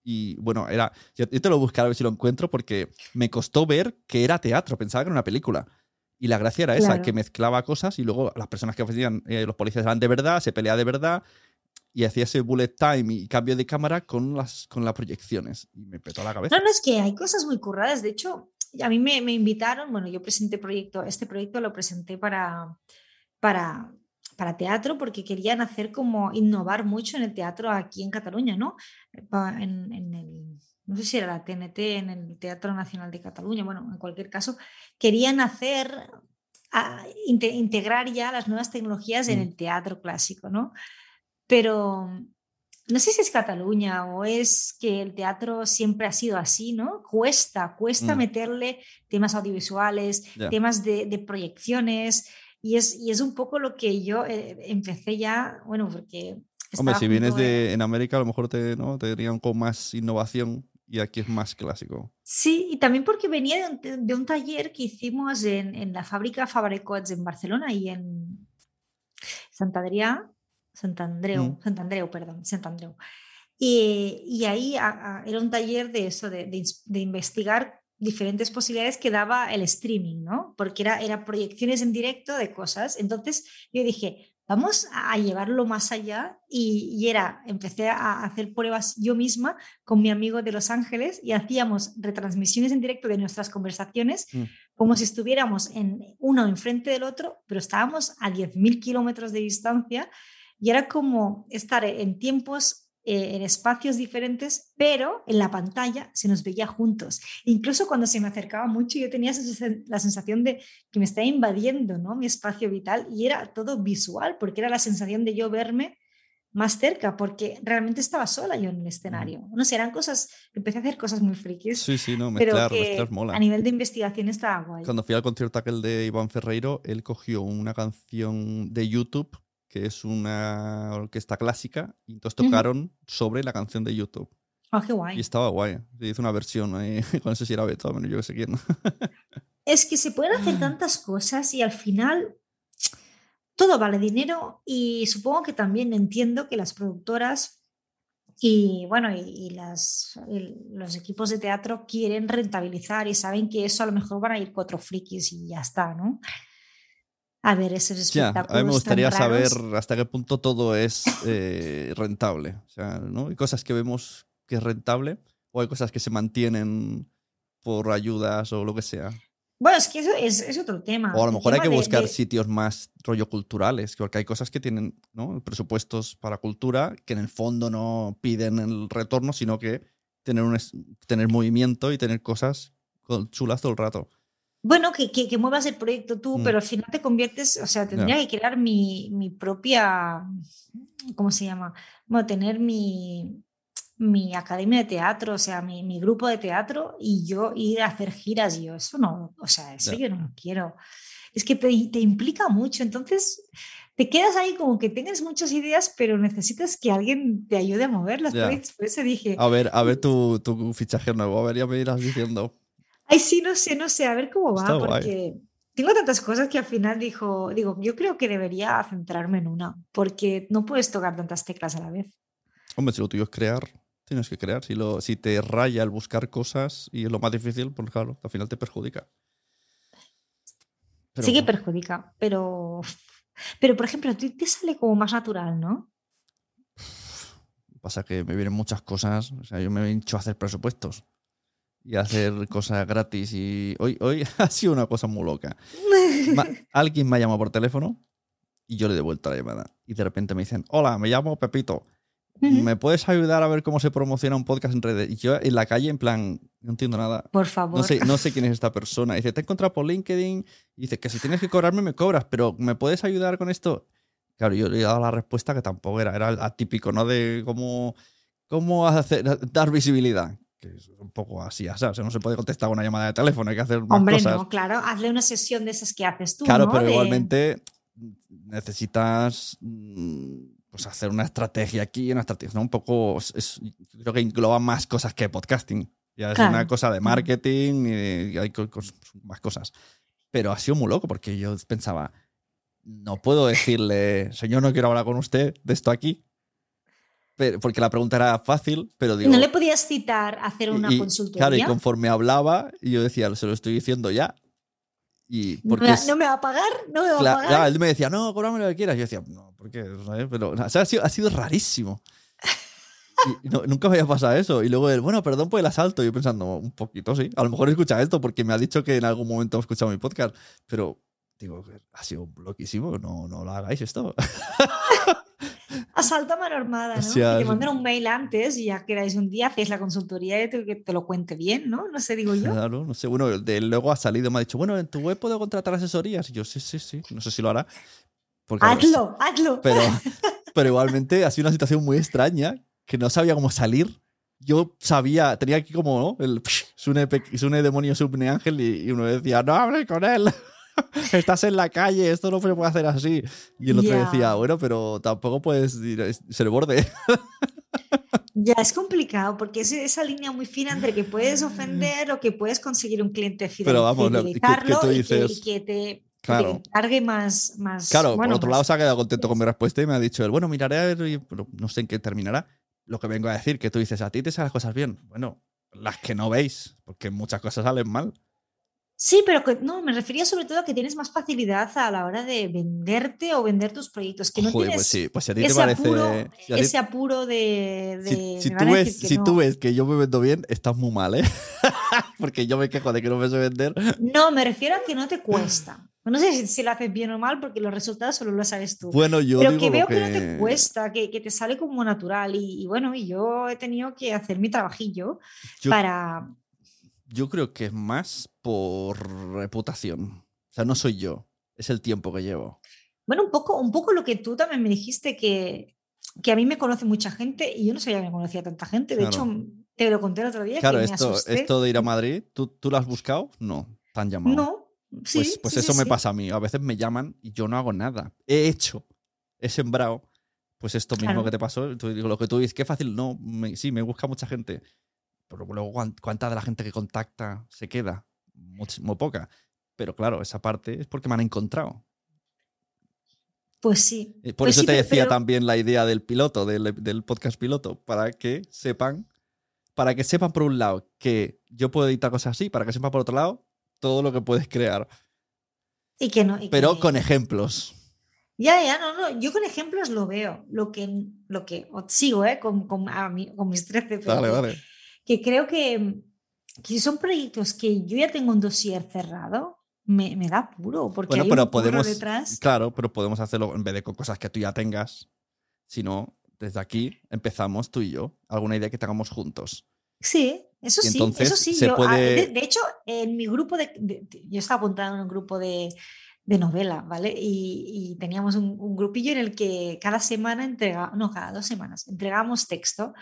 A: Y bueno, yo te lo buscaré a ver si lo encuentro porque me costó ver que era teatro, pensaba que era una película. Y la gracia era esa, que mezclaba cosas y luego las personas que ofrecían, los policías eran de verdad, se peleaba de verdad y hacía ese bullet time y cambio de cámara con las proyecciones. Y me petó la cabeza.
G: No, es que hay cosas muy curradas. De hecho, a mí me invitaron, bueno, yo presenté este proyecto lo presenté para teatro porque querían hacer como innovar mucho en el teatro aquí en Cataluña, ¿no? No sé si era la TNT, en el Teatro Nacional de Cataluña, bueno, en cualquier caso, querían integrar ya las nuevas tecnologías en el teatro clásico, ¿no? Pero no sé si es Cataluña o es que el teatro siempre ha sido así, ¿no? Cuesta meterle temas audiovisuales, temas de proyecciones, y es un poco lo que yo empecé ya, bueno, porque...
A: Hombre, si vienes en América a lo mejor te dirían con más innovación y aquí es más clásico.
G: Sí, y también porque venía de un taller que hicimos en la fábrica Fabrecots en Barcelona y en Sant Andreu. Y ahí era un taller de eso, de investigar diferentes posibilidades que daba el streaming, ¿no? Porque era proyecciones en directo de cosas. Entonces yo dije, vamos a llevarlo más allá y empecé a hacer pruebas yo misma con mi amigo de Los Ángeles y hacíamos retransmisiones en directo de nuestras conversaciones como si estuviéramos uno enfrente del otro, pero estábamos a 10.000 kilómetros de distancia y era como estar en tiempos en espacios diferentes, pero en la pantalla se nos veía juntos. Incluso cuando se me acercaba mucho, yo tenía la sensación de que me estaba invadiendo, ¿no? Mi espacio vital, y era todo visual, porque era la sensación de yo verme más cerca, porque realmente estaba sola yo en el escenario. No sé, eran cosas, empecé a hacer cosas muy frikis.
A: Sí, no, mezclar mola.
G: A nivel de investigación estaba guay.
A: Cuando fui al concierto aquel de Iván Ferreiro, él cogió una canción de YouTube que es una orquesta clásica, y entonces tocaron sobre la canción de YouTube.
G: ¡Ah, qué guay!
A: Y estaba guay. Se hizo una versión ahí, con eso si era Beethoven, yo que sé quién.
G: Es que se pueden hacer tantas cosas y al final todo vale dinero, y supongo que también entiendo que las productoras y bueno, los equipos de teatro quieren rentabilizar y saben que eso a lo mejor van a ir 4 frikis y ya está, ¿no? A ver esos espectáculos.
A: A mí me gustaría saber hasta qué punto todo es rentable. O sea, ¿no? Hay cosas que vemos que es rentable o hay cosas que se mantienen por ayudas o lo que sea.
G: Bueno, es que eso es otro tema.
A: O a lo mejor hay que buscar sitios más rollo culturales, porque hay cosas que tienen, ¿no?, presupuestos para cultura que en el fondo no piden el retorno, sino que tener movimiento y tener cosas chulas todo el rato.
G: Bueno, que muevas el proyecto tú, pero al final te conviertes, o sea, tendría que crear mi propia, ¿cómo se llama? Bueno, tener mi academia de teatro, o sea, mi grupo de teatro, y yo ir a hacer giras. Yo eso no, o sea, eso yo no lo quiero. Es que te implica mucho, entonces te quedas ahí como que tienes muchas ideas, pero necesitas que alguien te ayude a moverlas. Por eso dije...
A: A ver tu fichaje nuevo, a ver, ya me irás diciendo.
G: Ay, sí, no sé, a ver cómo va, porque tengo tantas cosas que al final digo, yo creo que debería centrarme en una, porque no puedes tocar tantas teclas a la vez.
A: Hombre, si lo tuyo es crear, tienes que crear. Si te raya el buscar cosas y es lo más difícil, pues claro, al final te perjudica.
G: Sí que perjudica, pero por ejemplo, a ti te sale como más natural, ¿no?
A: Pasa que me vienen muchas cosas, o sea, yo me he hecho a hacer presupuestos y hacer cosas gratis, y hoy ha sido una cosa muy loca. Alguien me ha llamado por teléfono y yo le he devuelto la llamada y de repente me dicen: hola, me llamo Pepito, ¿me puedes ayudar a ver cómo se promociona un podcast en redes? Y yo en la calle, en plan, no entiendo nada.
G: Por favor.
A: No sé quién es esta persona. Y dice: te he encontrado por LinkedIn. Y dice que si tienes que cobrarme, me cobras, pero ¿me puedes ayudar con esto? Claro, yo le he dado la respuesta que tampoco era atípico, ¿no? De cómo dar visibilidad. Que es un poco así, o sea, no se puede contestar una llamada de teléfono, hay que hacer más cosas.
G: Hombre, no, claro, hazle una sesión de esas que haces tú,
A: claro,
G: ¿no?
A: Pero igualmente necesitas pues hacer una estrategia aquí, una estrategia, ¿no? Un poco, creo que engloba más cosas que podcasting. Ya es una cosa de marketing y hay más cosas. Pero ha sido muy loco porque yo pensaba, no puedo decirle: señor, no quiero hablar con usted de esto aquí. porque la pregunta era fácil, pero digo...
G: ¿No le podías citar a hacer una consultoría?
A: Claro, y conforme hablaba, yo decía, se lo estoy diciendo ya. Y porque
G: ¿No me va a pagar? ¿No me va a pagar?
A: Claro, él me decía, no, cóbrame lo que quieras. Yo decía, no, ¿por qué? ¿Sabes? Pero, o sea, ha sido rarísimo. Y nunca me había pasado eso. Y luego él, bueno, perdón por el asalto. Yo pensando, un poquito, sí. A lo mejor escucha esto porque me ha dicho que en algún momento ha escuchado mi podcast. Pero, digo, ha sido loquísimo. No lo hagáis esto.
G: Asalto a mano armada, ¿no?
A: O sea,
G: que te manden un mail antes y ya quedáis un día, hacéis la consultoría y que te lo cuente bien, ¿no? No sé, digo yo.
A: Claro, no sé. Bueno, luego ha salido y me ha dicho, bueno, en tu web puedo contratar asesorías. Y yo, sí. No sé si lo hará. Porque,
G: hazlo.
A: Pero igualmente ha sido una situación muy extraña que no sabía cómo salir. Yo sabía, tenía aquí como, ¿no? El Sune demonio, Sune ángel, y uno decía, no hables con él. Estás en la calle, esto no se puede hacer así. Y el otro decía, bueno, pero tampoco puedes ser borde.
G: Ya, es complicado porque es esa línea muy fina entre que puedes ofender o que puedes conseguir un cliente fidelizarlo.
A: Pero vamos, que tú dices...
G: y que te
A: Claro.
G: cargue más.
A: Claro,
G: bueno,
A: por otro lado se ha quedado contento con mi respuesta y me ha dicho, bueno, miraré a ver, pero no sé en qué terminará. Lo que vengo a decir, que tú dices, a ti te salen las cosas bien. Bueno, las que no veis, porque muchas cosas salen mal.
G: Sí, pero no, me refería sobre todo a que tienes más facilidad a la hora de venderte o vender tus proyectos. Que no tienes
A: pues sí, pues si a ti te parece...
G: ese apuro de
A: si tú ves que yo me vendo bien, estás muy mal, ¿eh? Porque yo me quejo de que no me sé vender.
G: No, me refiero a que no te cuesta. No sé si lo haces bien o mal porque los resultados solo los sabes tú.
A: Bueno, yo
G: pero
A: digo
G: que veo que no te cuesta, que te sale como natural. Y bueno, y yo he tenido que hacer mi trabajillo para...
A: Yo creo que es más por reputación. O sea, no soy yo. Es el tiempo que llevo.
G: Bueno, un poco lo que tú también me dijiste, que a mí me conoce mucha gente y yo no sabía que me conocía tanta gente. De hecho, te lo conté el otro día.
A: Claro,
G: que me asusté.
A: esto de ir a Madrid, ¿tú lo has buscado? No, te han llamado.
G: No, sí.
A: Pues eso me pasa a mí. A veces me llaman y yo no hago nada. He sembrado. Pues esto mismo que te pasó. Lo que tú dices, qué fácil. No, sí, me busca mucha gente. Pero luego, ¿cuánta de la gente que contacta se queda? Muy poca. Pero claro, esa parte es porque me han encontrado.
G: Pues sí.
A: Por eso te decía también la idea del piloto, del podcast piloto, para que sepan por un lado que yo puedo editar cosas así, para que sepan por otro lado todo lo que puedes crear. Pero con ejemplos.
G: Ya, no. Yo con ejemplos lo veo. Lo que sigo, con mis 13.
A: Vale.
G: Que creo que si son proyectos que yo ya tengo un dossier cerrado, me da apuro, porque hay un curro detrás.
A: Claro, pero podemos hacerlo en vez de con cosas que tú ya tengas, sino desde aquí empezamos tú y yo, alguna idea que tengamos juntos.
G: Sí, eso sí. De hecho, en mi grupo yo estaba apuntada en un grupo de novela, ¿vale? Y teníamos un grupillo en el que cada 2 semanas entregábamos texto.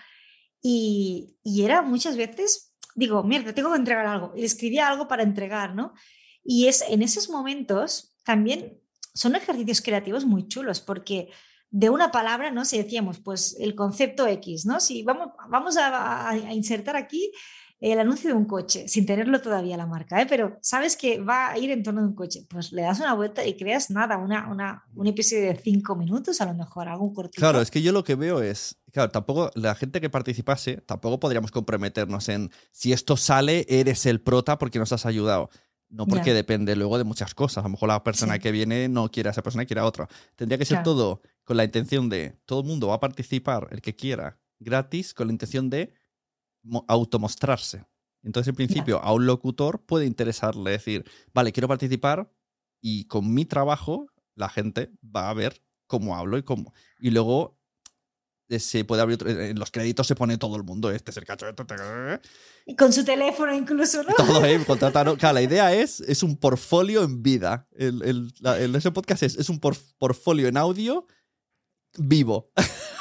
G: Y era muchas veces, digo, mierda, tengo que entregar algo. Y escribía algo para entregar, ¿no? Y en esos momentos también son ejercicios creativos muy chulos, porque de una palabra, ¿no? Si decíamos, pues el concepto X, ¿no? Si vamos a insertar aquí el anuncio de un coche, sin tenerlo todavía la marca, ¿eh? Pero sabes que va a ir en torno de un coche, pues le das una vuelta y creas nada, un episodio de 5 minutos, a lo mejor, algo cortito.
A: Claro, es que yo lo que veo es, claro, tampoco la gente que participase, tampoco podríamos comprometernos en si esto sale, eres el prota porque nos has ayudado. No, porque depende luego de muchas cosas. A lo mejor la persona que viene no quiere a esa persona, quiere a otra. Tendría que ser todo con la intención de todo el mundo va a participar, el que quiera, gratis, con la intención de automostrarse. Entonces, en principio, a un locutor puede interesarle decir, vale, quiero participar y con mi trabajo la gente va a ver cómo hablo y cómo. Y luego se puede abrir en los créditos se pone todo el mundo, este es el cacho.
G: Y con su teléfono incluso, ¿no?
A: Todo contratar. Claro, la idea es un portfolio en vida. Ese podcast es un portfolio en audio vivo.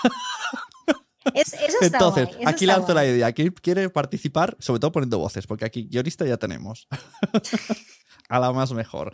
G: Eso
A: entonces,
G: guay,
A: aquí lanzo la idea. ¿Quién quiere participar? Sobre todo poniendo voces, porque aquí guionista ya tenemos. A la más mejor.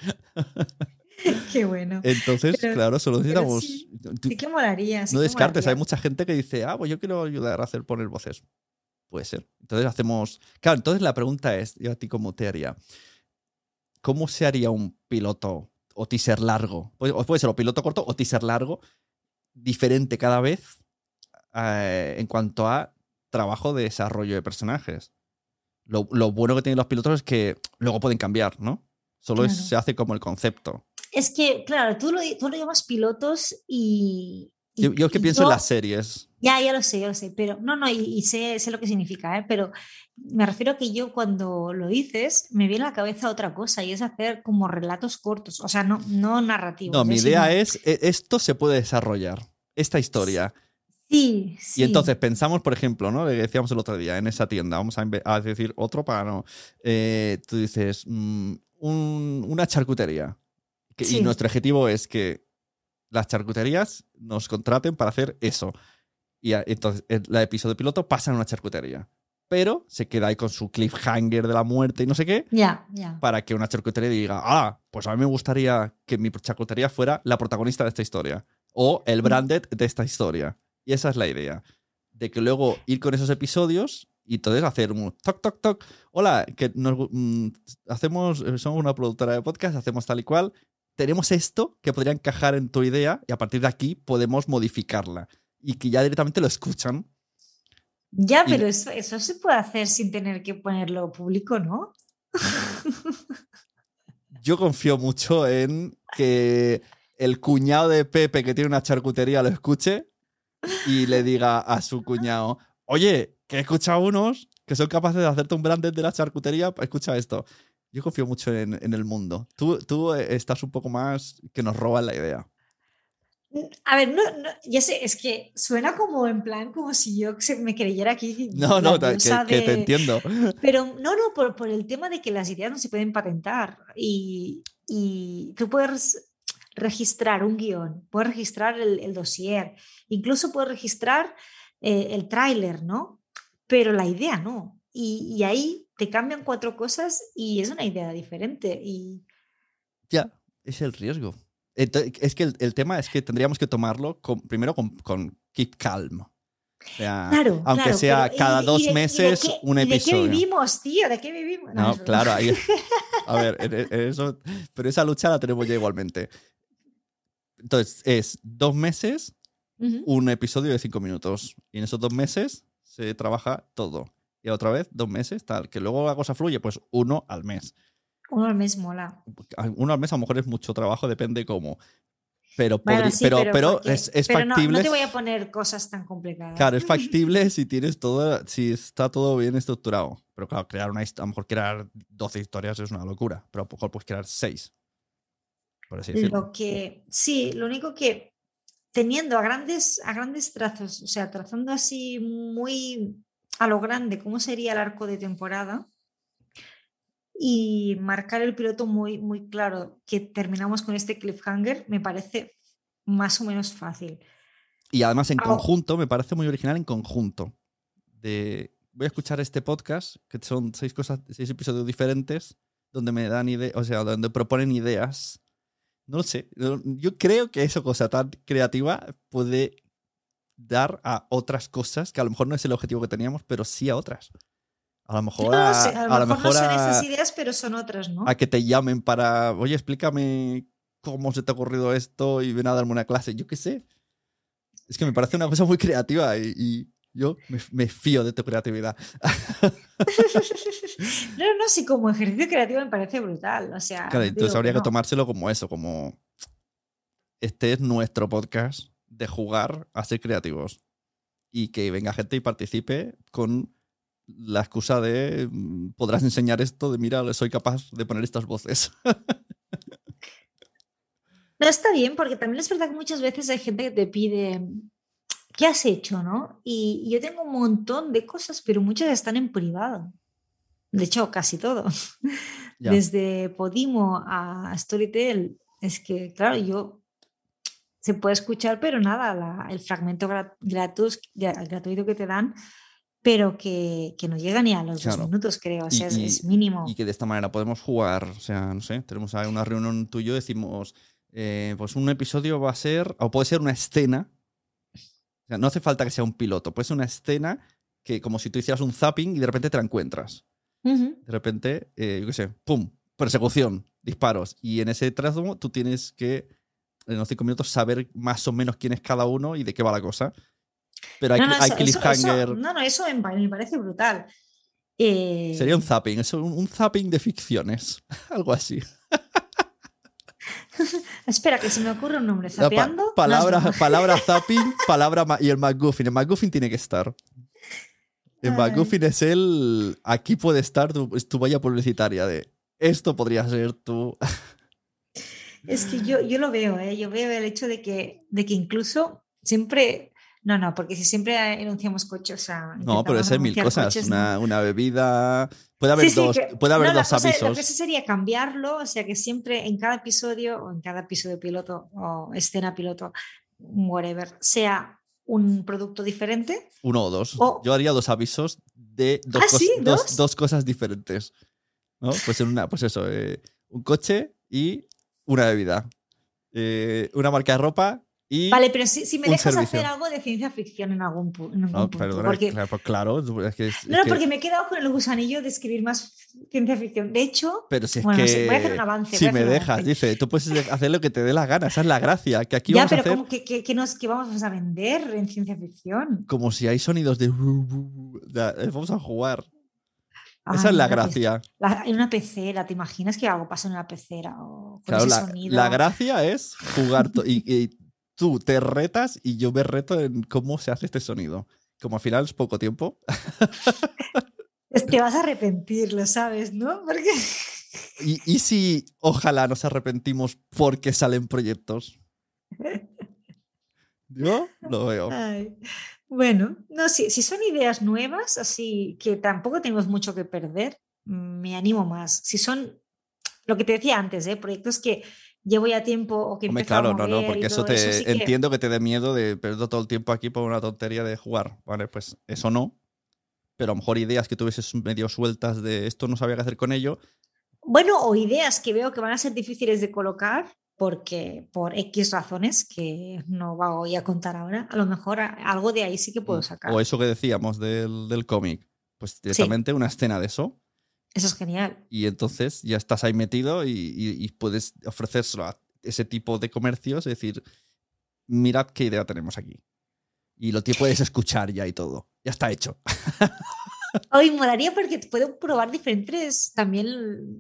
G: Qué bueno.
A: Entonces, claro, solo necesitamos...
G: Sí que molaría.
A: No descartes, hay mucha gente que dice, pues yo quiero ayudar a poner voces. Puede ser. Entonces hacemos... Claro, entonces la pregunta es, yo a ti cómo te haría, ¿cómo se haría un piloto o teaser largo? Puede ser o piloto corto o teaser largo, diferente cada vez en cuanto a trabajo de desarrollo de personajes. Lo bueno que tienen los pilotos es que luego pueden cambiar, ¿no? Solo se hace como el concepto.
G: Es que, claro, tú lo llamas pilotos y
A: yo es que pienso en las series.
G: Ya lo sé, pero y sé lo que significa, ¿eh? Pero me refiero a que yo cuando lo dices me viene a la cabeza otra cosa y es hacer como relatos cortos, o sea, no narrativos.
A: No, mi idea es, esto se puede desarrollar, esta historia.
G: Sí.
A: Y entonces pensamos, por ejemplo, ¿no? Lo que decíamos el otro día, en esa tienda, vamos a decir otro para no... tú dices, una charcutería. Y nuestro objetivo es que las charcuterías nos contraten para hacer eso. Y entonces el episodio piloto pasa en una charcutería. Pero se queda ahí con su cliffhanger de la muerte y no sé qué.
G: Ya.
A: Para que una charcutería diga, pues a mí me gustaría que mi charcutería fuera la protagonista de esta historia. O el branded de esta historia. Y esa es la idea. De que luego ir con esos episodios y entonces hacer un toc, toc, toc. Hola, que somos una productora de podcast, hacemos tal y cual. Tenemos esto que podría encajar en tu idea y a partir de aquí podemos modificarla. Y que ya directamente lo escuchan.
G: Ya, pero eso se puede hacer sin tener que ponerlo público, ¿no?
A: Yo confío mucho en que el cuñado de Pepe que tiene una charcutería lo escuche y le diga a su cuñado, oye, que he escuchado unos que son capaces de hacerte un branded de la charcutería, escucha esto. Yo confío mucho en el mundo. Tú estás un poco más que nos roban la idea.
G: A ver, ya sé, es que suena como en plan, como si yo me creyera aquí.
A: No, que te entiendo.
G: Pero por el tema de que las ideas no se pueden patentar y tú puedes registrar un guión, puedes registrar el dossier, incluso puedes registrar el tráiler, ¿no? Pero la idea no. Y ahí te cambian 4 cosas y es una idea diferente.
A: Ya, es el riesgo. Entonces, es que el tema es que tendríamos que tomarlo primero con keep calm. O sea,
G: claro,
A: aunque sea cada 2 meses un episodio.
G: ¿De qué vivimos, tío? ¿De qué vivimos?
A: No, claro. A ver, eso, pero esa lucha la tenemos ya igualmente. Entonces, es 2 meses, un episodio de 5 minutos. Y en esos 2 meses se trabaja todo. Y otra vez, 2 meses, tal. Que luego la cosa fluye, pues 1 al mes.
G: 1 al mes mola.
A: 1 al mes a lo mejor es mucho trabajo, depende cómo. Pero,
G: bueno, pero
A: es factible.
G: No te voy a poner cosas tan complicadas.
A: Claro, es factible si está todo bien estructurado. Pero claro, a lo mejor crear 12 historias es una locura. Pero a lo mejor puedes crear 6. Por así decirlo.
G: Lo único que teniendo a grandes trazos, o sea, trazando así muy a lo grande cómo sería el arco de temporada y marcar el piloto muy, muy claro que terminamos con este cliffhanger, me parece más o menos fácil.
A: Y además en conjunto, me parece muy original en conjunto. Voy a escuchar este podcast, que son 6 episodios diferentes, donde me dan ideas, o sea, donde proponen ideas. No lo sé. Yo creo que esa cosa tan creativa puede dar a otras cosas, que a lo mejor no es el objetivo que teníamos, pero sí a otras. A lo mejor
G: a lo mejor no son esas ideas, pero son otras, ¿no?
A: A que te llamen para, oye, explícame cómo se te ha ocurrido esto y ven a darme una clase. Yo qué sé. Es que me parece una cosa muy creativa y yo me fío de tu creatividad.
G: No, sí, como ejercicio creativo me parece brutal. O sea,
A: claro, entonces habría que tomárselo como eso, como este es nuestro podcast de jugar a ser creativos. Y que venga gente y participe con la excusa de podrás enseñar esto, de mira, soy capaz de poner estas voces.
G: No, está bien, porque también es verdad que muchas veces hay gente que te pide ¿qué has hecho, no? Y yo tengo un montón de cosas, pero muchas están en privado. De hecho, casi todo. Ya. Desde Podimo a Storytel. Es que, claro, se puede escuchar, pero nada, el fragmento gratuito que te dan, pero que no llega ni a los 2 minutos, creo. O sea, es mínimo.
A: Y que de esta manera podemos jugar. O sea, no sé, tenemos ahí una reunión tú y yo, decimos, pues un episodio va a ser, o puede ser una escena. O sea, no hace falta que sea un piloto, puede ser una escena que como si tú hicieras un zapping y de repente te la encuentras. De repente, yo qué sé, ¡pum! Persecución, disparos. Y en ese trazo tú tienes que, en los 5 minutos, saber más o menos quién es cada uno y de qué va la cosa. Pero hay cliffhanger.
G: Eso me parece brutal.
A: Sería un zapping, un zapping de ficciones, algo así.
G: Espera, que se me ocurre un nombre. ¿Zapeando?
A: Palabra zapping, y el MacGuffin. El MacGuffin tiene que estar. El MacGuffin es aquí puede estar tu valla publicitaria de esto podría ser tu...
G: Es que yo lo veo, yo veo el hecho de que incluso siempre... No, porque si siempre enunciamos coches, o sea...
A: No, pero es mil cosas,
G: coches,
A: una bebida... Puede haber dos avisos.
G: Lo que sería cambiarlo, o sea que siempre en cada episodio, o en cada episodio piloto, o escena piloto, whatever, sea un producto diferente.
A: Uno o dos. Yo haría 2 avisos de dos cosas diferentes. ¿No? Pues un coche y una bebida. Una marca de ropa y
G: vale, pero si me dejas
A: servicio.
G: hacer algo de ciencia ficción en algún punto.
A: Perdona,
G: porque,
A: claro.
G: Porque me he quedado con el gusanillo de escribir más ciencia ficción. De hecho,
A: pero si es
G: voy a hacer un avance.
A: Si me dejas, dice, tú puedes hacer lo que te dé la gana. Esa es la gracia. Que aquí
G: ya,
A: vamos
G: pero
A: a hacer...
G: ¿cómo que vamos a vender en ciencia ficción?
A: Como si hay sonidos de... Vamos a jugar. Esa es la gracia.
G: En una pecera, ¿te imaginas que algo pasa en una pecera? O con
A: claro,
G: ese sonido?
A: La gracia es jugar y tú te retas y yo me reto en cómo se hace este sonido. Como al final es poco tiempo.
G: Te vas a arrepentir, lo sabes, ¿no? Porque...
A: ¿Y si ojalá nos arrepentimos porque salen proyectos? Yo lo veo.
G: Ay. Bueno, no, si son ideas nuevas, así que tampoco tenemos mucho que perder, me animo más. Si son, lo que te decía antes, proyectos que llevo ya tiempo o que empiezo a mover.
A: No, porque eso entiendo que te dé miedo de perder todo el tiempo aquí por una tontería de jugar, ¿vale? Pues eso no, pero a lo mejor ideas que tuvieses medio sueltas de esto no sabía qué hacer con ello.
G: Bueno, o ideas que veo que van a ser difíciles de colocar, porque por X razones que no voy a contar ahora, a lo mejor algo de ahí sí que puedo sacar.
A: O eso que decíamos del cómic, pues directamente una escena de eso.
G: Eso es genial.
A: Y entonces ya estás ahí metido y puedes ofrecérselo a ese tipo de comercios, es decir, mirad qué idea tenemos aquí. Y lo que puedes escuchar ya y todo. Ya está hecho.
G: Hoy molaría porque puedo probar diferentes, también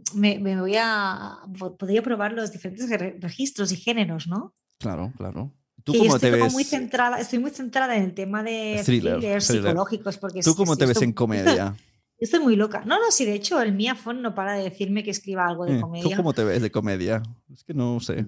G: podría probar los diferentes registros y géneros, ¿no?
A: Claro.
G: ¿Tú cómo te ves? Estoy muy centrada en el tema de thrillers psicológicos. Porque
A: ¿Tú cómo te ves en comedia?
G: Estoy muy loca. No, sí, de hecho el Miafon no para de decirme que escriba algo de comedia.
A: ¿Tú cómo te ves de comedia? Es que no sé.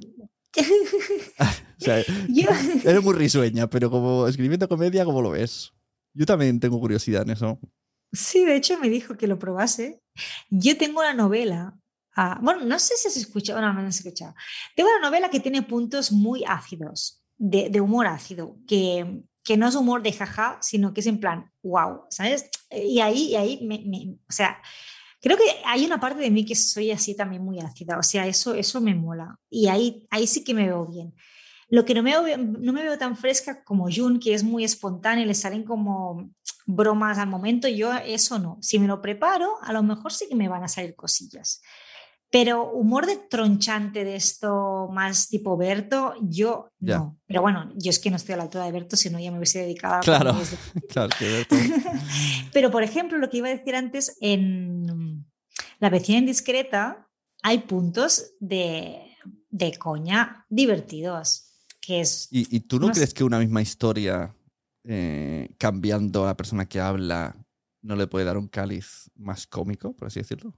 A: O sea, eres muy risueña, pero como escribiendo comedia, ¿cómo lo ves? Yo también tengo curiosidad en eso.
G: Sí, de hecho me dijo que lo probase. Yo tengo una novela, bueno, no sé si has escuchado, no has escuchado. Tengo una novela que tiene puntos muy ácidos, de humor ácido, que no es humor de jaja, sino que es en plan, wow, ¿sabes? Y ahí o sea, creo que hay una parte de mí que soy así también muy ácida, o sea, eso me mola. Y ahí sí que me veo bien. Lo que no me veo tan fresca como Jun, que es muy espontánea, le salen como bromas al momento, yo eso no. Si me lo preparo, a lo mejor sí que me van a salir cosillas. Pero humor de tronchante de esto más tipo Berto, yo no. Pero bueno, yo es que no estoy a la altura de Berto, si no ya me hubiese dedicado a...
A: Claro que Berto.
G: Pero por ejemplo, lo que iba a decir antes, en La vecina indiscreta hay puntos de coña divertidos. Que es,
A: ¿Y tú no crees que una misma historia, cambiando a la persona que habla, no le puede dar un cáliz más cómico, por así decirlo?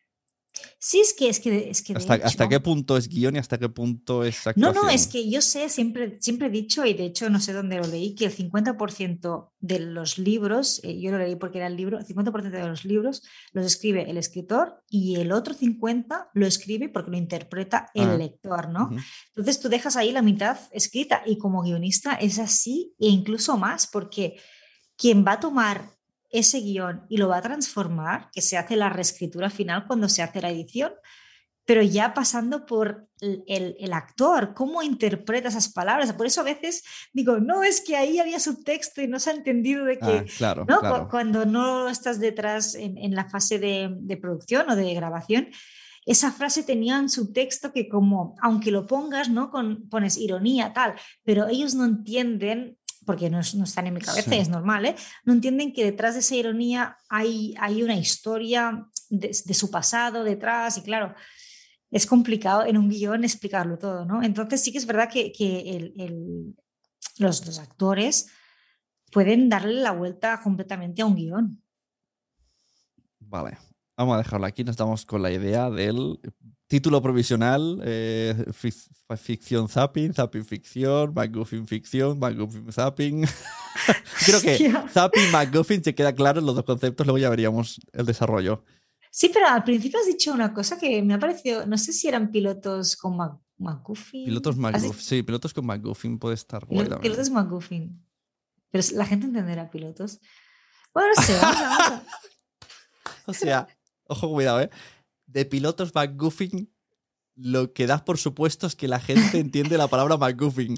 G: Sí, es que
A: ¿Hasta qué punto es guión y hasta qué punto es actuación?
G: No, es que yo sé, siempre he dicho, y de hecho no sé dónde lo leí, que el 50% de los libros, yo lo leí porque era el libro, el 50% de los libros los escribe el escritor y el otro 50% lo escribe porque lo interpreta el lector, ¿no? Uh-huh. Entonces tú dejas ahí la mitad escrita y como guionista es así e incluso más, porque quien va a tomar ese guión y lo va a transformar, que se hace la reescritura final cuando se hace la edición, pero ya pasando por el actor, cómo interpreta esas palabras. Por eso a veces digo, no, es que ahí había subtexto y no se ha entendido de que,
A: claro.
G: Cuando no estás detrás en la fase de producción o de grabación, esa frase tenía un subtexto que como, aunque lo pongas, ¿no? Pones ironía, tal, pero ellos no entienden porque no están en mi cabeza, es normal, no entienden que detrás de esa ironía hay una historia de su pasado detrás, y claro, es complicado en un guión explicarlo todo, ¿no? Entonces sí que es verdad que los actores pueden darle la vuelta completamente a un guión.
A: Vale, vamos a dejarlo aquí. Nos damos con la idea del título provisional: ficción zapping, zapping ficción, MacGuffin ficción, MacGuffin zapping. Creo que zapping, MacGuffin se queda claro en los dos conceptos, luego ya veríamos el desarrollo.
G: Sí, pero al principio has dicho una cosa que me ha parecido, no sé si eran pilotos con MacGuffin.
A: Pilotos MacGuffin, sí, pilotos con MacGuffin puede estar guay también.
G: Pilotos MacGuffin. Pero la gente entenderá pilotos. Bueno, no sé, vamos.
A: O sea, ojo, cuidado, de pilotos MacGuffin, lo que das por supuesto es que la gente entiende la palabra MacGuffin.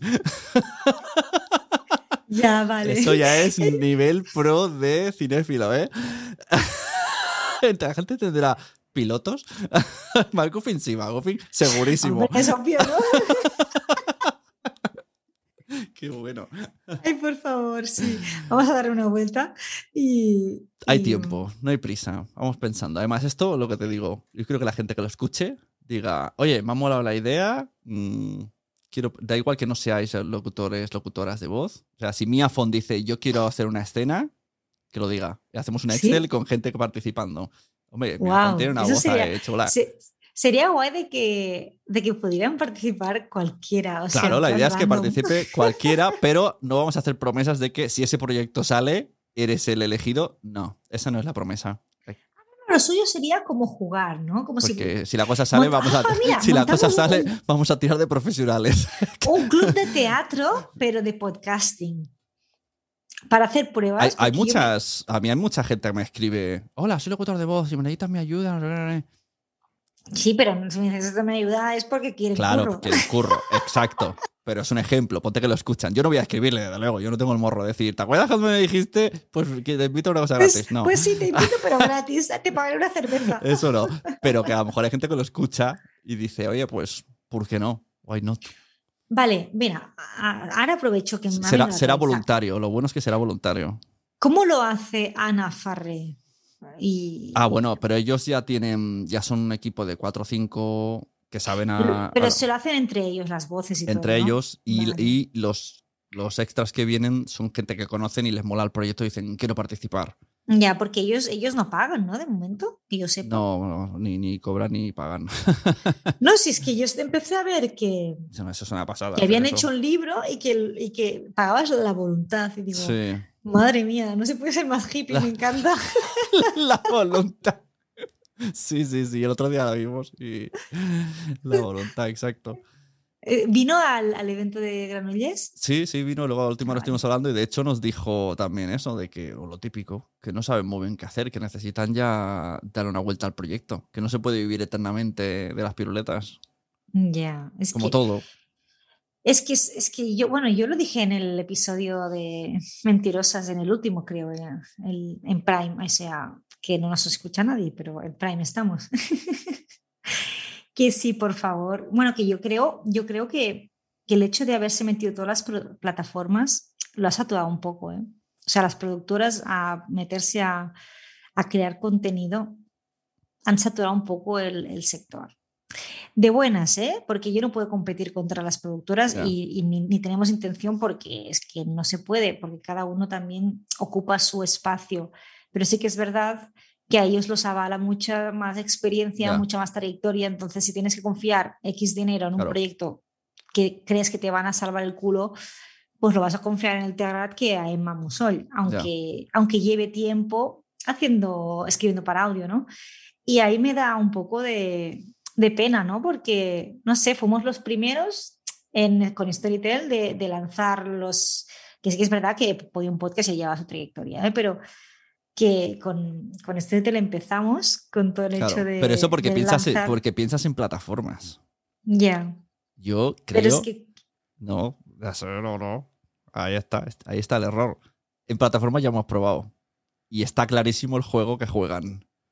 G: Ya, vale.
A: Eso ya es nivel pro de cinéfilo, ¿eh? La gente entenderá pilotos. MacGuffin sí, MacGuffin segurísimo.
G: Hombre, es obvio, ¿no?
A: Qué bueno.
G: Ay, por favor, sí. Vamos a darle una vuelta y...
A: Hay tiempo, no hay prisa. Vamos pensando. Además, esto, lo que te digo, yo creo que la gente que lo escuche diga, oye, me ha molado la idea, da igual que no seáis locutoras de voz. O sea, si Mia Font dice, yo quiero hacer una escena, que lo diga. Y hacemos una Excel con gente participando. Hombre, Mia Font tiene una voz chula.
G: Sería guay de que pudieran participar cualquiera.
A: Claro, la idea es que participe cualquiera, pero no vamos a hacer promesas de que si ese proyecto sale, eres el elegido. No, esa no es la promesa.
G: Lo suyo sería como jugar, ¿no? Como
A: porque si la cosa sale, vamos a tirar de profesionales.
G: Un club de teatro, pero de podcasting. Para hacer pruebas.
A: A mí hay mucha gente que me escribe, hola, soy locutor de voz, si me necesitas mi ayuda.
G: Sí, pero si necesitas mi ayuda es porque quieren curro.
A: Claro, quieren curro, exacto. Pero es un ejemplo, ponte que lo escuchan. Yo no voy a escribirle, desde luego, yo no tengo el morro de decir, ¿te acuerdas cuando me dijiste? Pues que te invito a una cosa gratis. No.
G: Pues sí, te invito, pero gratis, te pagaré una cerveza.
A: Eso no, pero que a lo mejor hay gente que lo escucha y dice, oye, pues, ¿por qué no? Why not?
G: Vale, mira, ahora aprovecho que
A: será voluntario, lo bueno es que será voluntario.
G: ¿Cómo lo hace Ana Farré?
A: Bueno, pero ellos ya son un equipo de 4 o 5 que saben
G: Pero se lo hacen entre ellos, las voces y todo,
A: entre ellos,
G: ¿no?
A: y los extras que vienen son gente que conocen y les mola el proyecto y dicen, quiero participar.
G: Ya, porque ellos no pagan, ¿no? De momento, que yo sepa.
A: No, ni cobran ni pagan.
G: No, si es que yo empecé a ver que...
A: Eso es una pasada.
G: Que habían hecho un libro y que pagabas la voluntad. Y digo,
A: sí.
G: Madre mía, no se puede ser más hippie, me encanta.
A: La voluntad. Sí, el otro día la vimos y la voluntad, exacto.
G: ¿Vino al evento de Granollers?
A: Sí, vino, luego al último lo estuvimos hablando y de hecho nos dijo también eso, de que, o lo típico, que no saben muy bien qué hacer, que necesitan ya dar una vuelta al proyecto, que no se puede vivir eternamente de las piruletas.
G: Ya, es
A: como todo.
G: Es que yo lo dije en el episodio de Mentirosas, en el último, creo, en Prime, o sea, que no nos escucha nadie, pero en Prime estamos. Que sí, por favor. Bueno, que yo creo que el hecho de haberse metido todas las plataformas lo ha saturado un poco, ¿eh? O sea, las productoras a meterse a crear contenido han saturado un poco el sector. De buenas, porque yo no puedo competir contra las productoras y ni tenemos intención, porque es que no se puede, porque cada uno también ocupa su espacio. Pero sí que es verdad que a ellos los avala mucha más experiencia, mucha más trayectoria. Entonces, si tienes que confiar X dinero en un proyecto que crees que te van a salvar el culo, pues lo vas a confiar en el Terrat que a Emma Musol, aunque lleve tiempo escribiendo para audio, ¿no? Y ahí me da un poco de pena, ¿no? Porque, no sé, fuimos los primeros con Storytel de lanzar que sí que es verdad que Podium Podcast se lleva su trayectoria, pero que con Storytel empezamos con todo el hecho de...
A: Pero eso porque piensas en plataformas.
G: Ya.
A: Yo creo...
G: Pero es que...
A: No. Ahí está el error. En plataformas ya hemos probado. Y está clarísimo el juego que juegan.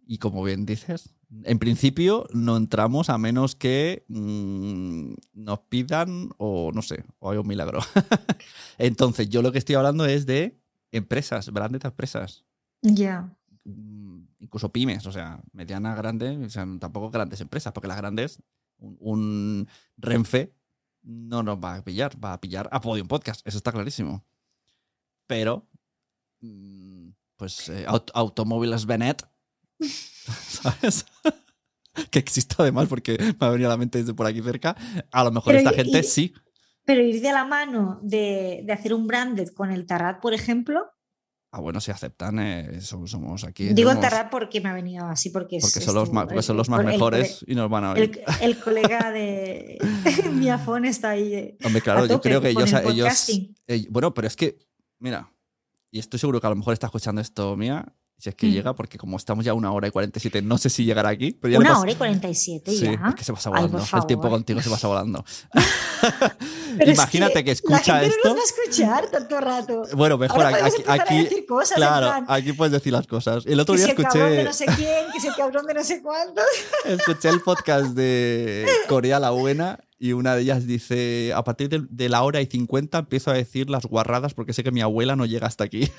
A: Y como bien dices, en principio no entramos a menos que nos pidan o no sé, o hay un milagro. Entonces, yo lo que estoy hablando es de empresas, grandes empresas.
G: Ya.
A: Incluso pymes, o sea, mediana, grande, o sea, tampoco grandes empresas, porque las grandes, un Renfe no nos va a pillar a Podium Podcast, eso está clarísimo. Pero, pues, Automóviles Benet, ¿sabes? Que existe además, porque me ha venido a la mente desde por aquí cerca, a lo mejor esta gente sí.
G: Pero ir de la mano de hacer un branded con el Tarrat, por ejemplo.
A: Ah, bueno, si aceptan, somos aquí.
G: Digo Tarrat porque me ha venido así, porque
A: son los más mejores y nos van a oír.
G: El colega de Miafón está ahí.
A: Hombre, claro, yo creo que ellos bueno, pero es que, mira, y estoy seguro que a lo mejor está escuchando esto Mía, si es que llega, porque como estamos ya 1 hora y 47, no sé si llegará aquí. Pero ya
G: 1 hora y 47
A: sí,
G: ya.
A: Es que se pasa volando. Ay, el tiempo contigo se pasa volando.
G: Imagínate
A: que escucha
G: la gente
A: esto.
G: No nos va a escuchar tanto rato.
A: Bueno, mejor aquí
G: decir cosas,
A: claro, aquí puedes decir las cosas. El otro día escuché.
G: Que es el cabrón de no sé quién, que es el cabrón de no sé cuántos.
A: Escuché el podcast de Corea la Buena y una de ellas dice: a partir de la 1:50 empiezo a decir las guarradas porque sé que mi abuela no llega hasta aquí.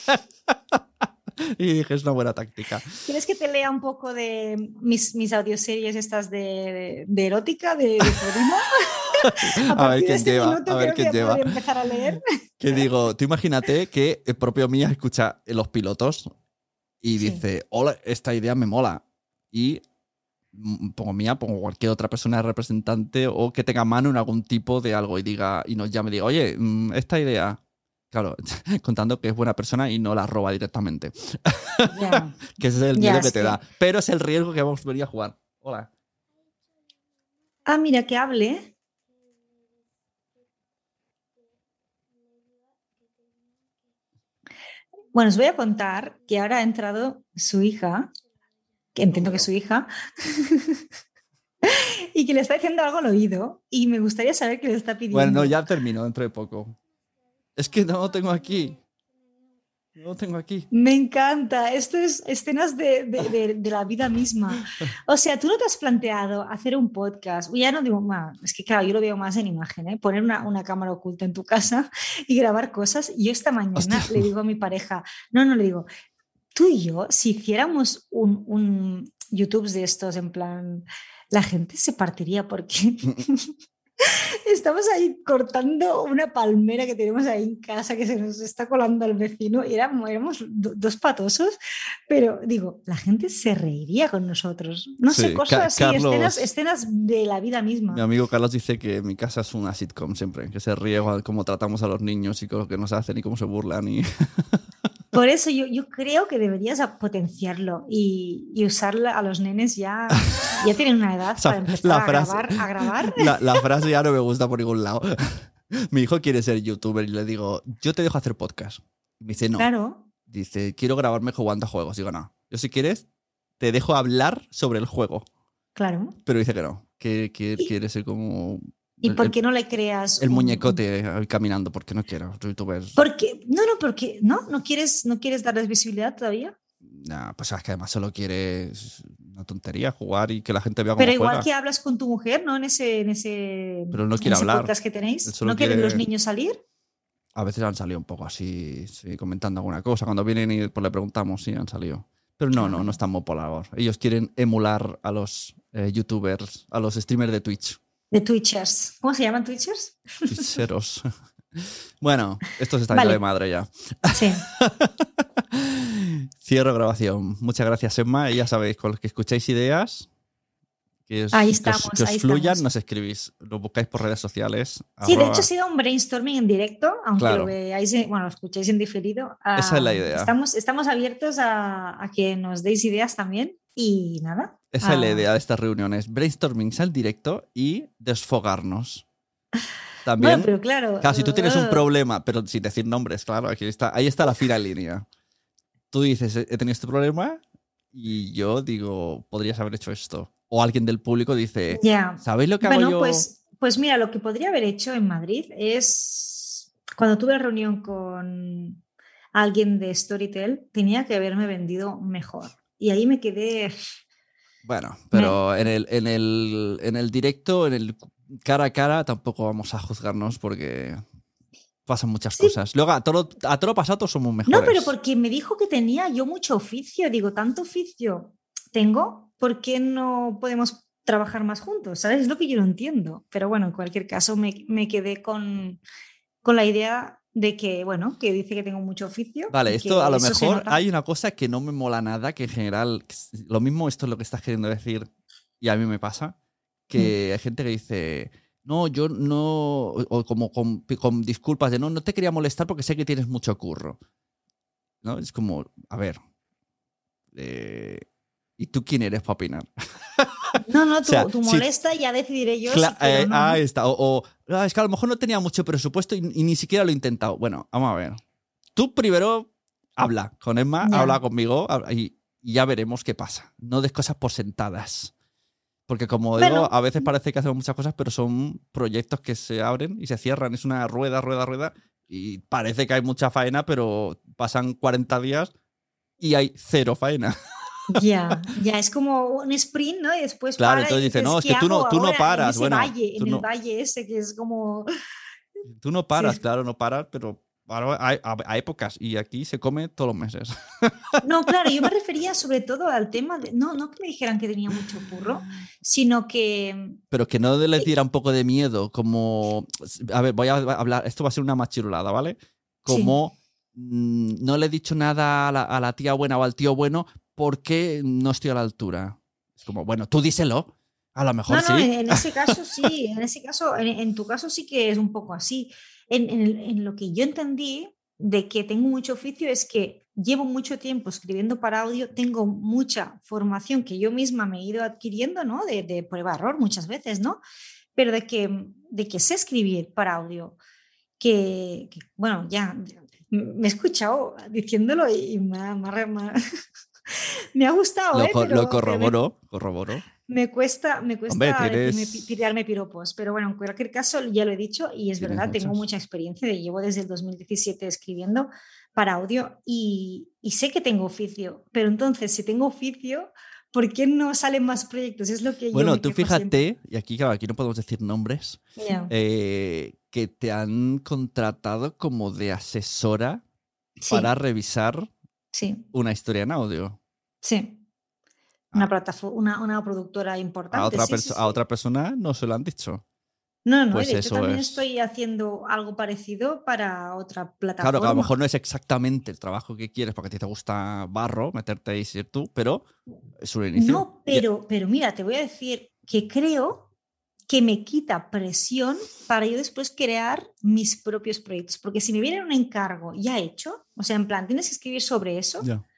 A: Y dije, es una buena táctica.
G: ¿Quieres que te lea un poco de mis audioseries estas de erótica, de Podimo?
A: A ver quién lleva. A ver quién lleva.
G: Empezar a leer.
A: Que digo, tú imagínate que el propio Mía escucha los pilotos y dice, hola, esta idea me mola. Y pongo Mía, pongo cualquier otra persona representante o que tenga mano en algún tipo de algo y diga, y nos llame y diga, oye, esta idea... Claro, contando que es buena persona y no la roba directamente. Yeah. Que ese es el miedo que te da. Pero es el riesgo que vamos a venir a jugar. Hola.
G: Ah, mira, que hable. Bueno, os voy a contar que ahora ha entrado su hija, que entiendo que es su hija, y que le está diciendo algo al oído. Y me gustaría saber qué le está pidiendo.
A: Bueno, no, ya termino dentro de poco. Es que no lo tengo aquí. No lo tengo aquí.
G: Me encanta. Esto es escenas de la vida misma. O sea, tú no te has planteado hacer un podcast. Ya no digo más. Es que claro, yo lo veo más en imagen, ¿eh? Poner una cámara oculta en tu casa y grabar cosas. Y yo esta mañana le digo a mi pareja, le digo, tú y yo, si hiciéramos un YouTube de estos, en plan, la gente se partiría porque... Estamos ahí cortando una palmera que tenemos ahí en casa que se nos está colando al vecino y éramos 2 patosos, pero digo, la gente se reiría con nosotros. No sé, cosas así, Carlos, escenas de la vida misma.
A: Mi amigo Carlos dice que mi casa es una sitcom siempre, que se ríe cómo tratamos a los niños y con lo que nos hacen y cómo se burlan.
G: Por eso yo creo que deberías potenciarlo y usarla a los nenes ya tienen una edad para empezar a grabar.
A: La frase ya no me gusta por ningún lado. Mi hijo quiere ser youtuber y le digo, yo te dejo hacer podcast. Y me dice, no.
G: Claro.
A: Dice, quiero grabarme jugando a juegos. Digo, no. Yo si quieres, te dejo hablar sobre el juego.
G: Claro.
A: Pero dice que no. Que quiere ser como...
G: ¿Y por qué no le creas
A: el muñecote caminando? Porque no quiero youtubers.
G: Porque no quieres darles visibilidad todavía.
A: Nah, pues es que además solo quieres una tontería, jugar y que la gente vea cómo
G: Pero igual
A: juega.
G: que hablas con tu mujer, ¿no? En ese
A: pero no quiere hablar.
G: podcast que tenéis. ¿No quieren los niños salir?
A: A veces han salido un poco así, sí, comentando alguna cosa. Cuando vienen y pues le preguntamos, sí, han salido. Pero no están muy por labor. Ellos quieren emular a los youtubers, a los streamers de Twitch.
G: De Twitchers. ¿Cómo se llaman Twitchers?
A: Twitcheros. Bueno, esto se está yendo de madre ya.
G: Sí.
A: Cierro grabación. Muchas gracias, Emma. Y ya sabéis, con los que escucháis ideas, que os fluyan, nos escribís. Lo buscáis por redes sociales.
G: Sí, de hecho ha sido un brainstorming en directo, aunque lo veáis, lo escucháis en diferido.
A: Esa es la idea.
G: Estamos abiertos a que nos deis ideas también. Y nada.
A: Esa es la idea de estas reuniones. Brainstormings al directo y desfogarnos. También.
G: Bueno, pero claro.
A: Si tú tienes un problema, pero sin decir nombres, claro, ahí está la fina línea. Tú dices, he tenido este problema y yo digo, podrías haber hecho esto. O alguien del público dice, ¿sabéis lo que hago yo?
G: Pues mira, lo que podría haber hecho en Madrid es, cuando tuve reunión con alguien de Storytel, tenía que haberme vendido mejor. y ahí me quedé...
A: Bueno, pero en el directo, en el cara a cara, tampoco vamos a juzgarnos porque pasan muchas cosas. Luego, a toro pasado somos mejores.
G: No, pero porque me dijo que tenía yo mucho oficio. Digo, tanto oficio tengo, ¿por qué no podemos trabajar más juntos? ¿Sabes? Es lo que yo no entiendo. Pero bueno, en cualquier caso me quedé con la idea de que, bueno, que dice que tengo mucho oficio.
A: Vale, esto a lo mejor hay una cosa que no me mola nada, que en general, lo mismo esto es lo que estás queriendo decir y a mí me pasa, que hay gente que dice, no, yo no, o como con disculpas de no te quería molestar porque sé que tienes mucho curro. ¿No? Es como, a ver, ¿y tú quién eres para opinar?
G: No, o sea, tú molesta y ya decidiré yo.
A: Ahí está. Es que a lo mejor no tenía mucho presupuesto y ni siquiera lo he intentado. Bueno, vamos a ver. Tú primero habla con Emma, habla conmigo y ya veremos qué pasa. No des cosas por sentadas. Porque como digo, a veces parece que hacemos muchas cosas, pero son proyectos que se abren y se cierran. Es una rueda y parece que hay mucha faena, pero pasan 40 días y hay cero faena.
G: Ya, es como un sprint, ¿no? Y después
A: claro, entonces dice, no, es que tú no paras.
G: En el valle ese que es como...
A: Tú no paras, claro, no paras, pero hay épocas y aquí se come todos los meses.
G: No, claro, yo me refería sobre todo al tema de... No que me dijeran que tenía mucho curro, sino que...
A: Pero que no les diera un poco de miedo, como... A ver, voy a hablar, esto va a ser una machirulada, ¿vale? Como no le he dicho nada a la tía buena o al tío bueno, ¿por qué no estoy a la altura? Es como, bueno, tú díselo. A lo mejor sí.
G: No, en ese caso sí. En tu caso sí que es un poco así. En lo que yo entendí de que tengo mucho oficio es que llevo mucho tiempo escribiendo para audio, tengo mucha formación que yo misma me he ido adquiriendo, ¿no? De prueba-error muchas veces, ¿no? Pero de que sé escribir para audio, que bueno, ya me he escuchado diciéndolo y me ha gustado,
A: lo corroboro.
G: Me cuesta tirarme piropos, pero bueno, en cualquier caso ya lo he dicho y es verdad, tengo mucha experiencia, llevo desde el 2017 escribiendo para audio y sé que tengo oficio, pero entonces si tengo oficio, ¿por qué no salen más proyectos? Es lo que
A: bueno, tú fíjate, siempre. Y aquí, claro, aquí no podemos decir nombres, que te han contratado como de asesora para revisar una historia en audio.
G: Sí. Una plataforma, una productora importante.
A: A otra persona no se lo han dicho.
G: No, pues de hecho también estoy haciendo algo parecido para otra plataforma.
A: Claro, que a lo mejor no es exactamente el trabajo que quieres porque a ti te gusta barro, meterte y ser tú, pero es un inicio.
G: No, pero mira, te voy a decir que creo que me quita presión para yo después crear mis propios proyectos. Porque si me viene un encargo ya hecho, o sea, en plan, tienes que escribir sobre eso,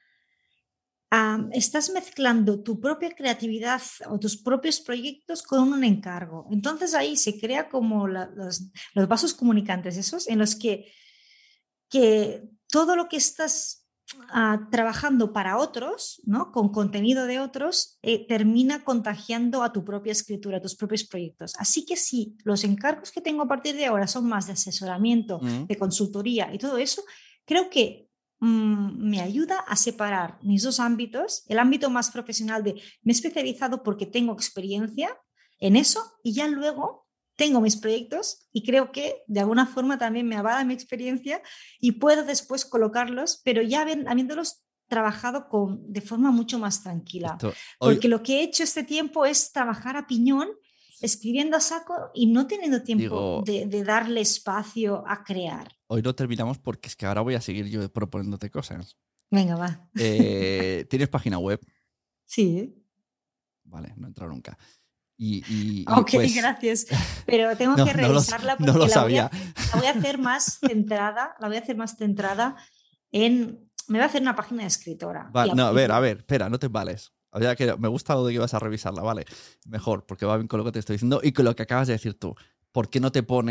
G: estás mezclando tu propia creatividad o tus propios proyectos con un encargo. Entonces ahí se crea como los vasos comunicantes esos en los que todo lo que estás trabajando para otros, ¿no? Con contenido de otros, termina contagiando a tu propia escritura, a tus propios proyectos. Así que sí, los encargos que tengo a partir de ahora son más de asesoramiento, de consultoría y todo eso, creo que me ayuda a separar mis dos ámbitos, el ámbito más profesional de me he especializado porque tengo experiencia en eso y ya luego tengo mis proyectos y creo que de alguna forma también me avala mi experiencia y puedo después colocarlos, pero ya habiéndolos trabajado de forma mucho más tranquila. Porque lo que he hecho este tiempo es trabajar a piñón, escribiendo a saco y no teniendo tiempo de darle espacio a crear.
A: Hoy no terminamos porque es que ahora voy a seguir yo proponiéndote cosas.
G: Venga, va.
A: ¿Tienes página web?
G: Sí.
A: Vale, no he entrado nunca.
G: Ok, pues, gracias. Pero tengo que revisarla porque la voy a hacer más centrada. La voy a hacer más centrada en... Me voy a hacer una página de escritora.
A: Vale, a ver, espera, no te vales. O sea, que me gusta lo de que vas a revisarla, vale. Mejor, porque va bien con lo que te estoy diciendo y con lo que acabas de decir tú. ¿Por qué no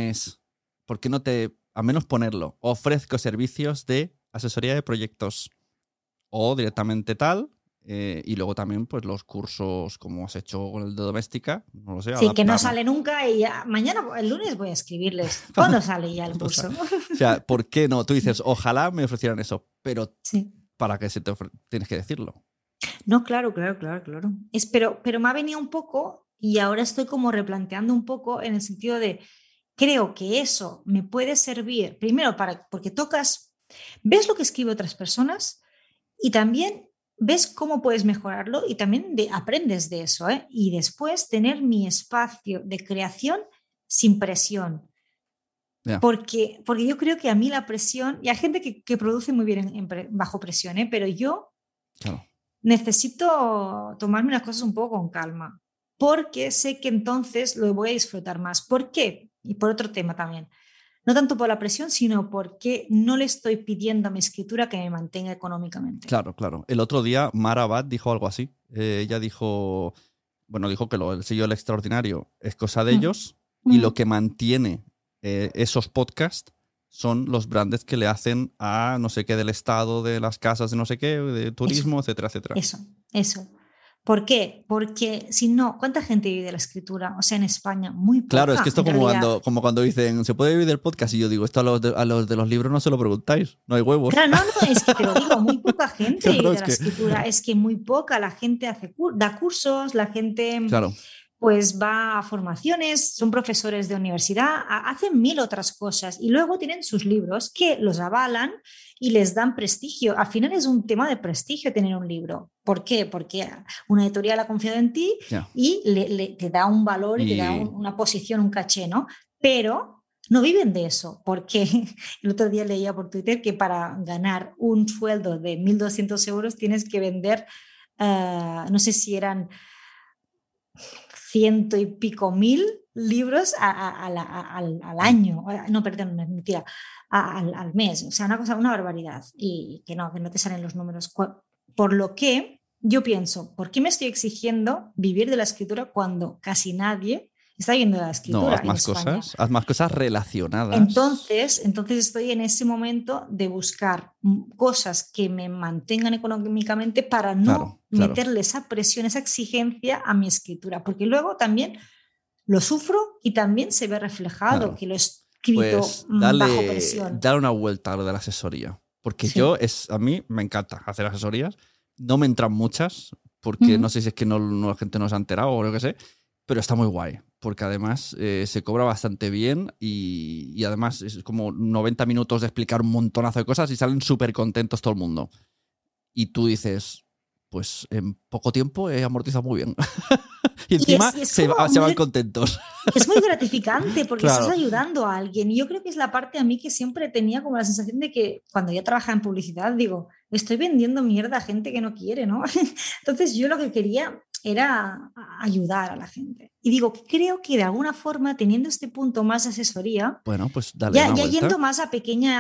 A: a menos ponerlo? Ofrezco servicios de asesoría de proyectos o directamente tal. Y luego también pues los cursos como has hecho con el de doméstica, no lo sé.
G: Sí, que no sale nunca y ya, mañana, el lunes voy a escribirles. ¿Cuándo sale ya el curso?
A: O sea, ¿por qué no? Tú dices, ojalá me ofrecieran eso, pero ¿para qué tienes que decirlo?
G: No, claro. Pero me ha venido un poco y ahora estoy como replanteando un poco en el sentido de, creo que eso me puede servir, primero porque ves lo que escriben otras personas y también ves cómo puedes mejorarlo y también aprendes de eso, ¿eh? Y después tener mi espacio de creación sin presión. Yeah. Porque yo creo que a mí la presión, y hay gente que produce muy bien bajo presión, ¿eh? Pero yo necesito tomarme las cosas un poco con calma, porque sé que entonces lo voy a disfrutar más. ¿Por qué? Y por otro tema también. No tanto por la presión, sino porque no le estoy pidiendo a mi escritura que me mantenga económicamente.
A: Claro. El otro día Mara Abad dijo algo así. Ella dijo que el sello del extraordinario es cosa de ellos y lo que mantiene esos podcasts son los brands que le hacen a no sé qué del Estado, de las casas de no sé qué, de turismo, etcétera.
G: Eso. ¿Por qué? Porque si no, ¿cuánta gente vive de la escritura? O sea, en España, muy poca.
A: Claro, es que esto es como cuando dicen, ¿se puede vivir del podcast? Y yo digo, esto a los de los libros no se lo preguntáis, no hay huevos.
G: Claro, no, es que te lo digo, muy poca gente vive de la escritura. Es que muy poca, la gente da cursos, la gente pues va a formaciones, son profesores de universidad, hacen 1000 otras cosas y luego tienen sus libros que los avalan y les dan prestigio. Al final es un tema de prestigio tener un libro. ¿Por qué? Porque una editorial ha confiado en ti y te da un valor y te da una posición, un caché, ¿no? Pero no viven de eso, porque el otro día leía por Twitter que para ganar un sueldo de 1.200 euros tienes que vender, no sé si eran 100 y pico mil libros al año. No, perdón, mentira, al mes. O sea, una barbaridad. Y que no te salen los números. Por lo que yo pienso, ¿por qué me estoy exigiendo vivir de la escritura cuando casi nadie está viviendo de la escritura?
A: No, haz más cosas relacionadas.
G: Entonces estoy en ese momento de buscar cosas que me mantengan económicamente para no meterle esa presión, esa exigencia a mi escritura, porque luego también lo sufro y también se ve reflejado que lo he escrito bajo presión.
A: Dale una vuelta a lo de la asesoría, porque a mí me encanta hacer asesorías, no me entran muchas, porque no sé si es que la gente no se ha enterado o lo que sé, pero está muy guay, porque además se cobra bastante bien y además es como 90 minutos de explicar un montonazo de cosas y salen súper contentos todo el mundo. Y tú dices, pues en poco tiempo he amortizado muy bien. Y encima se van contentos.
G: Es muy gratificante porque estás ayudando a alguien. Y yo creo que es la parte a mí que siempre tenía como la sensación de que cuando ya trabajaba en publicidad, digo, estoy vendiendo mierda a gente que no quiere, ¿no? Entonces yo lo que quería era ayudar a la gente. Y digo, creo que de alguna forma, teniendo este punto más de asesoría,
A: bueno, pues dale una vuelta.
G: Yendo más a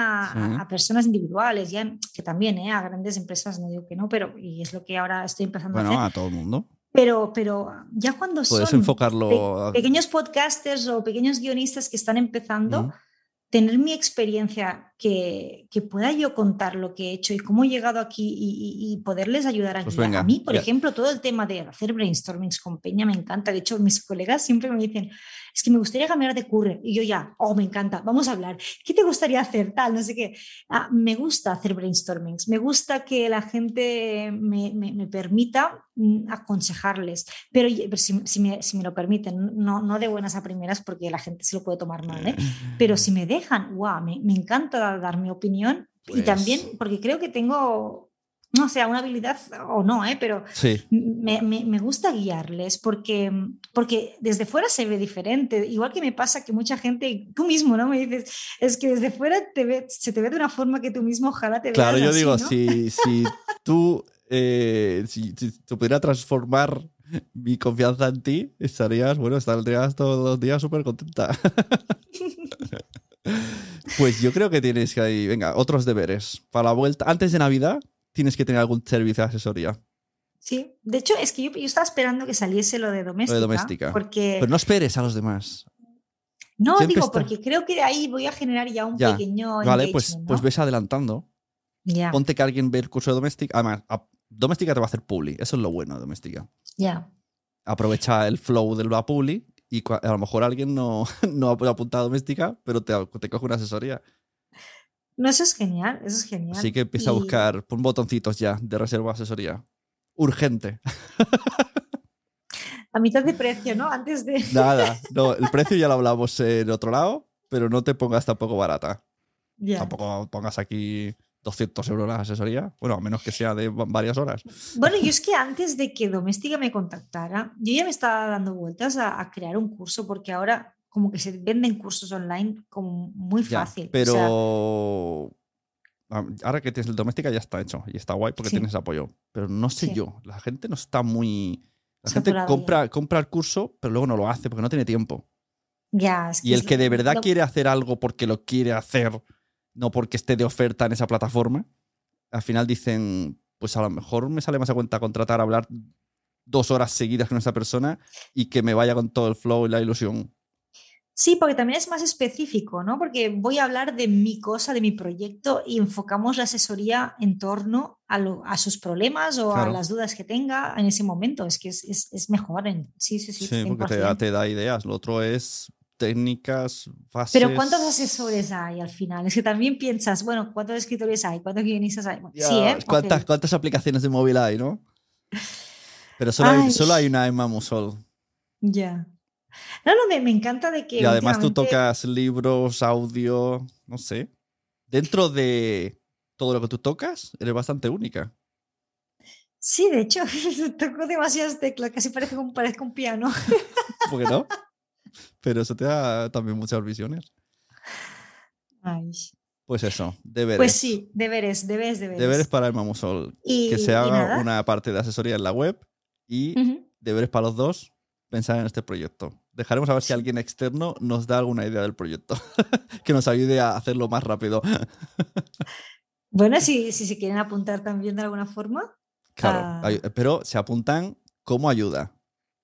G: a personas individuales, ya que también a grandes empresas, no digo que no, pero y es lo que ahora estoy empezando a hacer.
A: Bueno, a todo el mundo.
G: Pero ya cuando
A: puedes
G: son
A: enfocarlo
G: pequeños podcasters o pequeños guionistas que están empezando, tener mi experiencia, que pueda yo contar lo que he hecho y cómo he llegado aquí y poderles ayudar a guiar. A mí, por ejemplo, todo el tema de hacer brainstormings con Peña me encanta. De hecho, mis colegas siempre me dicen, es que me gustaría cambiar de curre. Y yo me encanta, vamos a hablar. ¿Qué te gustaría hacer? Tal, no sé qué. Me gusta hacer brainstormings. Me gusta que la gente me permita aconsejarles. Pero si me lo permiten, no de buenas a primeras porque la gente se lo puede tomar mal, ¿eh? Pero si me dejan, me encanta dar mi opinión y también porque creo que tengo, no sé, una habilidad o no, pero me gusta guiarles porque desde fuera se ve diferente. Igual que me pasa que mucha gente, tú mismo, ¿no? Me dices, es que desde fuera se te ve de una forma que tú mismo ojalá te veas.
A: Claro, yo
G: así,
A: digo,
G: ¿no?
A: si tú si te pudiera transformar mi confianza en ti, estarías todos los días súper contenta. Pues yo creo que tienes que ahí, venga, otros deberes. Para la vuelta, antes de Navidad, tienes que tener algún servicio de asesoría.
G: Sí, de hecho, es que yo estaba esperando que saliese lo de doméstica. Porque...
A: Pero no esperes a los demás.
G: No, digo, porque creo que de ahí voy a generar ya un pequeño
A: vale,
G: engagement,
A: pues ves adelantando. Ponte que alguien ve el curso de doméstica. Además, doméstica te va a hacer publi. Eso es lo bueno de doméstica. Aprovecha el flow de la publi y a lo mejor alguien no ha apuntado a doméstica, pero te coge una asesoría.
G: No, eso es genial, eso es genial.
A: Así que empieza a buscar, pon botoncitos ya de reserva asesoría. urgente.
G: A mitad de precio, ¿no? Antes de...
A: Nada, no, el precio ya lo hablamos en otro lado, pero no te pongas tampoco barata.
G: Yeah.
A: Tampoco pongas aquí 200 euros la asesoría, bueno, a menos que sea de varias horas.
G: Bueno, yo es que antes de que Doméstica me contactara, yo ya me estaba dando vueltas a crear un curso, porque ahora como que se venden cursos online como muy fácil.
A: Pero ahora que tienes el Doméstica ya está hecho y está guay porque tienes apoyo. Pero no sé yo, la gente no está muy... La gente compra el curso, pero luego no lo hace porque no tiene tiempo.
G: Ya, es que
A: y el que de verdad quiere hacer algo porque lo quiere hacer, no porque esté de oferta en esa plataforma, al final dicen, pues a lo mejor me sale más a cuenta contratar a hablar 2 horas seguidas con esa persona y que me vaya con todo el flow y la ilusión.
G: Sí, porque también es más específico, ¿no? Porque voy a hablar de mi cosa, de mi proyecto, y enfocamos la asesoría en torno a sus problemas o a las dudas que tenga en ese momento. Es que es mejor. Sí,
A: porque te da ideas. Lo otro es técnicas, fases...
G: Pero ¿cuántos asesores hay al final? Es que también piensas, bueno, ¿cuántos escritores hay? ¿Cuántos guionistas hay?
A: Ya, sí, ¿eh? ¿Cuántas aplicaciones de móvil hay, no? Pero solo hay una Emma Musol.
G: Ya. No, me encanta de que...
A: Y además tú tocas libros, audio, no sé. Dentro de todo lo que tú tocas, eres bastante única.
G: Sí, de hecho, toco demasiadas teclas, casi parece un piano.
A: ¿Por qué no? Pero eso te da también muchas visiones.
G: Ay.
A: Pues eso, deberes.
G: Pues sí, deberes.
A: Deberes para Emma Musol. Que se haga una parte de asesoría en la web y deberes para los dos, pensar en este proyecto. Dejaremos a ver si alguien externo nos da alguna idea del proyecto que nos ayude a hacerlo más rápido.
G: Bueno, si se quieren apuntar también de alguna forma.
A: Claro, pero se apuntan como ayuda.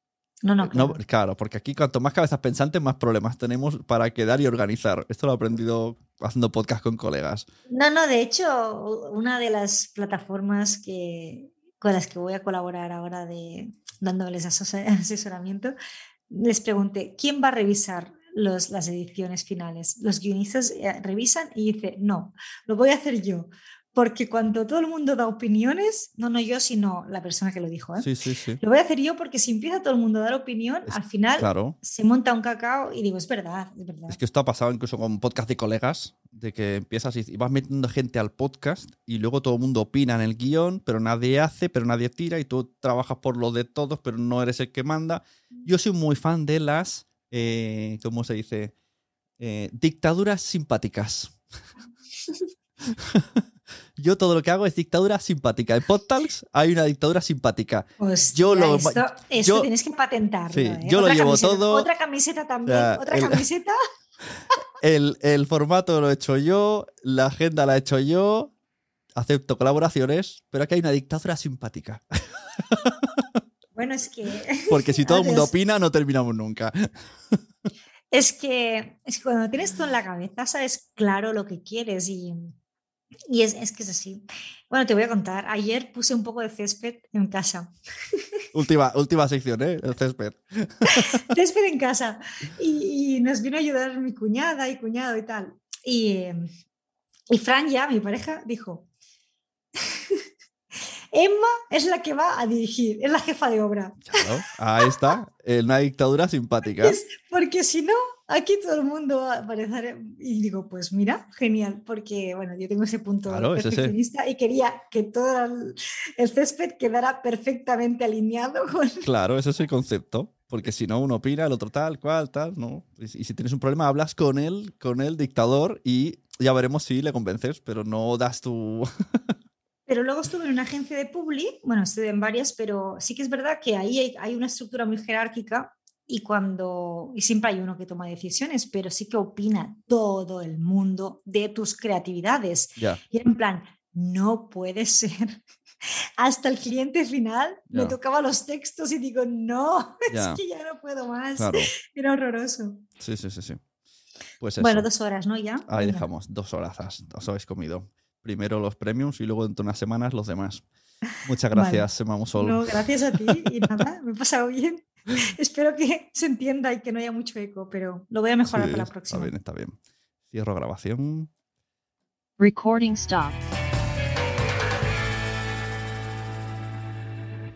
A: Claro, porque aquí cuanto más cabezas pensantes, más problemas tenemos para quedar y organizar. Esto lo he aprendido haciendo podcast con colegas.
G: No, de hecho, una de las plataformas con las que voy a colaborar ahora dándoles asesoramiento, les pregunté, ¿quién va a revisar las ediciones finales? Los guionistas revisan y dice, no, lo voy a hacer yo. Porque cuando todo el mundo da opiniones, no yo, sino la persona que lo dijo, ¿eh?
A: Sí.
G: Lo voy a hacer yo porque si empieza todo el mundo a dar opinión, al final se monta un cacao y digo, es verdad.
A: Es que esto ha pasado incluso con podcast de colegas, de que empiezas y vas metiendo gente al podcast y luego todo el mundo opina en el guión, pero nadie hace, pero nadie tira y tú trabajas por lo de todos, pero no eres el que manda. Yo soy muy fan de las, ¿cómo se dice? Dictaduras simpáticas. Yo todo lo que hago es dictadura simpática. En PodTalks hay una dictadura simpática.
G: Hostia, esto tienes que patentarlo.
A: Sí, yo lo llevo todo.
G: Otra camiseta también. Camiseta.
A: El formato lo he hecho yo, la agenda la he hecho yo. Acepto colaboraciones, pero aquí hay una dictadura simpática.
G: Bueno, es que...
A: Porque si todo el mundo opina, no terminamos nunca.
G: Es que cuando tienes todo en la cabeza, sabes claro lo que quieres y es que es así. Bueno, te voy a contar. Ayer puse un poco de césped en casa.
A: Última sección, ¿eh? El césped.
G: Césped en casa. Y nos vino a ayudar mi cuñada y cuñado y tal. Y Fran ya, mi pareja, dijo... Emma es la que va a dirigir, es la jefa de obra.
A: Claro, ahí está, una dictadura simpática.
G: Porque si no, aquí todo el mundo va a aparecer. Y digo, pues mira, genial, porque bueno, yo tengo ese punto perfeccionista y quería que todo el césped quedara perfectamente alineado con...
A: Claro, ese es el concepto. Porque si no, uno opina, el otro tal, cual, tal, ¿no? Y si tienes un problema, hablas con el dictador y ya veremos si le convences, pero no das tu...
G: Pero luego estuve en una agencia de publi, bueno, estuve en varias, pero sí que es verdad que ahí hay una estructura muy jerárquica y siempre hay uno que toma decisiones, pero sí que opina todo el mundo de tus creatividades.
A: Yeah.
G: Y era en plan, no puede ser. Hasta el cliente final me tocaba los textos y digo, no, es que ya no puedo más.
A: Claro.
G: Era horroroso.
A: Sí. Pues eso.
G: Bueno, 2 horas, ¿no? Ya.
A: Ahí dejamos 2 horas, os habéis comido. Primero los premiums y luego dentro de unas semanas los demás. Muchas gracias, Emma Musol.
G: No, gracias a ti y nada, me he pasado bien. Espero que se entienda y que no haya mucho eco, pero lo voy a mejorar para la próxima.
A: Está bien. Cierro grabación.
H: Recording stop.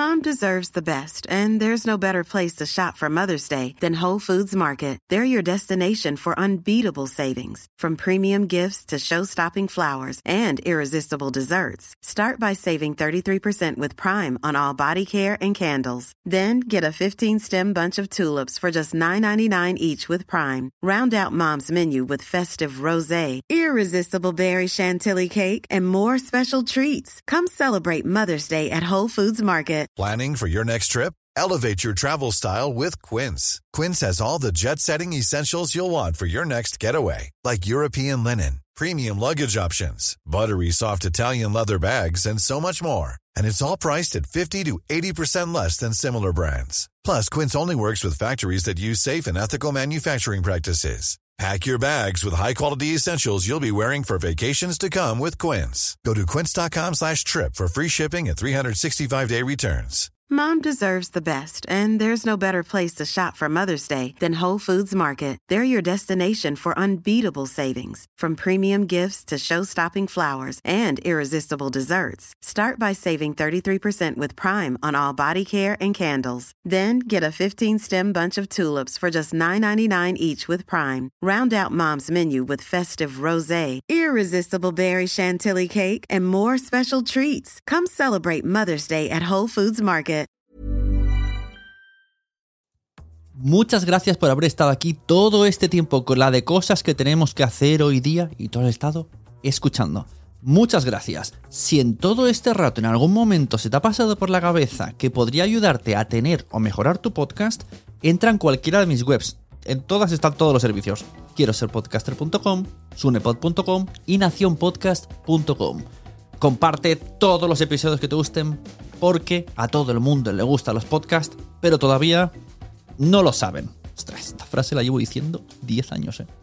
H: Mom deserves the best, and there's no better place to shop for Mother's Day than Whole Foods Market. They're your destination for unbeatable savings, from premium gifts to show-stopping flowers and irresistible desserts. Start by saving 33% with Prime on all body care and candles. Then get a 15-stem bunch of tulips for just $9.99 each with Prime. Round out Mom's menu with festive rosé, irresistible berry chantilly cake, and more special treats. Come celebrate Mother's Day at Whole Foods Market.
I: Planning for your next trip? Elevate your travel style with Quince. Quince has all the jet-setting essentials you'll want for your next getaway, like European linen, premium luggage options, buttery soft Italian leather bags, and so much more. And it's all priced at 50 to 80% less than similar brands. Plus, Quince only works with factories that use safe and ethical manufacturing practices. Pack your bags with high-quality essentials you'll be wearing for vacations to come with Quince. Go to quince.com/trip for free shipping and 365-day returns.
H: Mom deserves the best, and there's no better place to shop for Mother's Day than Whole Foods Market. They're your destination for unbeatable savings, from premium gifts to show-stopping flowers and irresistible desserts. Start by saving 33% with Prime on all body care and candles. Then get a 15-stem bunch of tulips for just $9.99 each with Prime. Round out Mom's menu with festive rosé, irresistible berry chantilly cake, and more special treats. Come celebrate Mother's Day at Whole Foods Market.
A: Muchas gracias por haber estado aquí todo este tiempo con la de cosas que tenemos que hacer hoy día y todo el estado escuchando. Muchas gracias. Si en todo este rato en algún momento se te ha pasado por la cabeza que podría ayudarte a tener o mejorar tu podcast, entra en cualquiera de mis webs. En todas están todos los servicios. Quiero ser podcaster.com, sunepod.com y nacionpodcast.com. Comparte todos los episodios que te gusten porque a todo el mundo le gustan los podcasts, pero todavía no lo saben. Ostras, esta frase la llevo diciendo 10 años,